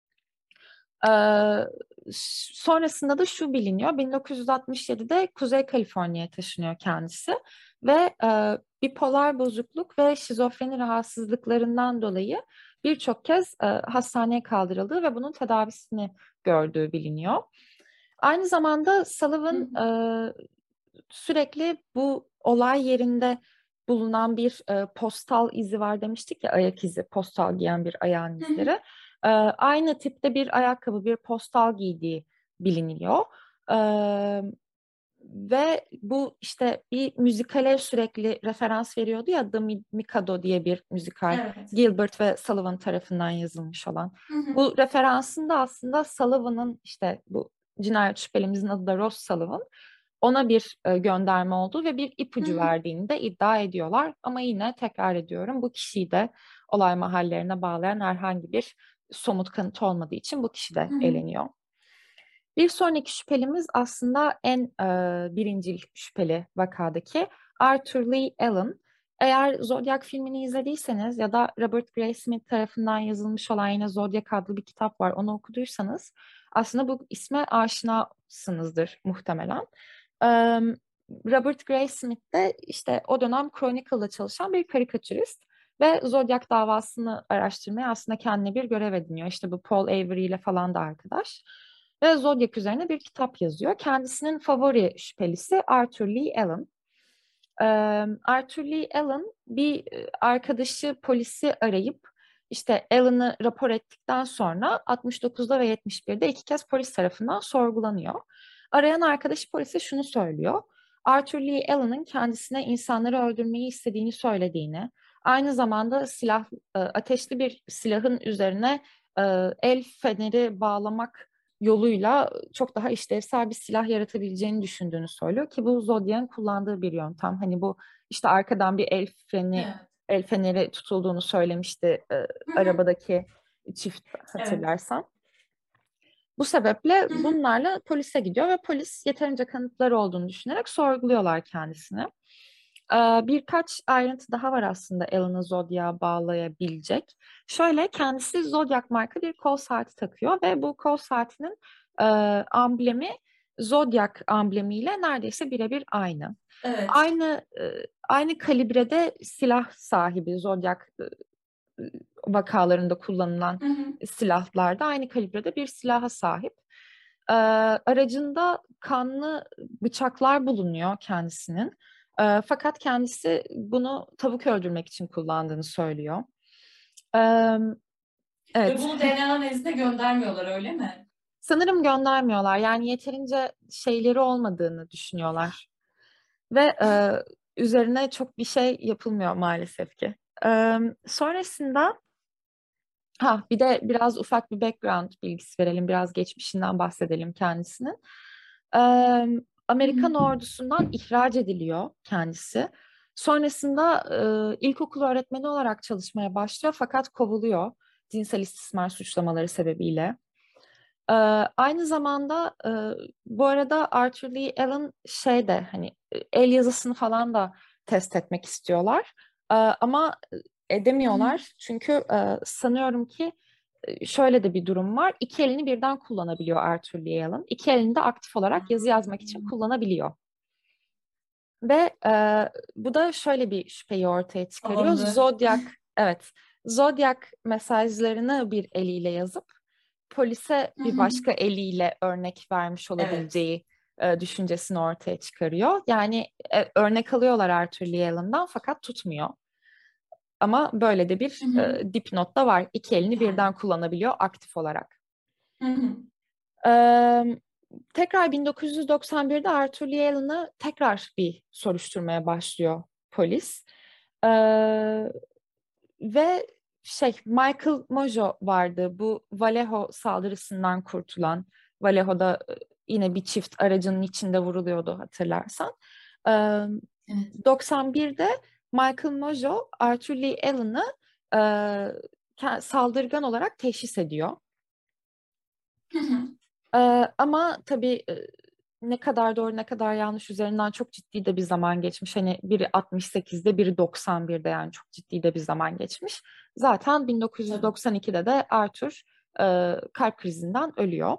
Sonrasında da şu biliniyor: 1967'de Kuzey Kaliforniya'ya taşınıyor kendisi ve bipolar bozukluk ve şizofreni rahatsızlıklarından dolayı birçok kez hastaneye kaldırıldığı ve bunun tedavisini gördüğü biliniyor. Aynı zamanda Sullivan sürekli bu olay yerinde bulunan bir postal izi var demiştik ya, ayak izi, postal giyen bir ayağın izleri. Aynı tipte bir ayakkabı, bir postal giydiği biliniyor. Ve bu işte bir müzikale sürekli referans veriyordu ya, The Mikado diye bir müzikal. Evet. Gilbert ve Sullivan tarafından yazılmış olan. Bu referansında aslında Sullivan'ın, işte bu cinayet şüphelimizin adı da Ross Sullivan, ona bir gönderme olduğu ve bir ipucu verdiğini de iddia ediyorlar. Ama yine tekrar ediyorum, bu kişiyi de olay mahallerine bağlayan herhangi bir somut kanıt olmadığı için bu kişi de eleniyor. Bir sonraki şüphelimiz aslında en birincil şüpheli vakadaki Arthur Lee Allen. Eğer Zodiac filmini izlediyseniz ya da Robert Graysmith tarafından yazılmış olan yine Zodiac adlı bir kitap var, onu okuduysanız aslında bu isme aşinasınızdır muhtemelen. Robert Graysmith de işte o dönem Chronicle'da çalışan bir karikatürist Ve Zodiac davasını araştırmaya aslında kendine bir görev ediniyor. İşte bu Paul Avery ile falan da arkadaş. Ve Zodiac üzerine bir kitap yazıyor. Kendisinin favori şüphelisi Arthur Lee Allen. Arthur Lee Allen bir arkadaşı polisi arayıp işte Allen'ı rapor ettikten sonra 69'da ve 71'de 2 kez polis tarafından sorgulanıyor. Arayan arkadaşı polise şunu söylüyor. Arthur Lee Allen'ın kendisine insanları öldürmeyi istediğini söylediğini, aynı zamanda ateşli bir silahın üzerine el feneri bağlamak yoluyla çok daha işlevsel bir silah yaratabileceğini düşündüğünü söylüyor ki bu Zodiac'ın kullandığı bir yöntem. Hani bu işte arkadan bir Evet. el feneri tutulduğunu söylemişti arabadaki çift, hatırlarsan. Bu sebeple bunlarla polise gidiyor ve polis yeterince kanıtları olduğunu düşünerek sorguluyorlar kendisini. Birkaç ayrıntı daha var aslında Alan'ı Zodiac'a bağlayabilecek. Şöyle, kendisi Zodiac marka bir kol saati takıyor ve bu kol saatinin amblemi Zodiac amblemiyle neredeyse birebir aynı. Evet. Aynı kalibrede silah sahibi Zodiac vakalarında kullanılan silahlarda aynı kalibrede bir silaha sahip. Aracında kanlı bıçaklar bulunuyor kendisinin. Fakat kendisi bunu tavuk öldürmek için kullandığını söylüyor. Ve Evet. bunu DNA analizine göndermiyorlar, öyle mi? Sanırım göndermiyorlar. Yani yeterince şeyleri olmadığını düşünüyorlar. Ve üzerine çok bir şey yapılmıyor maalesef ki. Sonrasında bir de biraz ufak bir background bilgisi verelim. Biraz geçmişinden bahsedelim kendisinin. Amerikan ordusundan ihraç ediliyor kendisi. Sonrasında ilkokul öğretmeni olarak çalışmaya başlıyor fakat kovuluyor cinsel istismar suçlamaları sebebiyle. Aynı zamanda bu arada Arthur Lee Allen hani el yazısını falan da test etmek istiyorlar. Ama edemiyorlar. Çünkü sanıyorum ki şöyle de bir durum var. 2 elini birden kullanabiliyor Arthur Lee Allen. 2 elini de aktif olarak yazı yazmak için kullanabiliyor. Ve bu da şöyle bir şüpheyi ortaya çıkarıyor. Evet, Zodiac mesajlarını bir eliyle yazıp polise bir başka eliyle örnek vermiş olabileceği düşüncesini ortaya çıkarıyor. Yani örnek alıyorlar Arthur Lee Allen'dan fakat tutmuyor. Ama böyle de bir dipnot da var. 2 elini birden kullanabiliyor aktif olarak. Tekrar 1991'de Arthur Lee Allen'ı tekrar bir soruşturmaya başlıyor polis. Ve Michael Mojo vardı, bu Vallejo saldırısından kurtulan. Vallejo'da yine bir çift aracının içinde vuruluyordu hatırlarsan. 91'de Michael Mojo Arthur Lee Allen'ı saldırgan olarak teşhis ediyor. Ama tabii ne kadar doğru ne kadar yanlış üzerinden çok ciddi de bir zaman geçmiş. Hani biri 68'de biri 91'de, yani çok ciddi de bir zaman geçmiş. Zaten 1992'de de Arthur kalp krizinden ölüyor.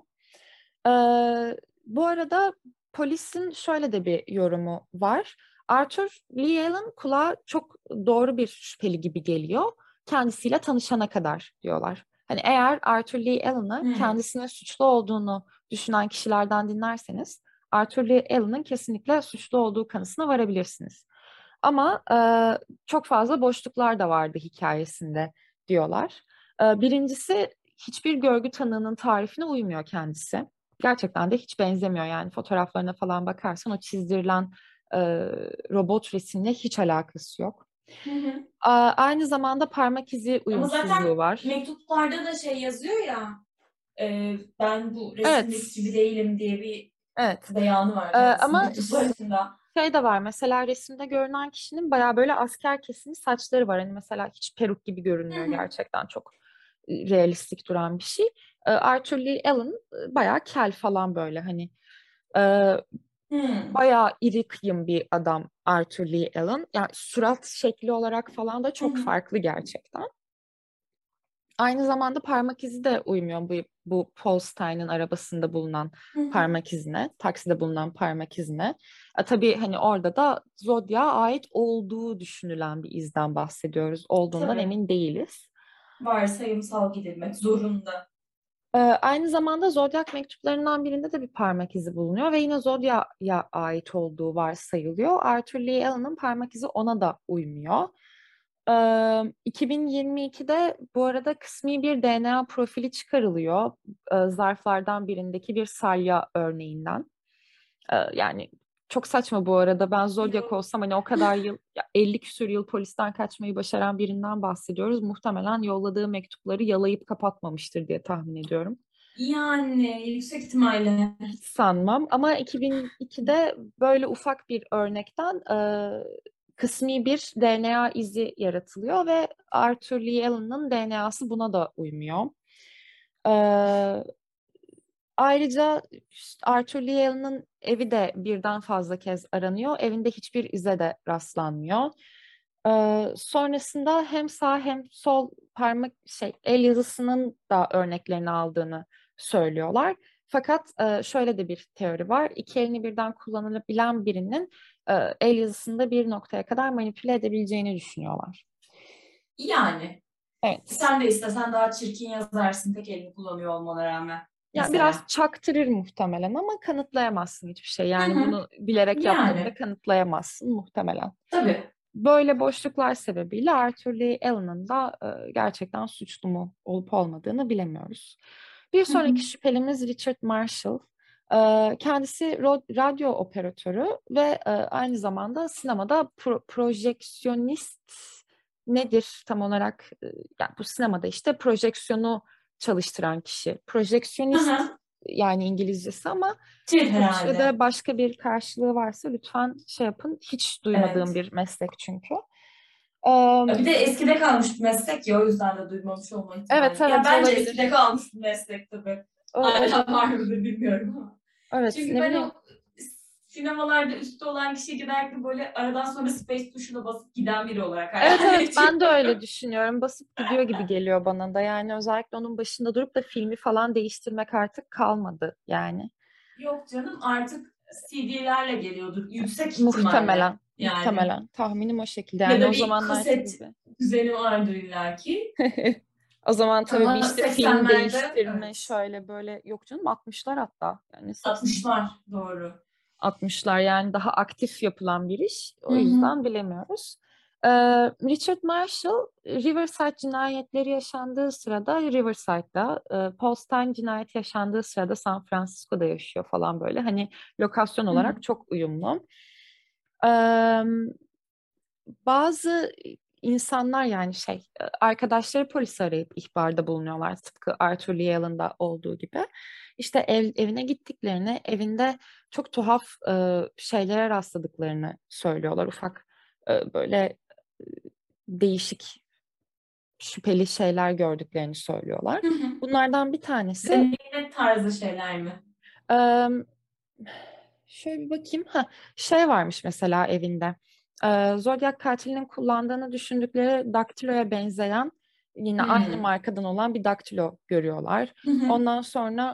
Bu arada polisin şöyle de bir yorumu var. Arthur Lee Allen kulağa çok doğru bir şüpheli gibi geliyor. Kendisiyle tanışana kadar diyorlar. Hani eğer Arthur Lee Allen'ı kendisinin suçlu olduğunu düşünen kişilerden dinlerseniz Arthur Lee Allen'ın kesinlikle suçlu olduğu kanısına varabilirsiniz. Ama çok fazla boşluklar da vardı hikayesinde diyorlar. Birincisi, hiçbir görgü tanığının tarifine uymuyor kendisi. Gerçekten de hiç benzemiyor, yani fotoğraflarına falan bakarsan o çizdirilen robot resimle hiç alakası yok. Aynı zamanda parmak izi uyumsuzluğu var. Ama zaten mektuplarda da yazıyor ya, ben bu resimdeki gibi değilim diye bir beyanı var ama mektuplarında. De var mesela, resimde görünen kişinin bayağı böyle asker kesimi saçları var. Hani mesela hiç peruk gibi görünmüyor, gerçekten çok realistik duran bir şey. Arthur Lee Allen bayağı kel falan böyle, hani bayağı iri kıyım bir adam Arthur Lee Allen. Yani surat şekli olarak falan da çok farklı gerçekten. Aynı zamanda parmak izi de uymuyor bu Paul Stein'ın arabasında bulunan parmak izine, takside bulunan parmak izine. Tabii hani orada da Zodiac'a ait olduğu düşünülen bir izden bahsediyoruz. Olduğundan Tabii. emin değiliz. Varsayımsal gidilmek zorunda. Aynı zamanda Zodiac mektuplarından birinde de bir parmak izi bulunuyor ve yine Zodiac'a ait olduğu varsayılıyor. Arthur Lee Allen'ın parmak izi ona da uymuyor. 2022'de bu arada kısmi bir DNA profili çıkarılıyor. Zarflardan birindeki bir salya örneğinden. Yani çok saçma bu arada. Ben Zodiac olsam hani o kadar yıl, 50 küsur yıl polisten kaçmayı başaran birinden bahsediyoruz. Muhtemelen yolladığı mektupları yalayıp kapatmamıştır diye tahmin ediyorum. Yani yüksek ihtimalle. Hiç sanmam ama 2002'de böyle ufak bir örnekten kısmi bir DNA izi yaratılıyor ve Arthur Lee Allen'ın DNA'sı buna da uymuyor. E, Ayrıca Arthur Lee Allen'ın evi de birden fazla kez aranıyor. Evinde hiçbir ize de rastlanmıyor. Sonrasında hem sağ hem sol parmak el yazısının da örneklerini aldığını söylüyorlar. Fakat şöyle de bir teori var. İki elini birden kullanabilen birinin el yazısında bir noktaya kadar manipüle edebileceğini düşünüyorlar. Yani. Evet. Sen de istesen daha çirkin yazarsın tek elini kullanıyor olmana rağmen. Yani biraz çaktırır muhtemelen ama kanıtlayamazsın hiçbir şey. Yani bunu bilerek Yani. yaptığında kanıtlayamazsın muhtemelen. Tabii. Böyle boşluklar sebebiyle Arthur Lee Allen'ın da gerçekten suçlu mu olup olmadığını bilemiyoruz. Bir sonraki şüphelimiz Richard Marshall. Kendisi radyo operatörü ve aynı zamanda sinemada projeksiyonist nedir tam olarak? Yani bu sinemada işte projeksiyonu çalıştıran kişi. Projeksiyonist yani İngilizcesi ama Türkçe'de başka bir karşılığı varsa lütfen şey yapın. Hiç duymadığım bir meslek çünkü. Bir de eskide kalmış bir meslek ya o yüzden de duymamış olma ihtimali. Evet, ya bence olabilir. eskide kalmış bir meslek tabii. Hala var mıdır bilmiyorum ama. Evet, Çünkü ben o sinemalarda üstte olan kişi genellikle böyle aradan sonra space tuşuna basıp giden biri olarak hayal Evet ben de öyle düşünüyorum. Basıp gidiyor gibi geliyor bana da. Yani özellikle onun başında durup da filmi falan değiştirmek artık kalmadı yani. Yok canım artık CD'lerle geliyordur yüksek Muhtemelen. Yani. Muhtemelen. Tahminim o şekilde. Ya Yani da o bir zamanlar kaset tabii. düzeni vardır illaki. O zaman tabii Ama bir işte film 80'lerde değiştirme evet. şöyle böyle yok canım 60'lar hatta. Yani 60'lar doğru. 60'lar yani daha aktif yapılan bir iş. O yüzden bilemiyoruz. Richard Marshall, Riverside cinayetleri yaşandığı sırada Riverside'da, Paul Stein cinayeti yaşandığı sırada San Francisco'da yaşıyor falan böyle. Hani lokasyon olarak çok uyumlu. Bazı insanlar yani arkadaşları polisi arayıp ihbarda bulunuyorlar tıpkı Arthur Lee Allen'da olduğu gibi. İşte evine gittiklerini, evinde çok tuhaf şeylere rastladıklarını söylüyorlar. Ufak böyle değişik şüpheli şeyler gördüklerini söylüyorlar. Bunlardan bir tanesi ne tarzı şeyler mi? Şöyle bir bakayım. Varmış mesela evinde. Zodiac katilinin kullandığını düşündükleri daktiloya benzeyen yine aynı markadan olan bir daktilo görüyorlar. Ondan sonra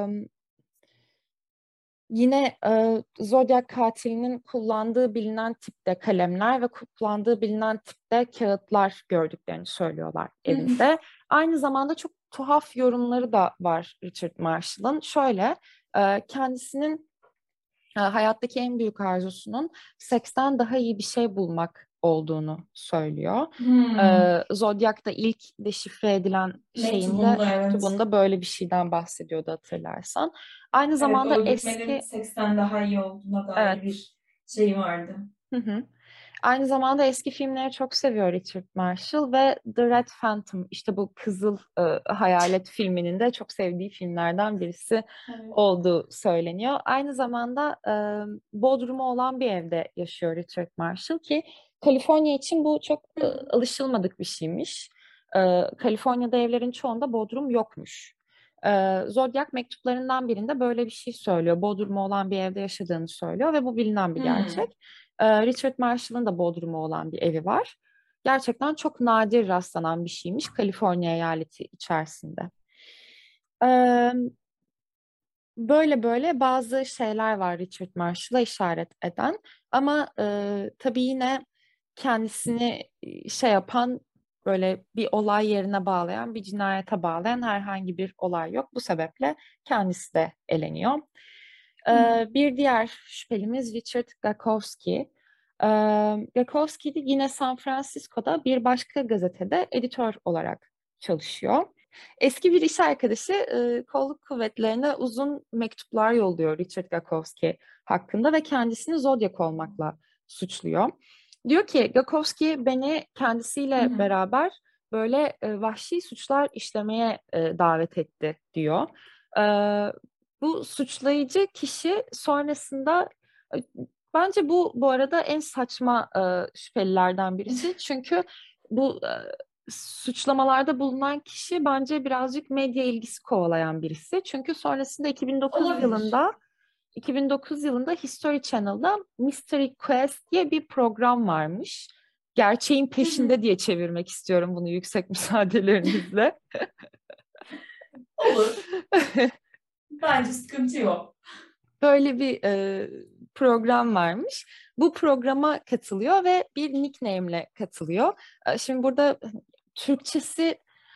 yine Zodiac katilinin kullandığı bilinen tipte kalemler ve kullandığı bilinen tipte kağıtlar gördüklerini söylüyorlar evinde. Aynı zamanda çok tuhaf yorumları da var Richard Marshall'ın. Şöyle kendisinin hayattaki en büyük arzusunun seksten daha iyi bir şey bulmak olduğunu söylüyor. Zodiac'ta ilk deşifre edilen mektubunda böyle bir şeyden bahsediyordu hatırlarsan. Aynı zamanda öldürmenin seksten daha iyi olduğuna dair bir şey vardı. Aynı zamanda eski filmleri çok seviyor Richard Marshall ve The Red Phantom işte bu Kızıl Hayalet filminin de çok sevdiği filmlerden birisi olduğu söyleniyor. Aynı zamanda Bodrum'u olan bir evde yaşıyor Richard Marshall ki Kaliforniya için bu çok alışılmadık bir şeymiş. Kaliforniya'da evlerin çoğunda Bodrum yokmuş. Zodiac mektuplarından birinde böyle bir şey söylüyor. Bodrum'u olan bir evde yaşadığını söylüyor ve bu bilinen bir gerçek. Richard Marshall'ın da Bodrum'u olan bir evi var. gerçekten çok nadir rastlanan bir şeymiş Kaliforniya eyaleti içerisinde. Böyle böyle bazı şeyler var Richard Marshall'a işaret eden ama tabii yine kendisini şey yapan böyle bir olay yerine bağlayan, bir cinayete bağlayan herhangi bir olay yok. Bu sebeple kendisi de eleniyor. Bir diğer şüphelimiz Richard Gakowski. Gakowski de yine San Francisco'da bir başka gazetede editör olarak çalışıyor. Eski bir iş arkadaşı kolluk kuvvetlerine uzun mektuplar yolluyor Richard Gakowski hakkında ve kendisini Zodiac olmakla suçluyor. Diyor ki Gakowski beni kendisiyle beraber böyle vahşi suçlar işlemeye davet etti diyor. E, Bu suçlayıcı kişi sonrasında bence bu arada en saçma şüphelilerden birisi. Çünkü bu suçlamalarda bulunan kişi bence birazcık medya ilgisi kovalayan birisi. Çünkü sonrasında 2009 Olabilir. yılında History Channel'da Mystery Quest diye bir program varmış. Gerçeğin peşinde diye çevirmek istiyorum bunu yüksek müsaadelerinizle. Olur. Bence sıkıntı yok. Böyle bir program varmış. Bu programa katılıyor ve bir nickname'le katılıyor. Şimdi burada Türkçesi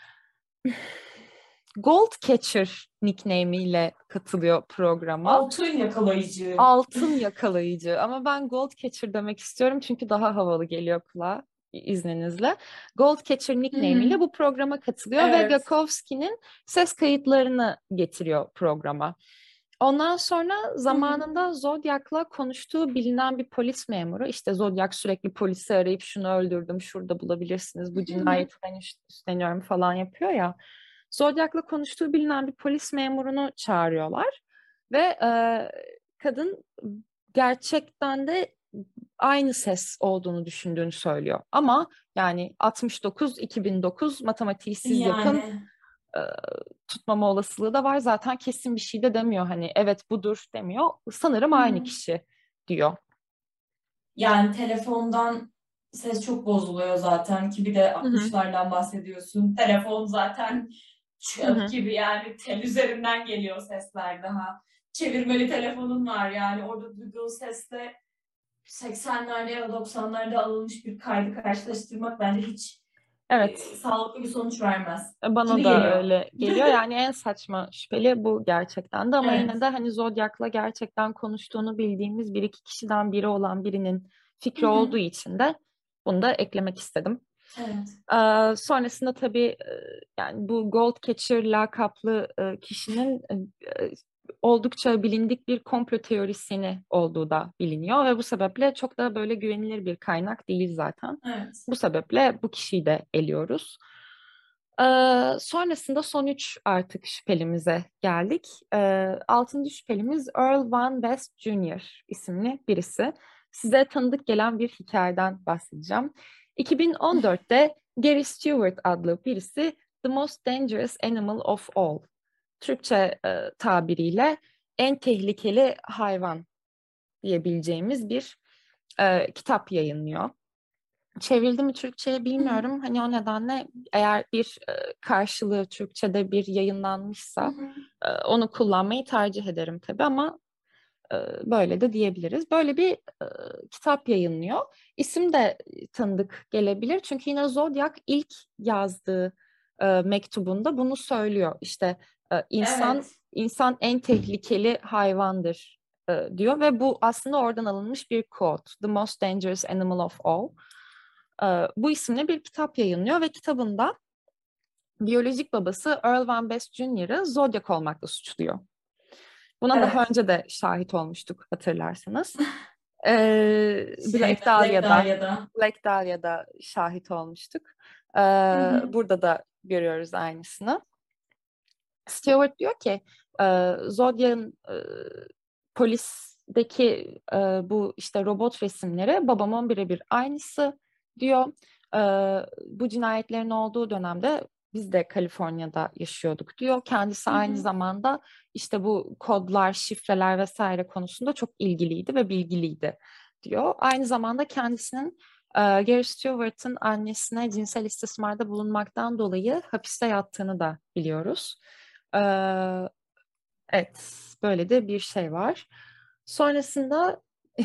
Gold Catcher nickname'iyle katılıyor programa. Altın yakalayıcı. Altın yakalayıcı. Ama ben Gold Catcher demek istiyorum çünkü daha havalı geliyor kulağa izninizle. Gold Catcher nickname'iyle bu programa katılıyor ve Gakowski'nin ses kayıtlarını getiriyor programa. Ondan sonra zamanında Zodiac'la konuştuğu bilinen bir polis memuru, işte Zodiac sürekli polisi arayıp şunu öldürdüm, şurada bulabilirsiniz, bu cinayeti ben üstleniyorum falan yapıyor ya. Zodiac'la konuştuğu bilinen bir polis memurunu çağırıyorlar ve kadın gerçekten de aynı ses olduğunu düşündüğünü söylüyor. Ama yani 69-2009 matematiği siz yapın, tutmama olasılığı da var. Zaten kesin bir şey de demiyor. Hani evet budur demiyor. Sanırım aynı kişi diyor. Yani telefondan ses çok bozuluyor zaten ki bir de 60'lardan bahsediyorsun. Telefon zaten çöp gibi yani tel üzerinden geliyor sesler daha. Çevirmeli telefonun var yani orada duyduğun sesle 80'lerde ya da 90'larda alınmış bir kaydı karşılaştırmak bence hiç sağlıklı bir sonuç vermez. Bana gibi da geliyor. öyle geliyor. Yani en saçma şüpheli bu gerçekten de ama yine de hani Zodiac'la gerçekten konuştuğunu bildiğimiz bir iki kişiden biri olan birinin fikri olduğu için de bunu da eklemek istedim. Evet. Sonrasında tabii yani bu Gold Catcher lakaplı kişinin oldukça bilindik bir komplo teorisyeni olduğu da biliniyor ve bu sebeple çok da böyle güvenilir bir kaynak değil zaten. Evet. Bu sebeple bu kişiyi de eliyoruz. Sonrasında son 3 artık şüphelimize geldik. 6. şüphelimiz Earl Van West Jr. isimli birisi. Size tanıdık gelen bir hikayeden bahsedeceğim. 2014'te Gary Stewart adlı birisi The Most Dangerous Animal of All, Türkçe tabiriyle en tehlikeli hayvan diyebileceğimiz bir kitap yayınlıyor. Çevrildi mi Türkçe'ye bilmiyorum. Hani o nedenle eğer bir karşılığı Türkçe'de bir yayınlanmışsa onu kullanmayı tercih ederim tabii ama böyle de diyebiliriz. Böyle bir kitap yayınlıyor. İsim de tanıdık gelebilir. Çünkü yine Zodiac ilk yazdığı mektubunda bunu söylüyor. İşte insan en tehlikeli hayvandır diyor ve bu aslında oradan alınmış bir quote. The most dangerous animal of all. Bu isimle bir kitap yayınlıyor ve kitabında biyolojik babası Earl Van Best Jr.'ı Zodiac olmakla suçluyor. Buna daha önce de şahit olmuştuk hatırlarsanız. Black Dahlia'da şahit olmuştuk. Burada da görüyoruz aynısını. Stewart diyor ki Zodiac'ın polisteki bu işte robot resimleri babamın birebir aynısı diyor. Bu cinayetlerin olduğu dönemde biz de Kaliforniya'da yaşıyorduk diyor. Kendisi aynı zamanda işte bu kodlar, şifreler vesaire konusunda çok ilgiliydi ve bilgiliydi diyor. Aynı zamanda kendisinin Gary Stewart'ın annesine cinsel istismarda bulunmaktan dolayı hapiste yattığını da biliyoruz. Ee, evet, böyle de bir şey var. Sonrasında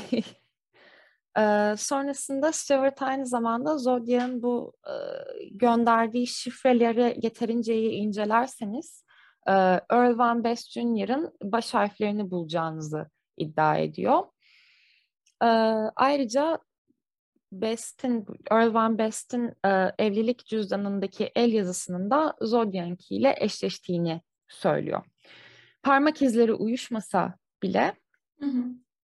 sonrasında Stewart aynı zamanda Zodiac'ın bu gönderdiği şifreleri yeterince iyi incelerseniz Earl Van Best Jr.'ın baş harflerini bulacağınızı iddia ediyor. Ee, ayrıca Earl Van Best'in evlilik cüzdanındaki el yazısının da Zodiac'ınki ile eşleştiğini söylüyor. Parmak izleri uyuşmasa bile Hı hı.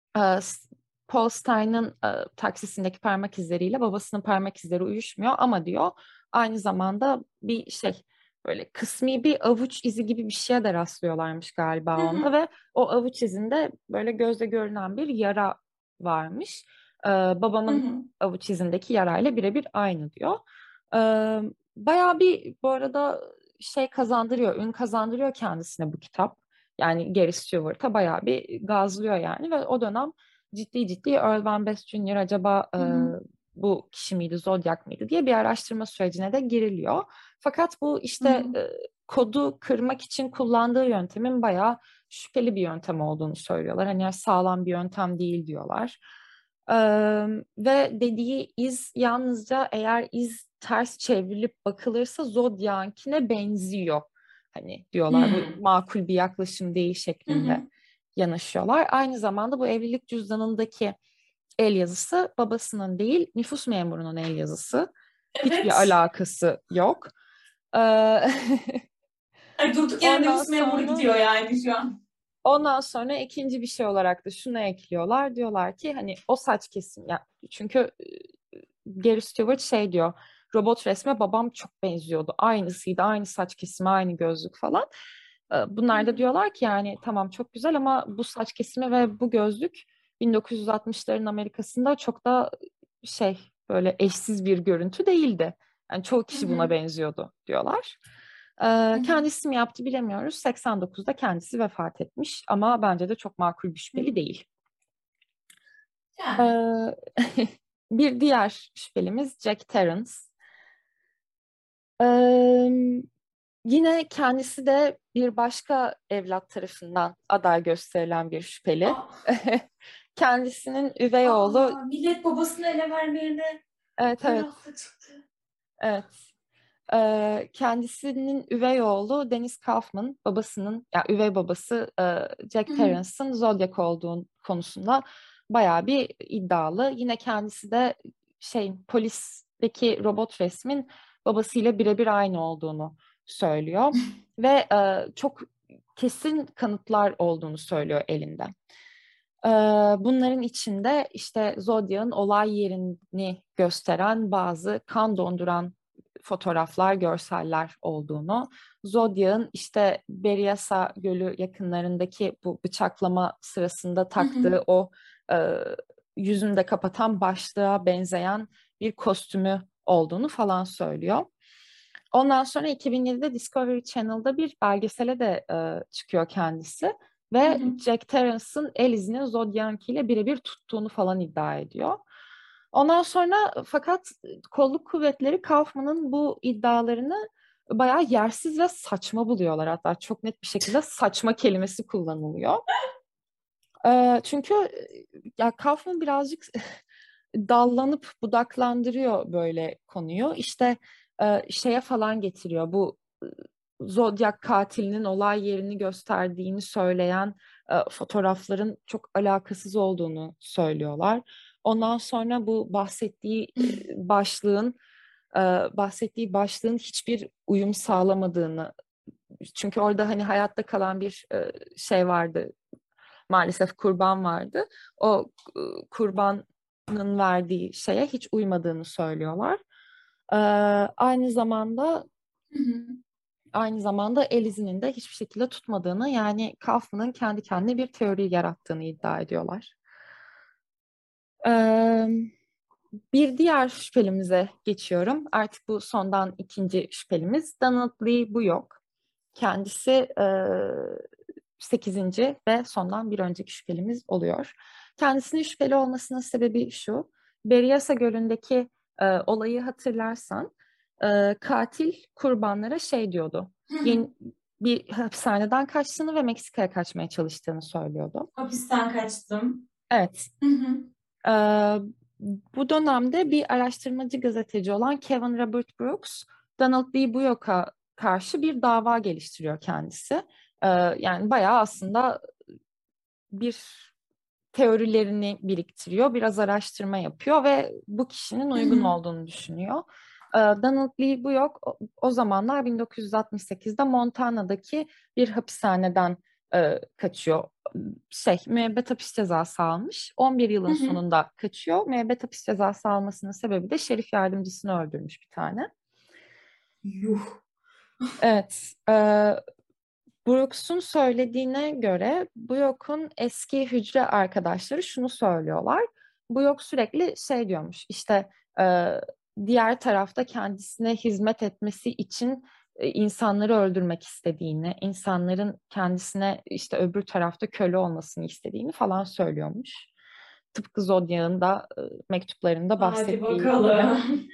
Paul Stein'ın taksisindeki parmak izleriyle babasının parmak izleri uyuşmuyor ama diyor aynı zamanda bir şey böyle kısmi bir avuç izi gibi bir şeye de rastlıyorlarmış galiba Hı hı. onda ve o avuç izinde böyle gözle görünen bir yara varmış. Hı Babamın hı. avuç izindeki yarayla birebir aynı diyor. Bayağı bir bu arada şey kazandırıyor, ün kazandırıyor kendisine bu kitap. Yani Gary Stewart'a bayağı bir gazlıyor yani ve o dönem ciddi Earl Van Best Jr. acaba Hı hı. bu kişi miydi, Zodiac mıydı diye bir araştırma sürecine de giriliyor. Fakat bu Hı işte hı. kodu kırmak için kullandığı yöntemin bayağı şüpheli bir yöntem olduğunu söylüyorlar. Hani sağlam bir yöntem değil diyorlar. Ee, ve dediği iz yalnızca eğer iz ters çevrilip bakılırsa Zodiac'ine benziyor. Hani diyorlar bu Hı makul bir yaklaşım değil şeklinde hı. yanaşıyorlar. Aynı zamanda bu evlilik cüzdanındaki el yazısı babasının değil, nüfus memurunun el yazısı. Hiçbir Evet. alakası yok. Ee, Ay durduk yere ondan nüfus memuru sonra gidiyor yani şu an. ondan sonra ikinci bir şey olarak da şunu ekliyorlar. Diyorlar ki hani o saç kesim ya çünkü Gary Stewart şey diyor. Robot resme babam çok benziyordu. Aynısıydı. Aynı saç kesimi, aynı gözlük falan. Hı Bunlar da hı. diyorlar ki yani tamam çok güzel ama bu saç kesimi ve bu gözlük 1960'ların Amerika'sında çok da şey böyle eşsiz bir görüntü değildi. Yani çoğu Hı kişi buna hı. benziyordu diyorlar. Hı hı. Kendisi mi yaptı bilemiyoruz. 89'da kendisi vefat etmiş ama bence de çok makul bir Hı hı. şüpheli değil. Yani. Ee, bir diğer şüphelimiz Jack Terrence. Ee, yine kendisi de bir başka evlat tarafından aday gösterilen bir şüpheli. Aa, Kendisinin üvey oğlu, millet babasını ele vermeyene evet böyle evet, haklı çıktı. evet. Kendisinin üvey oğlu Dennis Kaufman, babasının, yani üvey babası Hı Jack hı. Terrence'ın Zodiac olduğu konusunda bayağı bir iddialı. Yine kendisi de polisteki robot resmin babasıyla birebir aynı olduğunu söylüyor ve çok kesin kanıtlar olduğunu söylüyor elinde. Ee, bunların içinde işte Zodiac'ın olay yerini gösteren bazı kan donduran fotoğraflar, görseller olduğunu, Zodiac'ın işte Berryessa Gölü yakınlarındaki bu bıçaklama sırasında Hı hı. taktığı o e, yüzünü de kapatan başlığa benzeyen bir kostümü olduğunu falan söylüyor. Ondan sonra 2007'de Discovery Channel'da bir belgesele de çıkıyor kendisi Hı ve hı. Jack Terrence'ın el izini Zodiac ile birebir tuttuğunu falan iddia ediyor. Ondan sonra fakat kolluk kuvvetleri Kaufman'ın bu iddialarını bayağı yersiz ve saçma buluyorlar. Hatta çok net bir şekilde saçma kelimesi kullanılıyor. Çünkü ya Kaufman birazcık dallanıp budaklandırıyor böyle konuyu. İşte şeye falan getiriyor. Bu Zodiac katilinin olay yerini gösterdiğini söyleyen fotoğrafların çok alakasız olduğunu söylüyorlar. Ondan sonra bu e, bahsettiği başlığın hiçbir uyum sağlamadığını, çünkü orada hani hayatta kalan bir şey vardı, maalesef kurban vardı. O kurbanın verdiği şeye hiç uymadığını söylüyorlar. Ee, aynı zamanda Hı hı. aynı zamanda Elise'nin de hiçbir şekilde tutmadığını, yani Kaufman'ın kendi kendine bir teori yarattığını iddia ediyorlar. Ee, bir diğer şüphelimize geçiyorum. Artık bu sondan ikinci şüphelimiz Donald Lee Buyok. Kendisi 8. ve sondan bir önceki şüphelimiz oluyor. Kendisinin şüpheli olmasının sebebi şu: Berryessa Gölü'ndeki olayı hatırlarsan katil kurbanlara şey diyordu. Yeni bir hapishaneden kaçtığını ve Meksika'ya kaçmaya çalıştığını söylüyordu. Hapisten kaçtım. Evet. Hı hı. Ee, Bu dönemde bir araştırmacı gazeteci olan Kevin Robert Brooks, Donald B. Buyok'a karşı bir dava geliştiriyor kendisi. Yani bayağı aslında bir teorilerini biriktiriyor, biraz araştırma yapıyor ve bu kişinin Hı uygun hı. olduğunu düşünüyor. Donald Lee Buyok o zamanlar 1968'de Montana'daki bir hapishaneden kaçıyor. Müebbet hapis cezası almış. 11 Hı yılın hı. sonunda kaçıyor. Müebbet hapis cezası almasının sebebi de şerif yardımcısını öldürmüş bir tane. Yuh. Evet. Brooks'un söylediğine göre Buyok'un eski hücre arkadaşları şunu söylüyorlar. Buyok sürekli şey diyormuş işte e, diğer tarafta kendisine hizmet etmesi için insanları öldürmek istediğini, insanların kendisine işte öbür tarafta köle olmasını istediğini falan söylüyormuş. Tıpkı Zodiac'ın da mektuplarında Hadi bahsettiği gibi. bakalım.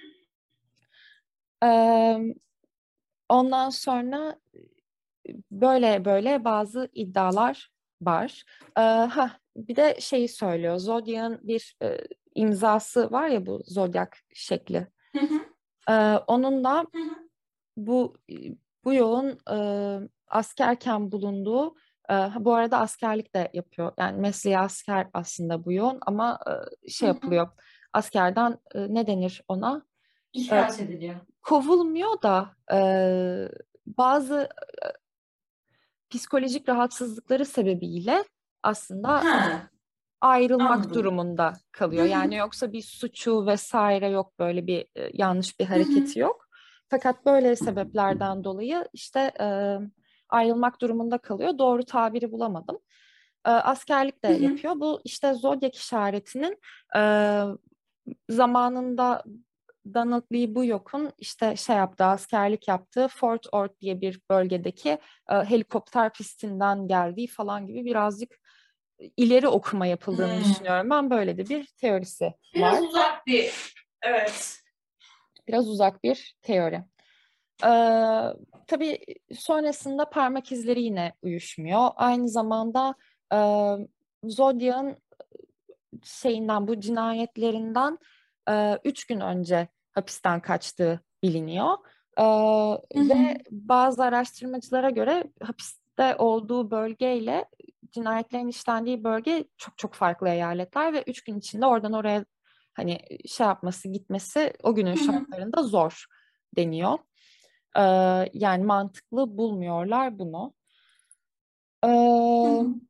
E, Ondan sonra böyle böyle bazı iddialar var. Bir de şeyi söylüyor. Zodiac'ın bir imzası var ya bu zodyak şekli. Hı hı. Onun da Hı hı. bu bu yolun askerken bulunduğu bu arada askerlik de yapıyor. Yani mesleği asker aslında bu yoğun ama Hı şey hı. yapılıyor. Askerden ne denir ona? E, İhraç ediliyor. Kovulmuyor da bazı psikolojik rahatsızlıkları sebebiyle aslında Ha, ayrılmak anladım. durumunda Hı kalıyor. hı. Yani yoksa bir suçu vesaire yok, böyle bir yanlış bir Hı hı. hareketi yok. Fakat böyle sebeplerden dolayı işte ayrılmak durumunda kalıyor. Doğru tabiri bulamadım. Askerlik de Hı hı. yapıyor. Bu işte zodyak işaretinin e, zamanında Donald Lee Buyok'un işte şey yaptığı, askerlik yaptığı Fort Ord diye bir bölgedeki helikopter pistinden geldiği falan gibi birazcık ileri okuma yapıldığını Hmm. düşünüyorum. Ben böyle de bir teorisi Biraz var. uzak bir. Evet. Biraz uzak bir teori. Tabii sonrasında parmak izleri yine uyuşmuyor. Aynı zamanda e, Zodiac'ın şeyinden, bu cinayetlerinden 3 gün önce hapisten kaçtığı biliniyor. E, Hı Ve hı. bazı araştırmacılara göre hapiste olduğu bölgeyle cinayetlerin işlendiği bölge çok çok farklı eyaletler ve 3 gün içinde oradan oraya hani şey yapması, gitmesi o günün Hı hı. şartlarında zor deniyor. E, Yani mantıklı bulmuyorlar bunu. Hı E, hı.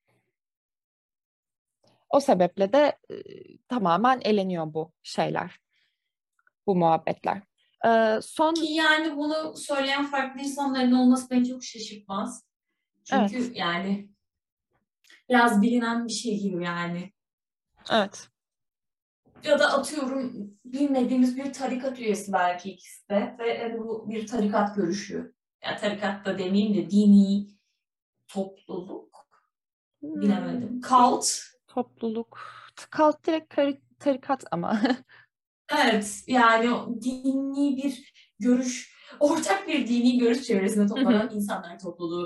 O sebeple de tamamen eleniyor bu şeyler, bu muhabbetler. Ki Son, yani bunu söyleyen farklı insanların olması beni çok şaşırtmaz. evet, Çünkü yani biraz bilinen bir şey gibi yani. evet, Ya da atıyorum bilmediğimiz bir tarikat üyesi belki ikisi de ve hani bu bir tarikat görüşü. Ya tarikat da demeyeyim de dini topluluk bilemedim. bir Kalt. topluluk, kalt direkt tarikat ama. Evet yani o dini bir görüş, ortak bir dini görüş çevresinde toplanan insanlar topluluğu.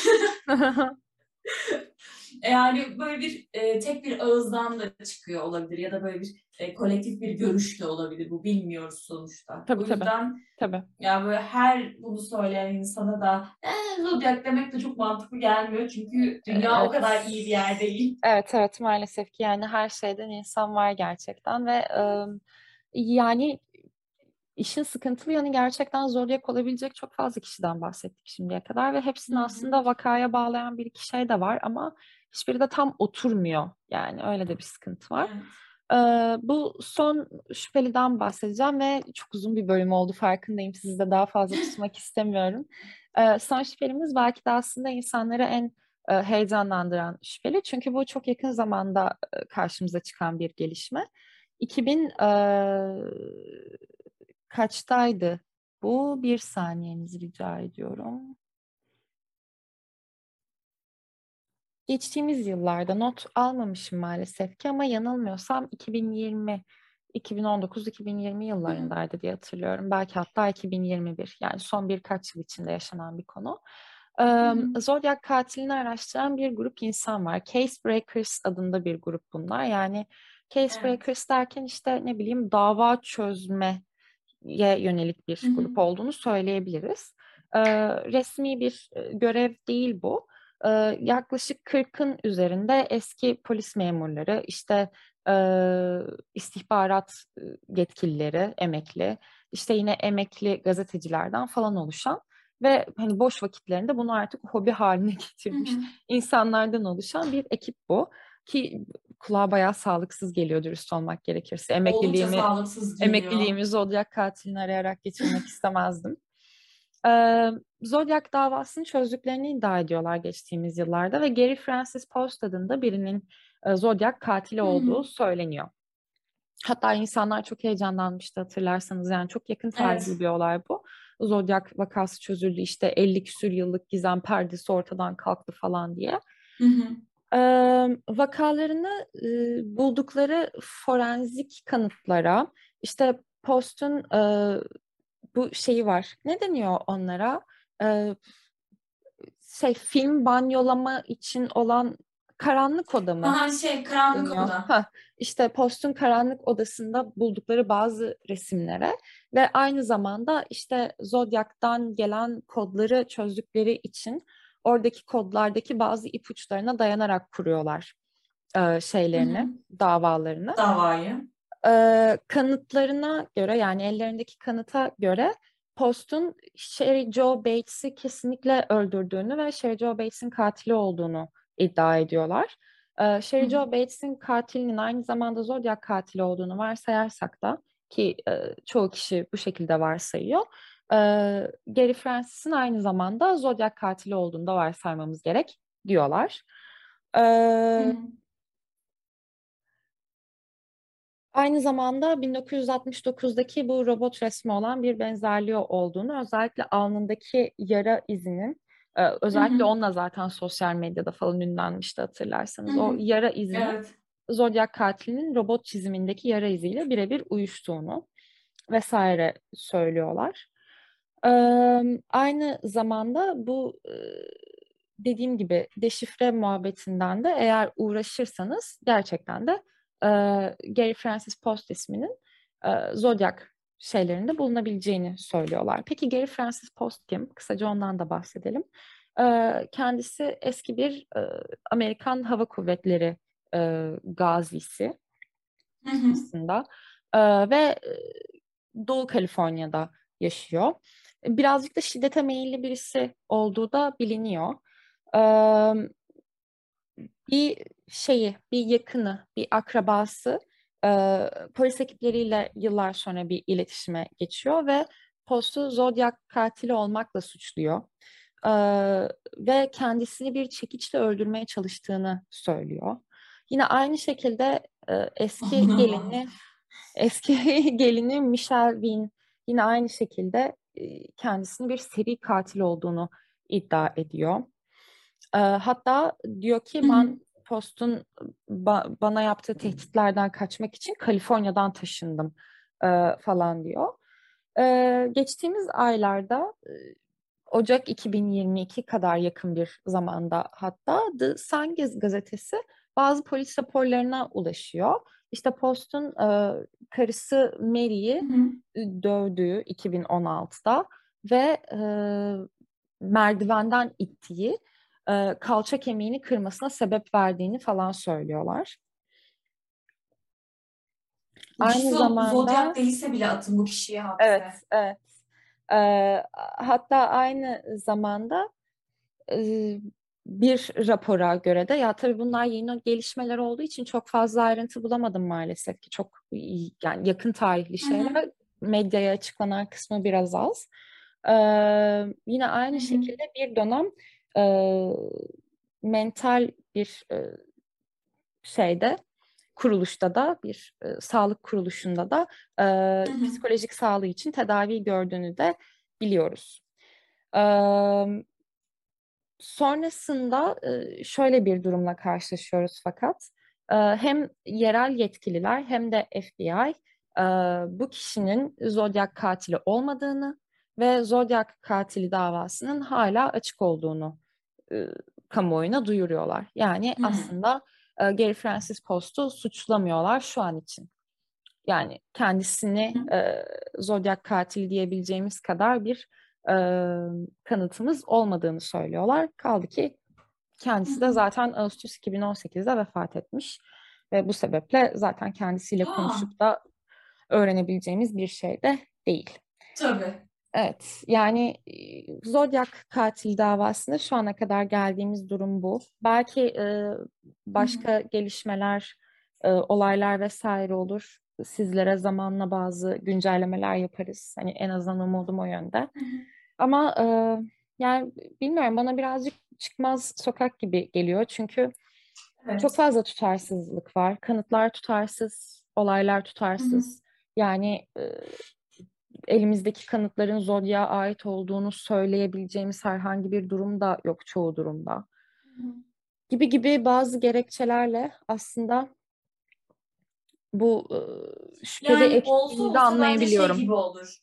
Yani böyle bir tek bir ağızdan da çıkıyor olabilir ya da böyle bir kolektif bir görüş de olabilir. Bu bilmiyoruz sonuçta. Tabii O tabii, yüzden tabii. ya böyle her bunu söyleyen insana da Zodiac demek de çok mantıklı gelmiyor. Çünkü dünya o Evet. kadar iyi bir yer değil. Evet evet, maalesef ki yani her şeyden insan var gerçekten ve yani işin sıkıntılı yanı, gerçekten zodyak olabilecek çok fazla kişiden bahsettik şimdiye kadar ve Hı hepsini hı. aslında vakaya bağlayan bir iki şey de var ama hiçbiri de tam oturmuyor. Yani öyle de bir sıkıntı var. Evet. Bu son şüpheliden bahsedeceğim ve çok uzun bir bölüm oldu, farkındayım. Sizi de daha fazla tutmak istemiyorum. Son şüphelimiz belki de aslında insanları en heyecanlandıran şüpheli. Çünkü bu çok yakın zamanda karşımıza çıkan bir gelişme. 2000 kaçtaydı? Bu, bir saniyenizi rica ediyorum. Geçtiğimiz yıllarda, not almamışım maalesef ki ama yanılmıyorsam 2020 2019-2020 yıllarındaydı diye hatırlıyorum. Belki hatta 2021. Yani son birkaç yıl içinde yaşanan bir konu. Zodiac katilini araştıran bir grup insan var. Case Breakers adında bir grup bunlar. Yani Case Evet. Breakers derken işte ne bileyim dava çözmeye yönelik bir grup olduğunu söyleyebiliriz. Resmi bir görev değil bu. Yaklaşık 40'ın üzerinde eski polis memurları, işte istihbarat yetkilileri, emekli, işte yine emekli gazetecilerden falan oluşan ve hani boş vakitlerinde bunu artık hobi haline getirmiş insanlardan oluşan bir ekip bu. Ki kulağa bayağı sağlıksız geliyor dürüst olmak gerekirse. Oldukça sağlıksız geliyor. Emekliliğimi Zodiac katilini arayarak geçirmek istemezdim. Ee, Zodiac davasını çözdüklerini iddia ediyorlar geçtiğimiz yıllarda ve Gary Francis Post adında birinin Zodiac katili olduğu söyleniyor. Hatta insanlar çok heyecanlanmıştı hatırlarsanız. Yani çok yakın tarihli Evet. bir olay bu. Zodiac vakası çözüldü, işte 50 küsür yıllık gizem perdesi ortadan kalktı falan diye. Vakalarını buldukları forenzik kanıtlara, işte Post'un bu şeyi var. Ne deniyor onlara? Ee, Film banyolama için olan karanlık oda mı Karanlık deniyor? oda. İşte Post'un karanlık odasında buldukları bazı resimlere ve aynı zamanda işte Zodiac'tan gelen kodları çözdükleri için oradaki kodlardaki bazı ipuçlarına dayanarak kuruyorlar şeylerini, davalarını. Davayı. Kanıtlarına göre, yani ellerindeki kanıta göre Post'un Sherry Joe Bates'i kesinlikle öldürdüğünü ve Sherry Joe Bates'in katili olduğunu iddia ediyorlar. Sherry Joe Bates'in katilinin aynı zamanda Zodiac katili olduğunu varsayarsak da, ki çoğu kişi bu şekilde varsayıyor, e, Gary Francis'in aynı zamanda Zodiac katili olduğunu da varsaymamız gerek diyorlar. Aynı zamanda 1969'daki bu robot resmi olan bir benzerliği olduğunu, özellikle alnındaki yara izinin, özellikle onunla zaten sosyal medyada falan ünlenmişti hatırlarsanız. O yara izinin Evet. Zodiac katilinin robot çizimindeki yara iziyle birebir uyuştuğunu vesaire söylüyorlar. Aynı zamanda bu dediğim gibi deşifre muhabbetinden de eğer uğraşırsanız gerçekten de Gary Francis Post isminin Zodiac şeylerinde bulunabileceğini söylüyorlar. Peki Gary Francis Post kim? Kısaca ondan da bahsedelim. Kendisi eski bir Amerikan Hava Kuvvetleri gazisi aslında. Ve Doğu Kaliforniya'da yaşıyor. Birazcık da şiddete meyilli birisi olduğu da biliniyor. Bir yakını, bir akrabası polis ekipleriyle yıllar sonra bir iletişime geçiyor ve Post'u Zodiac katili olmakla suçluyor. Ve kendisini bir çekiçle öldürmeye çalıştığını söylüyor. Yine aynı şekilde eski gelini Michelle Wynn yine aynı şekilde kendisinin bir seri katil olduğunu iddia ediyor. Hatta diyor ki ben Post'un bana yaptığı tehditlerden kaçmak için Kaliforniya'dan taşındım falan diyor. Geçtiğimiz aylarda Ocak 2022 kadar yakın bir zamanda hatta The Sun gazetesi bazı polis raporlarına ulaşıyor. İşte Post'un karısı Mary'i dövdüğü 2016'da ve merdivenden ittiği, kalça kemiğini kırmasına sebep verdiğini falan söylüyorlar. Bu kişi Aynı zamanda Zodiac değilse bile atın bu kişiye hapse. evet, evet. Hatta aynı zamanda e, bir rapora göre de, ya tabii bunlar yeni gelişmeler olduğu için çok fazla ayrıntı bulamadım maalesef ki, çok yani yakın tarihli şeyler, medyaya açıklanan kısmı biraz az. Yine aynı şekilde bir dönem e, mental bir şeyde kuruluşta da sağlık kuruluşunda da psikolojik sağlığı için tedavi gördüğünü de biliyoruz. Sonrasında şöyle bir durumla karşılaşıyoruz fakat hem yerel yetkililer hem de FBI bu kişinin zodyak katili olmadığını ve zodyak katili davasının hala açık olduğunu e, kamuoyuna duyuruyorlar. Yani aslında Gary Francis Post'u suçlamıyorlar şu an için. Yani kendisini zodyak katili diyebileceğimiz kadar bir e, kanıtımız olmadığını söylüyorlar. Kaldı ki kendisi de zaten Ağustos 2018'de vefat etmiş ve bu sebeple zaten kendisiyle konuşup da öğrenebileceğimiz bir şey de değil. Tabii. Evet, yani Zodyak katil davasında şu ana kadar geldiğimiz durum bu. Belki başka gelişmeler, olaylar vesaire olur. Sizlere zamanla bazı güncellemeler yaparız. Hani en azından umudum o yönde. Ama yani bilmiyorum, bana birazcık çıkmaz sokak gibi geliyor. Çünkü çok fazla tutarsızlık var. Kanıtlar tutarsız, olaylar tutarsız. Yani elimizdeki kanıtların Zodyak'a ait olduğunu söyleyebileceğimiz herhangi bir durum da yok çoğu durumda. Gibi gibi bazı gerekçelerle aslında bu şüpheli Yani olsa ekibini de olsa bence şey anlayabiliyorum. gibi olur.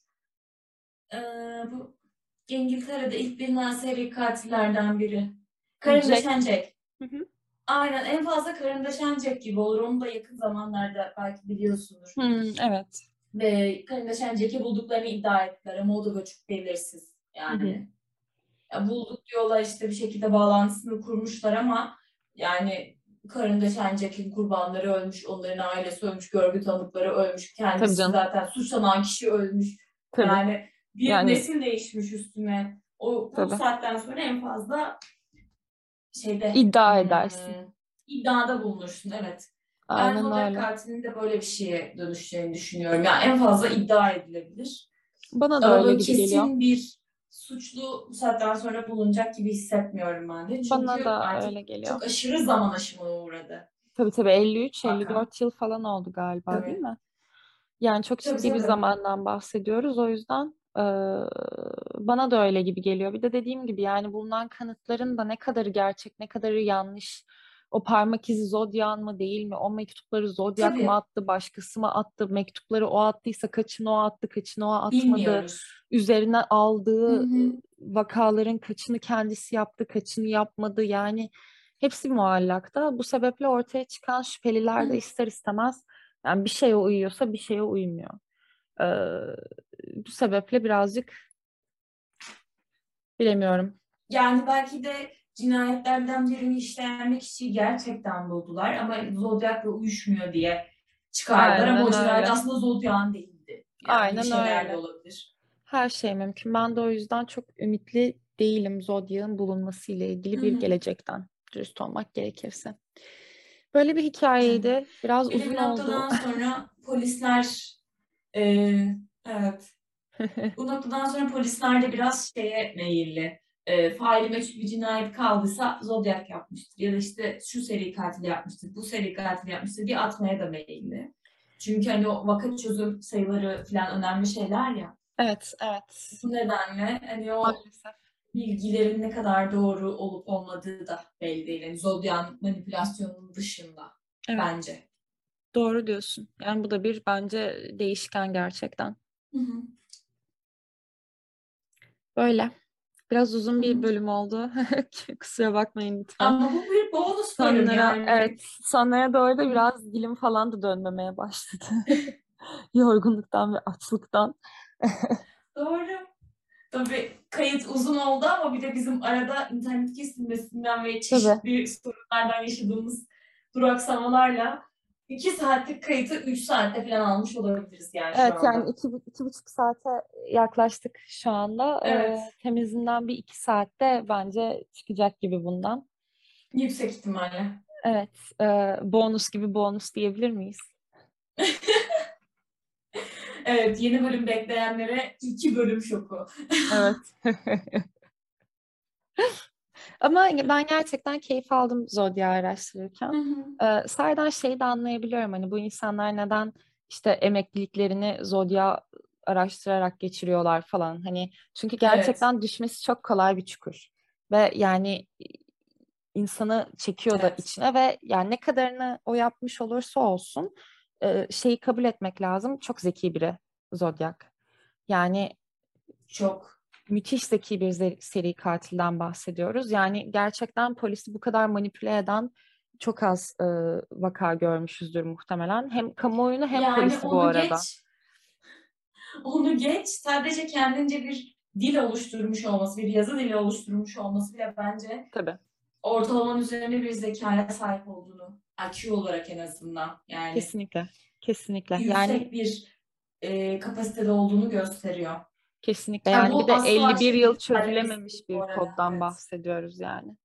Bu İngiltere'de ilk bilinen seri katillerden biri. Karında Jack. Şencek. Hı hı. Aynen, en fazla Karında Şencek gibi olur. Onu da yakın zamanlarda belki biliyorsundur. Evet. Ve Karında Şencek'i bulduklarını iddia ettiler ama o da böyle çok belirsiz. Yani ya bulduk diyorlar, işte bir şekilde bağlantısını kurmuşlar ama yani Karında Şencek'in kurbanları ölmüş, onların ailesi ölmüş, görgü tanıkları ölmüş, Tabii kendisi canım. zaten suçlanan kişi ölmüş. Tabii. Yani bir Yani nesil değişmiş üstüne. Bu tabii. saatten sonra en fazla şeyde İddia edersin. iddiada bulunursun, evet. Ben Aynen Zodiac öyle. katilinin de böyle bir şeye dönüşeceğini düşünüyorum. Yani en fazla iddia edilebilir. Bana da Ama öyle böyle gibi geliyor. kesin bir suçlu bu saatten sonra bulunacak gibi hissetmiyorum ben de. Bana Çünkü da artık öyle geliyor. çok aşırı zaman aşımına uğradı. Tabii 53-54 Vaka. yıl falan oldu galiba, değil Tabii. mi? Yani çok Tabii ciddi bir tabii. zamandan bahsediyoruz. O yüzden bana da öyle gibi geliyor. Bir de dediğim gibi yani bulunan kanıtların da ne kadarı gerçek, ne kadarı yanlış. O parmak izi Zodyak'ın mı değil mi? O mektupları Zodyak mı Tabii. attı, başkası mı attı? Mektupları o attıysa kaçını o attı, kaçını o atmadı? Bilmiyoruz. Üzerine Hı aldığı hı. vakaların kaçını kendisi yaptı, kaçını yapmadı? Yani hepsi muallakta. Bu sebeple ortaya çıkan şüpheliler de ister istemez yani bir şeye uyuyorsa bir şeye uymuyor. Ee, bu sebeple birazcık bilemiyorum. Yani belki de cinayetlerden birini işleyen bir kişiyi gerçekten buldular ama Zodiac'la uyuşmuyor diye çıkardılar ama Aynen o cinayet öyle. aslında Zodiac'ın değildi. Yani gibi Aynen şeyler de öyle. olabilir. Her şey mümkün. Ben de o yüzden çok ümitli değilim Zodyak'ın bulunması ile Hı ilgili bir hı. gelecekten, dürüst olmak gerekirse. Böyle bir Evet. hikayeydi. Biraz Bir de uzun bir oldu. noktadan sonra polisler e, evet, bu noktadan sonra polisler de biraz şeye meyilli. Faili meçhul bir cinayet kaldıysa Zodiac yapmıştır ya da işte şu seri katil yapmıştır, bu seri katil yapmıştır diye atmaya da meyilli. Çünkü hani o vaka çözüm sayıları falan önemli şeyler ya. Evet, evet. Bu nedenle hani o Maalesef. bilgilerin ne kadar doğru olup olmadığı da belli değil. Yani Zodiac'ın manipülasyonunun dışında Evet, bence. doğru diyorsun. Yani bu da bir bence değişken gerçekten. Hı hı. Böyle. Biraz uzun Hı bir hı. bölüm oldu. Kusura bakmayın lütfen. Ama bu bir bonus bölüm Sonlara, yani. evet, sonlara doğru da biraz dilim falan da dönmemeye başladı. Yorgunluktan ve açlıktan. Doğru. Tabii kayıt uzun oldu ama bir de bizim arada internet kesilmesinden ve Tabii. çeşitli sorunlardan yaşadığımız duraksamalarla 2 saatlik kayıtı 3 saatte falan almış olabiliriz yani şu Evet yani anda. iki buçuk saate yaklaştık şu anda. Evet. Temizinden bir 2 saatte bence çıkacak gibi bundan. Yüksek ihtimalle. Evet, bonus gibi bonus diyebilir miyiz? Evet, yeni bölüm bekleyenlere 2 bölüm şoku. Evet. Ama ben gerçekten keyif aldım Zodiac'ı Hı araştırırken. hı. Sahiden şeyi de anlayabiliyorum. Hani bu insanlar neden işte emekliliklerini Zodiac araştırarak geçiriyorlar falan. Hani çünkü Evet. gerçekten düşmesi çok kolay bir çukur. Ve yani insanı çekiyor da Evet. içine ve yani ne kadarını o yapmış olursa olsun şeyi kabul etmek lazım. Çok zeki biri Zodiac. Yani Çok. müthiş zeki bir seri katilden bahsediyoruz. Yani gerçekten polisi bu kadar manipüle eden çok az vaka görmüşüzdür muhtemelen. Hem kamuoyunu hem Yani polisi bu arada. Onu geç, sadece kendince bir dil oluşturmuş olması, bir yazı dili oluşturmuş olması bile bence Tabii. ortalamanın üzerinde bir zekaya sahip olduğunu, IQ olarak en azından yani Kesinlikle. Kesinlikle. Yani yüksek bir kapasitede olduğunu gösteriyor. kesinlikle. Yani Yani bir bu de asla 51 yıl güzellemesi çözülememiş değil bu bir arada. koddan Evet. bahsediyoruz yani.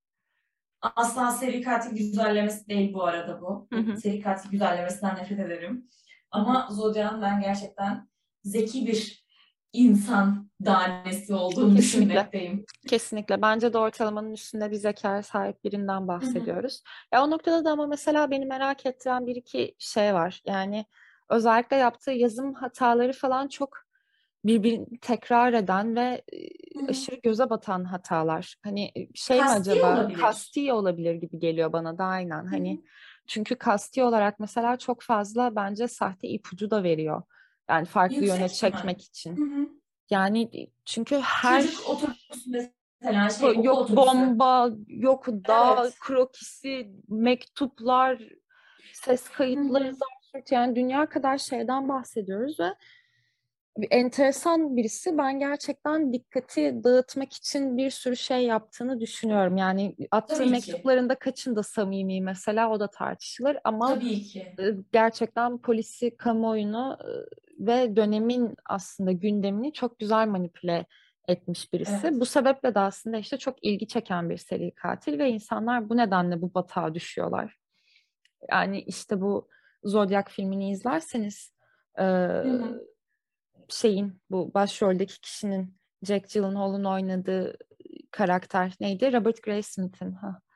Asla seri katil güzellemesi değil bu arada bu. Hı hı. Seri katil güzellemesinden nefret ederim. Hı hı. Ama Zodiac'ın ben gerçekten zeki bir insan danesi olduğunu Kesinlikle. düşünmekteyim. Kesinlikle. Bence de ortalamanın üstünde bir zekaya sahip birinden Hı hı. bahsediyoruz. Ya o noktada da ama mesela beni merak ettiren bir iki şey var. Yani özellikle yaptığı yazım hataları falan çok birbirini tekrar eden ve Hı hı. aşırı göze batan hatalar. Hani şey mi Kasti acaba? olabilir. Kasti olabilir gibi geliyor bana da aynen. Hı hı. Hani çünkü kasti olarak mesela çok fazla bence sahte ipucu da veriyor. Yani farklı yöne Yüksek ihtimal. çekmek için. Hı hı. Yani çünkü her Çocuk otobüsü mesela okul yok otobüsü. bomba, yok dağ Evet. krokisi, mektuplar, ses Hı kayıtları, hı. zart zurt. Yani dünya kadar şeyden bahsediyoruz ve enteresan birisi. Ben gerçekten dikkati dağıtmak için bir sürü şey yaptığını düşünüyorum. Yani attığı Tabii ki. mektuplarında kaçında samimi mesela o da tartışılır ama Tabii ki. gerçekten polisi, kamuoyunu ve dönemin aslında gündemini çok güzel manipüle etmiş birisi. Evet. Bu sebeple de aslında işte çok ilgi çeken bir seri katil ve insanlar bu nedenle bu batağa düşüyorlar. Yani işte bu Zodiac filmini izlerseniz e, Hı hı. şeyin bu başroldeki kişinin Jack Gyllenhaal'ın oynadığı karakter neydi? Robert Graysmith'in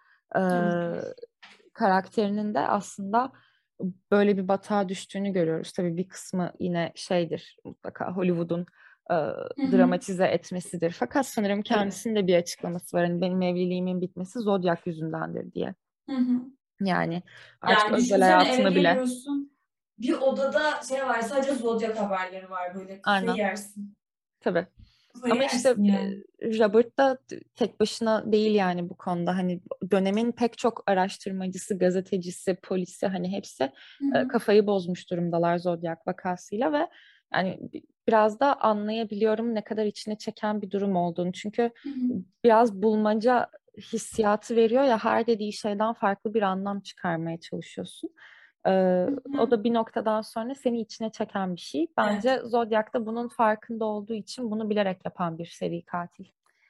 Evet. karakterinin de aslında böyle bir batağa düştüğünü görüyoruz. Tabii bir kısmı yine şeydir mutlaka Hollywood'un e, Hı hı. dramatize etmesidir. Fakat sanırım Tabii. kendisinin de bir açıklaması var. Hani benim evliliğimin bitmesi Zodiac yüzündendir diye. Hı hı. Yani artık Yani özel düşünsene eve hayatını bile. geliyorsun. Bir odada şey var, sadece Zodiac haberleri var, böyle kafayı Aynen. yersin. Tabii. Kafayı Ama işte yersin yani. Robert da tek başına değil yani bu konuda. Hani dönemin pek çok araştırmacısı, gazetecisi, polisi hani hepsi Hı hı. kafayı bozmuş durumdalar Zodiac vakasıyla ve yani biraz da anlayabiliyorum ne kadar içine çeken bir durum olduğunu. Çünkü Hı hı. biraz bulmaca hissiyatı veriyor ya her dediği şeyden farklı bir anlam çıkarmaya çalışıyorsun. Hı O hı. da bir noktadan sonra seni içine çeken bir şey. Evet. Bence Zodiac da bunun farkında olduğu için bunu bilerek yapan bir seri katil.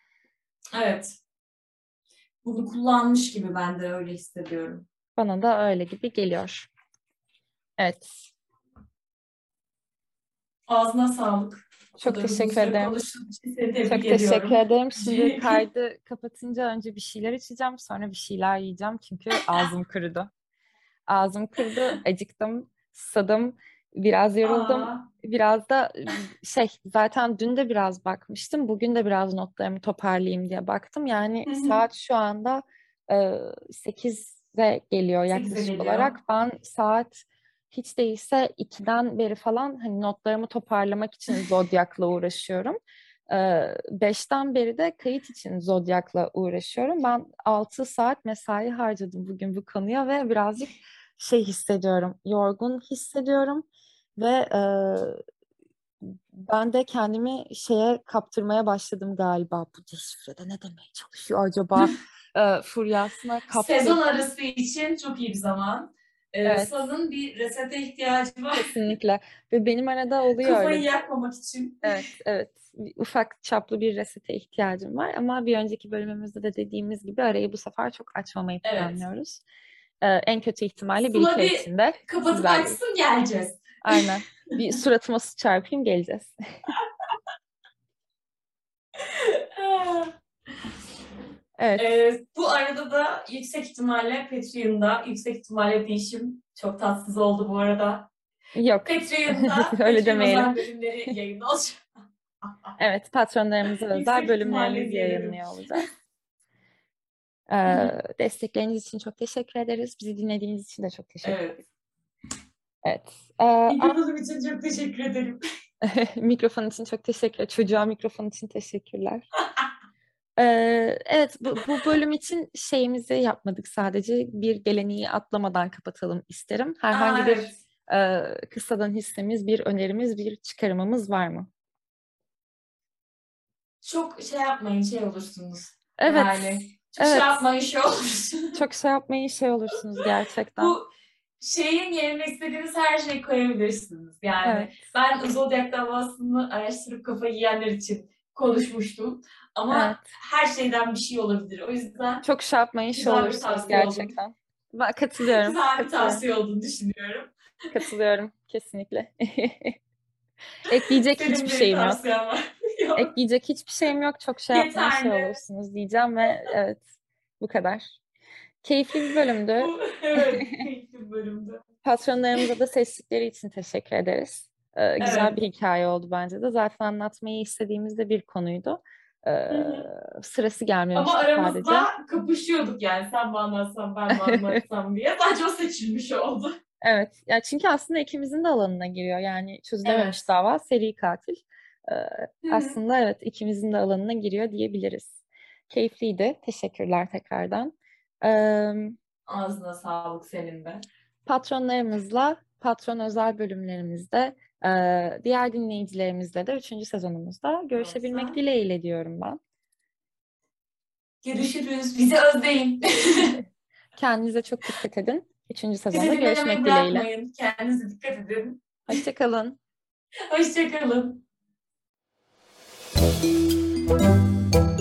Evet. Bunu kullanmış gibi ben de öyle hissediyorum. Bana da öyle gibi geliyor. Evet. Ağzına sağlık. Bu Çok kadar uzun teşekkür süre ederim. konuştuğun için seni Çok tebrik teşekkür ediyorum. ederim. Şimdi kaydı kapatınca önce bir şeyler içeceğim, sonra bir şeyler yiyeceğim çünkü ağzım kurudu. Ağzım kurudu, acıktım, susadım, biraz yoruldum. Aa. Biraz da şey, zaten dün de biraz bakmıştım, bugün de biraz notlarımı toparlayayım diye baktım. Yani Hı hı. saat şu anda 8'e geliyor 8'e yaklaşık geliyor. olarak. Ben saat hiç değilse 2'den beri falan hani notlarımı toparlamak için Zodiac'la uğraşıyorum. 5'ten beri de kayıt için Zodiac'la uğraşıyorum. Ben 6 saat mesai harcadım bugün bu konuya ve birazcık şey hissediyorum, yorgun hissediyorum ve ben de kendimi şeye kaptırmaya başladım galiba. Bu deşifrede ne demeye çalışıyor acaba? Furyasına Sezon kaptırdım. arası için çok iyi bir zaman. Evet, Saz'ın bir resete ihtiyacı var. kesinlikle. Ve benim arada oluyor Kafayı öyle. yakmamak için. Evet, evet. Ufak çaplı bir resete ihtiyacım var ama bir önceki bölümümüzde de dediğimiz gibi arayı bu sefer çok açmamayı Evet. planlıyoruz. En kötü ihtimalle bir iki Sıla ay bir içinde kapatıp sizlerleyiz. açsın, geleceğiz. Aynen. Bir suratıma su çarpayım geleceğiz. Evet. Bu arada da yüksek ihtimalle Patreon'da, yüksek ihtimalle değişim çok tatsız oldu bu arada. Yok. Patreon'da Öyle Patreon demeyelim. özel bölümleri yayında olacak. Evet, patronlarımıza özel Yüksek ihtimalle bölümlerimizi diyebilirim. yayınlıyor olacağız. Destekleriniz için çok teşekkür ederiz. Bizi dinlediğiniz için de çok teşekkür Evet. ederiz. Evet. Mikrofonum için çok teşekkür ederim. Mikrofon için çok teşekkürler. Çocuğa mikrofon için teşekkürler. Evet, bu bölüm için şeyimizi yapmadık sadece. Bir geleneği atlamadan kapatalım isterim. Herhangi bir Evet. kısadan hissemiz, bir önerimiz, bir çıkarımımız var mı? Çok şey yapmayın, şey olursunuz. Evet, Yani çok şey evet. yapmayın, şey olursunuz. Çok şey yapmayın, şey olursunuz gerçekten. Bu şeyin yerine istediğiniz her şeyi koyabilirsiniz. Yani Evet. ben Zodiac davasını araştırıp kafayı yiyenler için konuşmuştum. Ama Evet. her şeyden bir şey olabilir. O yüzden Çok şey yapmayın, şey güzel bir olursunuz tavsiye oldu. gerçekten. Ben katılıyorum. Güzel bir Katılıyorum. tavsiye olduğunu düşünüyorum. Katılıyorum kesinlikle. Ekleyecek Senin hiçbir bir şeyim yok. tavsiyen var. Yok. Ekleyecek hiçbir şeyim yok. Çok şey yapmayın, şey Yeterli. olursunuz diyeceğim ve evet, bu kadar. Keyifli bir bölümdü. Evet, keyifli bir bölümdü. Patronlarımıza da seçtikleri için teşekkür ederiz. Güzel Evet. bir hikaye oldu bence de. Zaten anlatmayı istediğimiz de bir konuydu. Sırası Ama gelmemişti aramızda sadece. kapışıyorduk yani. Sen mi anlatsan, ben mi anlatsam diye. Sadece o seçilmiş oldu. Evet. Ya çünkü aslında ikimizin de alanına giriyor. Yani çözülememiş Evet. dava, seri katil. Ee, Hı hı. aslında evet ikimizin de alanına giriyor diyebiliriz. Keyifliydi. Teşekkürler tekrardan. Ee, Ağzına sağlık senin de. patronlarımızla, patron özel bölümlerimizde, diğer dinleyicilerimizle de 3. sezonumuzda görüşebilmek Yoksa dileğiyle diyorum ben. görüşürüz. Bizi özleyin. Kendinize çok dikkat edin. 3. Bizi sezonda dinlemeyi görüşmek dileğiyle. bırakmayın. Kendinize dikkat edin. Hoşça kalın. Hoşça kalın.